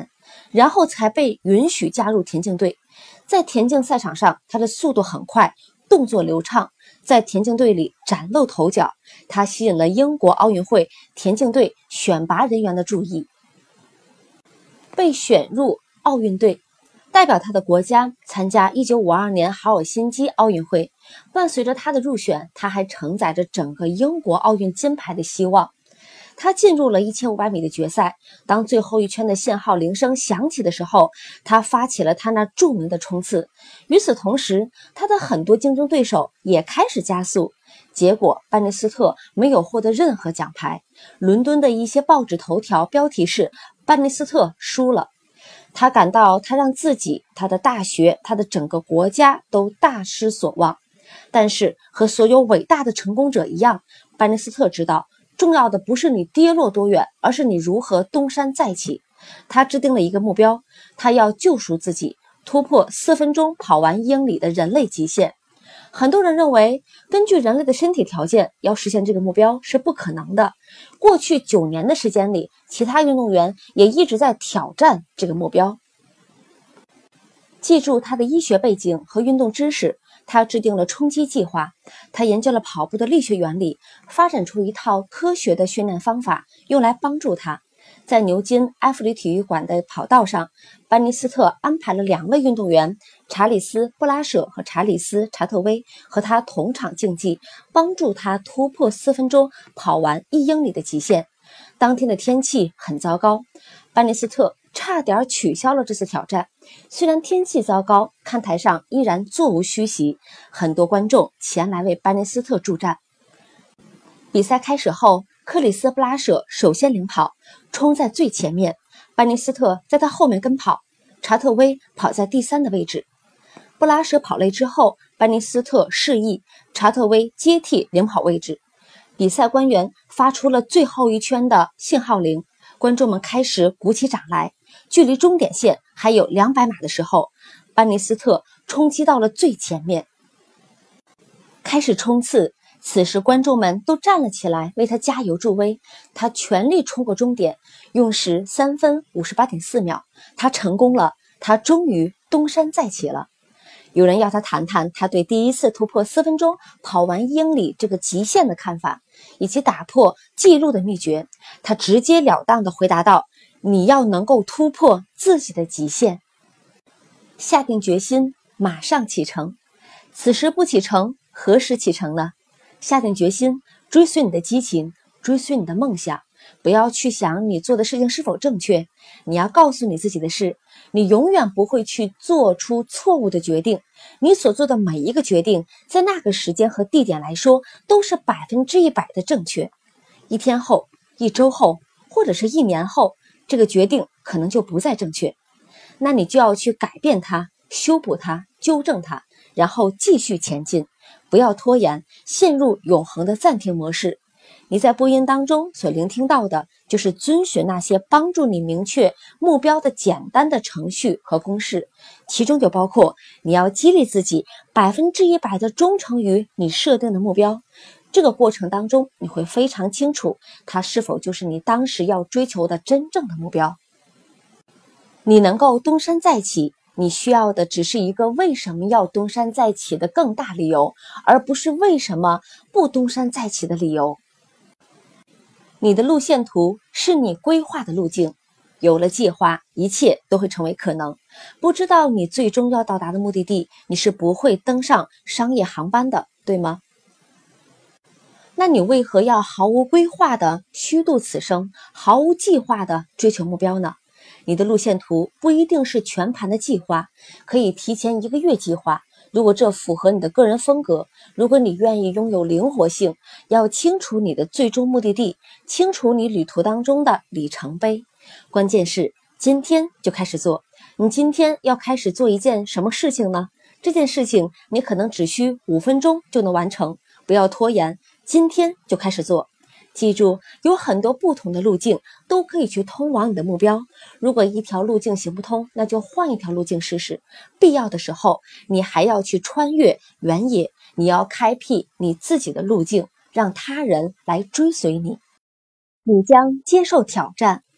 然后才被允许加入田径队。在田径赛场上，他的速度很快，动作流畅，在田径队里崭露头角。他吸引了英国奥运会田径队选拔人员的注意，被选入奥运队，代表他的国家参加一九五二年赫尔辛基奥运会。伴随着他的入选，他还承载着整个英国奥运金牌的希望。他进入了一千五百米的决赛，当最后一圈的信号铃声响起的时候，他发起了他那著名的冲刺。与此同时，他的很多竞争对手也开始加速。结果班尼斯特没有获得任何奖牌，伦敦的一些报纸头条标题是班尼斯特输了。他感到他让自己、他的大学、他的整个国家都大失所望。但是和所有伟大的成功者一样，班尼斯特知道重要的不是你跌落多远，而是你如何东山再起。他制定了一个目标，他要救赎自己，突破四分钟跑完一英里的人类极限。很多人认为，根据人类的身体条件，要实现这个目标是不可能的。过去九年的时间里，其他运动员也一直在挑战这个目标。记住他的医学背景和运动知识，他制定了冲击计划。他研究了跑步的力学原理，发展出一套科学的训练方法，用来帮助他。在牛津埃弗里体育馆的跑道上，班尼斯特安排了两位运动员查理斯·布拉舍和查理斯·查特威和他同场竞技，帮助他突破四分钟跑完一英里的极限。当天的天气很糟糕，班尼斯特差点取消了这次挑战。虽然天气糟糕，看台上依然座无虚席，很多观众前来为班尼斯特助战。比赛开始后，克里斯·布拉舍首先领跑，冲在最前面，班尼斯特在他后面跟跑，查特威跑在第三的位置。布拉舍跑累之后，班尼斯特示意查特威接替领跑位置。比赛官员发出了最后一圈的信号铃，观众们开始鼓起掌来。距离终点线还有两百码的时候，班尼斯特冲击到了最前面，开始冲刺。此时观众们都站了起来为他加油助威，他全力冲过终点，用时三分五十八点四秒，他成功了，他终于东山再起了。有人要他谈谈他对第一次突破四分钟跑完一英里这个极限的看法，以及打破纪录的秘诀。他直截了当地回答道：你要能够突破自己的极限，下定决心，马上启程。此时不启程，何时启程呢？下定决心，追随你的激情，追随你的梦想，不要去想你做的事情是否正确。你要告诉你自己的是，你永远不会去做出错误的决定。你所做的每一个决定，在那个时间和地点来说，都是百分之一百的正确。一天后，一周后，或者是一年后，这个决定可能就不再正确。那你就要去改变它，修补它，纠正它，然后继续前进。不要拖延，陷入永恒的暂停模式。你在播音当中所聆听到的，就是遵循那些帮助你明确目标的简单的程序和公式，其中就包括你要激励自己百分之一百的忠诚于你设定的目标。这个过程当中，你会非常清楚，它是否就是你当时要追求的真正的目标。你能够东山再起，你需要的只是一个为什么要东山再起的更大理由，而不是为什么不东山再起的理由。你的路线图是你规划的路径，有了计划，一切都会成为可能。不知道你最终要到达的目的地，你是不会登上商业航班的，对吗？那你为何要毫无规划的虚度此生，毫无计划的追求目标呢？你的路线图不一定是全盘的计划，可以提前一个月计划，如果这符合你的个人风格。如果你愿意拥有灵活性，要清楚你的最终目的地，清楚你旅途当中的里程碑。关键是今天就开始做。你今天要开始做一件什么事情呢？这件事情你可能只需五分钟就能完成，不要拖延，今天就开始做。记住，有很多不同的路径都可以去通往你的目标。如果一条路径行不通，那就换一条路径试试。必要的时候，你还要去穿越原野，你要开辟你自己的路径，让他人来追随你。你将接受挑战。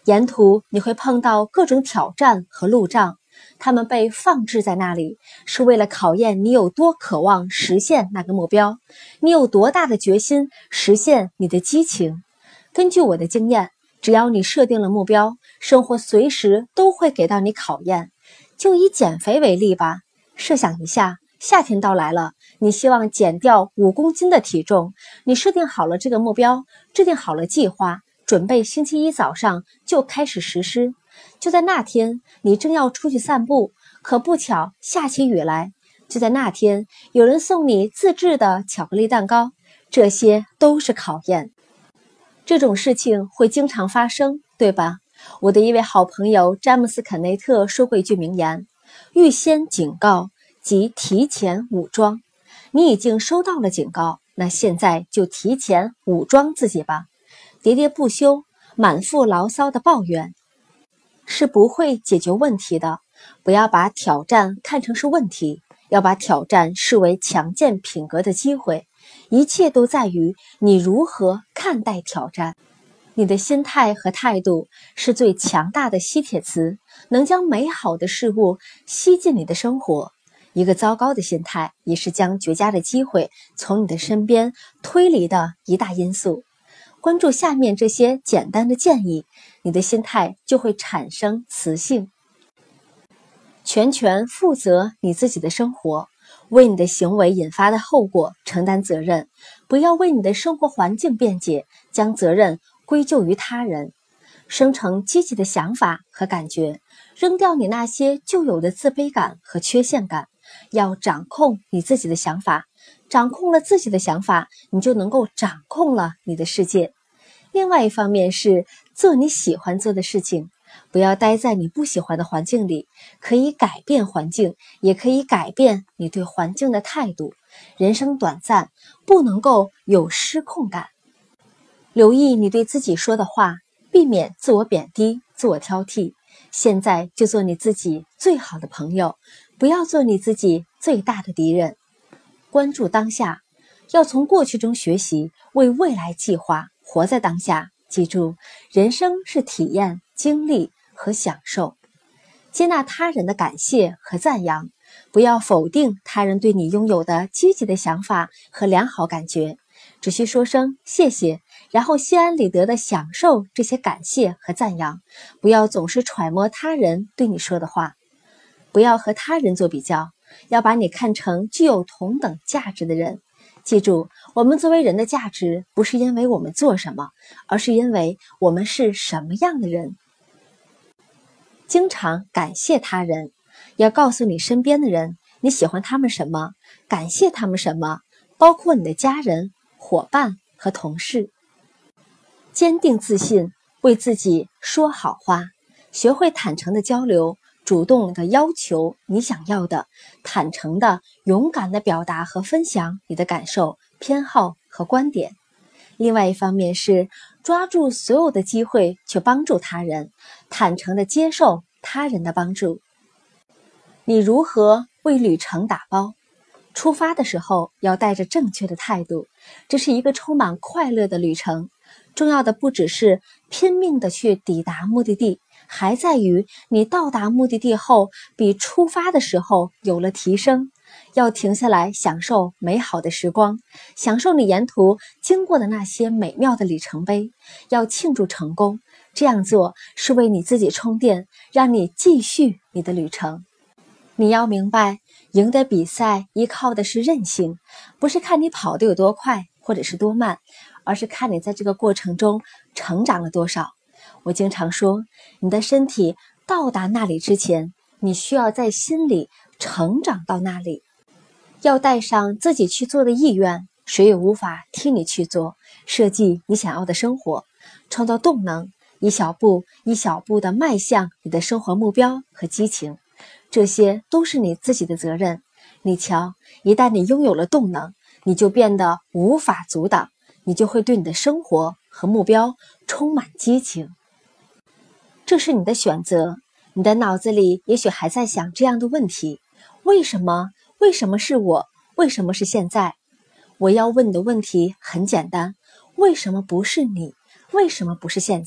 沿途你会碰到各种挑战和路障，它们被放置在那里，是为了考验你有多渴望实现那个目标，你有多大的决心实现你的激情。根据我的经验，只要你设定了目标，生活随时都会给到你考验。就以减肥为例吧，设想一下，夏天到来了，你希望减掉五公斤的体重，你设定好了这个目标，制定好了计划，准备星期一早上就开始实施。就在那天，你正要出去散步，可不巧下起雨来。就在那天，有人送你自制的巧克力蛋糕，这些都是考验。这种事情会经常发生，对吧？我的一位好朋友詹姆斯·肯内特说过一句名言：预先警告即提前武装。你已经收到了警告，那现在就提前武装自己吧。喋喋不休、满腹牢骚的抱怨是不会解决问题的。不要把挑战看成是问题，要把挑战视为强健品格的机会。一切都在于你如何看待挑战。你的心态和态度是最强大的吸铁磁，能将美好的事物吸进你的生活。一个糟糕的心态也是将绝佳的机会从你的身边推离的一大因素。关注下面这些简单的建议，你的心态就会产生磁性。全权负责你自己的生活，为你的行为引发的后果承担责任，不要为你的生活环境辩解，将责任归咎于他人。生成积极的想法和感觉，扔掉你那些旧有的自卑感和缺陷感。要掌控你自己的想法，掌控了自己的想法，你就能够掌控了你的世界。另外一方面是做你喜欢做的事情，不要待在你不喜欢的环境里，可以改变环境，也可以改变你对环境的态度。人生短暂，不能够有失控感。留意你对自己说的话，避免自我贬低、自我挑剔。现在就做你自己最好的朋友，不要做你自己最大的敌人。关注当下，要从过去中学习，为未来计划，活在当下。记住，人生是体验、经历和享受。接纳他人的感谢和赞扬，不要否定他人对你拥有的积极的想法和良好感觉，只需说声谢谢，然后心安理得地享受这些感谢和赞扬。不要总是揣摩他人对你说的话，不要和他人做比较，要把你看成具有同等价值的人。记住，我们作为人的价值不是因为我们做什么，而是因为我们是什么样的人。经常感谢他人，要告诉你身边的人，你喜欢他们什么，感谢他们什么，包括你的家人、伙伴和同事。坚定自信，为自己说好话，学会坦诚的交流，主动的要求你想要的，坦诚的、勇敢的表达和分享你的感受、偏好和观点。另外一方面是抓住所有的机会去帮助他人，坦诚的接受他人的帮助。你如何为旅程打包？出发的时候要带着正确的态度，这是一个充满快乐的旅程。重要的不只是拼命的去抵达目的地，还在于你到达目的地后，比出发的时候有了提升。要停下来享受美好的时光，享受你沿途经过的那些美妙的里程碑，要庆祝成功。这样做是为你自己充电，让你继续你的旅程。你要明白，赢得比赛依靠的是韧性，不是看你跑得有多快或者是多慢，而是看你在这个过程中成长了多少。我经常说，你的身体到达那里之前，你需要在心里成长到那里。要带上自己去做的意愿，谁也无法替你去做。设计你想要的生活，创造动能，一小步一小步地迈向你的生活目标和激情，这些都是你自己的责任。你瞧，一旦你拥有了动能，你就变得无法阻挡，你就会对你的生活和目标充满激情。这是你的选择。你的脑子里也许还在想这样的问题：为什么？为什么是我？为什么是现在？我要问你的问题很简单：为什么不是你？为什么不是现在？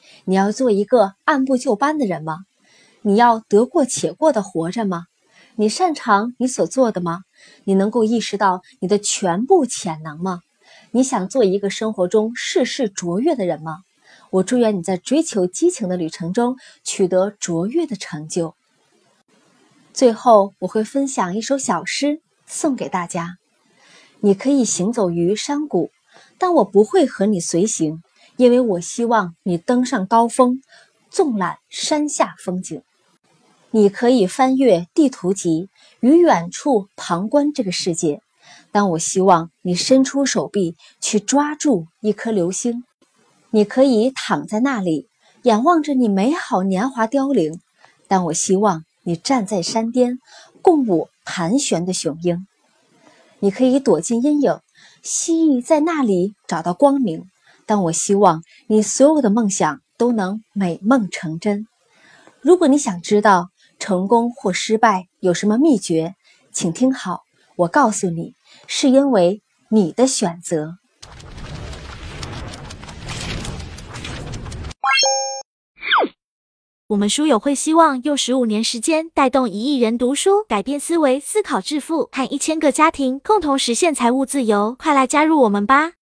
你要做一个按部就班的人吗？你要得过且过的活着吗？你擅长你所做的吗？你能够意识到你的全部潜能吗？你想做一个生活中事事卓越的人吗？我祝愿你在追求激情的旅程中取得卓越的成就。最后，我会分享一首小诗送给大家。你可以行走于山谷，但我不会和你随行，因为我希望你登上高峰，纵览山下风景。你可以翻阅地图集，于远处旁观这个世界，但我希望你伸出手臂去抓住一颗流星。你可以躺在那里，仰望着你美好年华凋零，但我希望你站在山巅，共舞盘旋的雄鹰。你可以躲进阴影，蜥蜴在那里找到光明，但我希望你所有的梦想都能美梦成真。如果你想知道成功或失败有什么秘诀，请听好，我告诉你，是因为你的选择。 我们书友会希望用十五年时间带动一亿人读书，改变思维，思考致富，和一千个家庭共同实现财务自由。快来加入我们吧！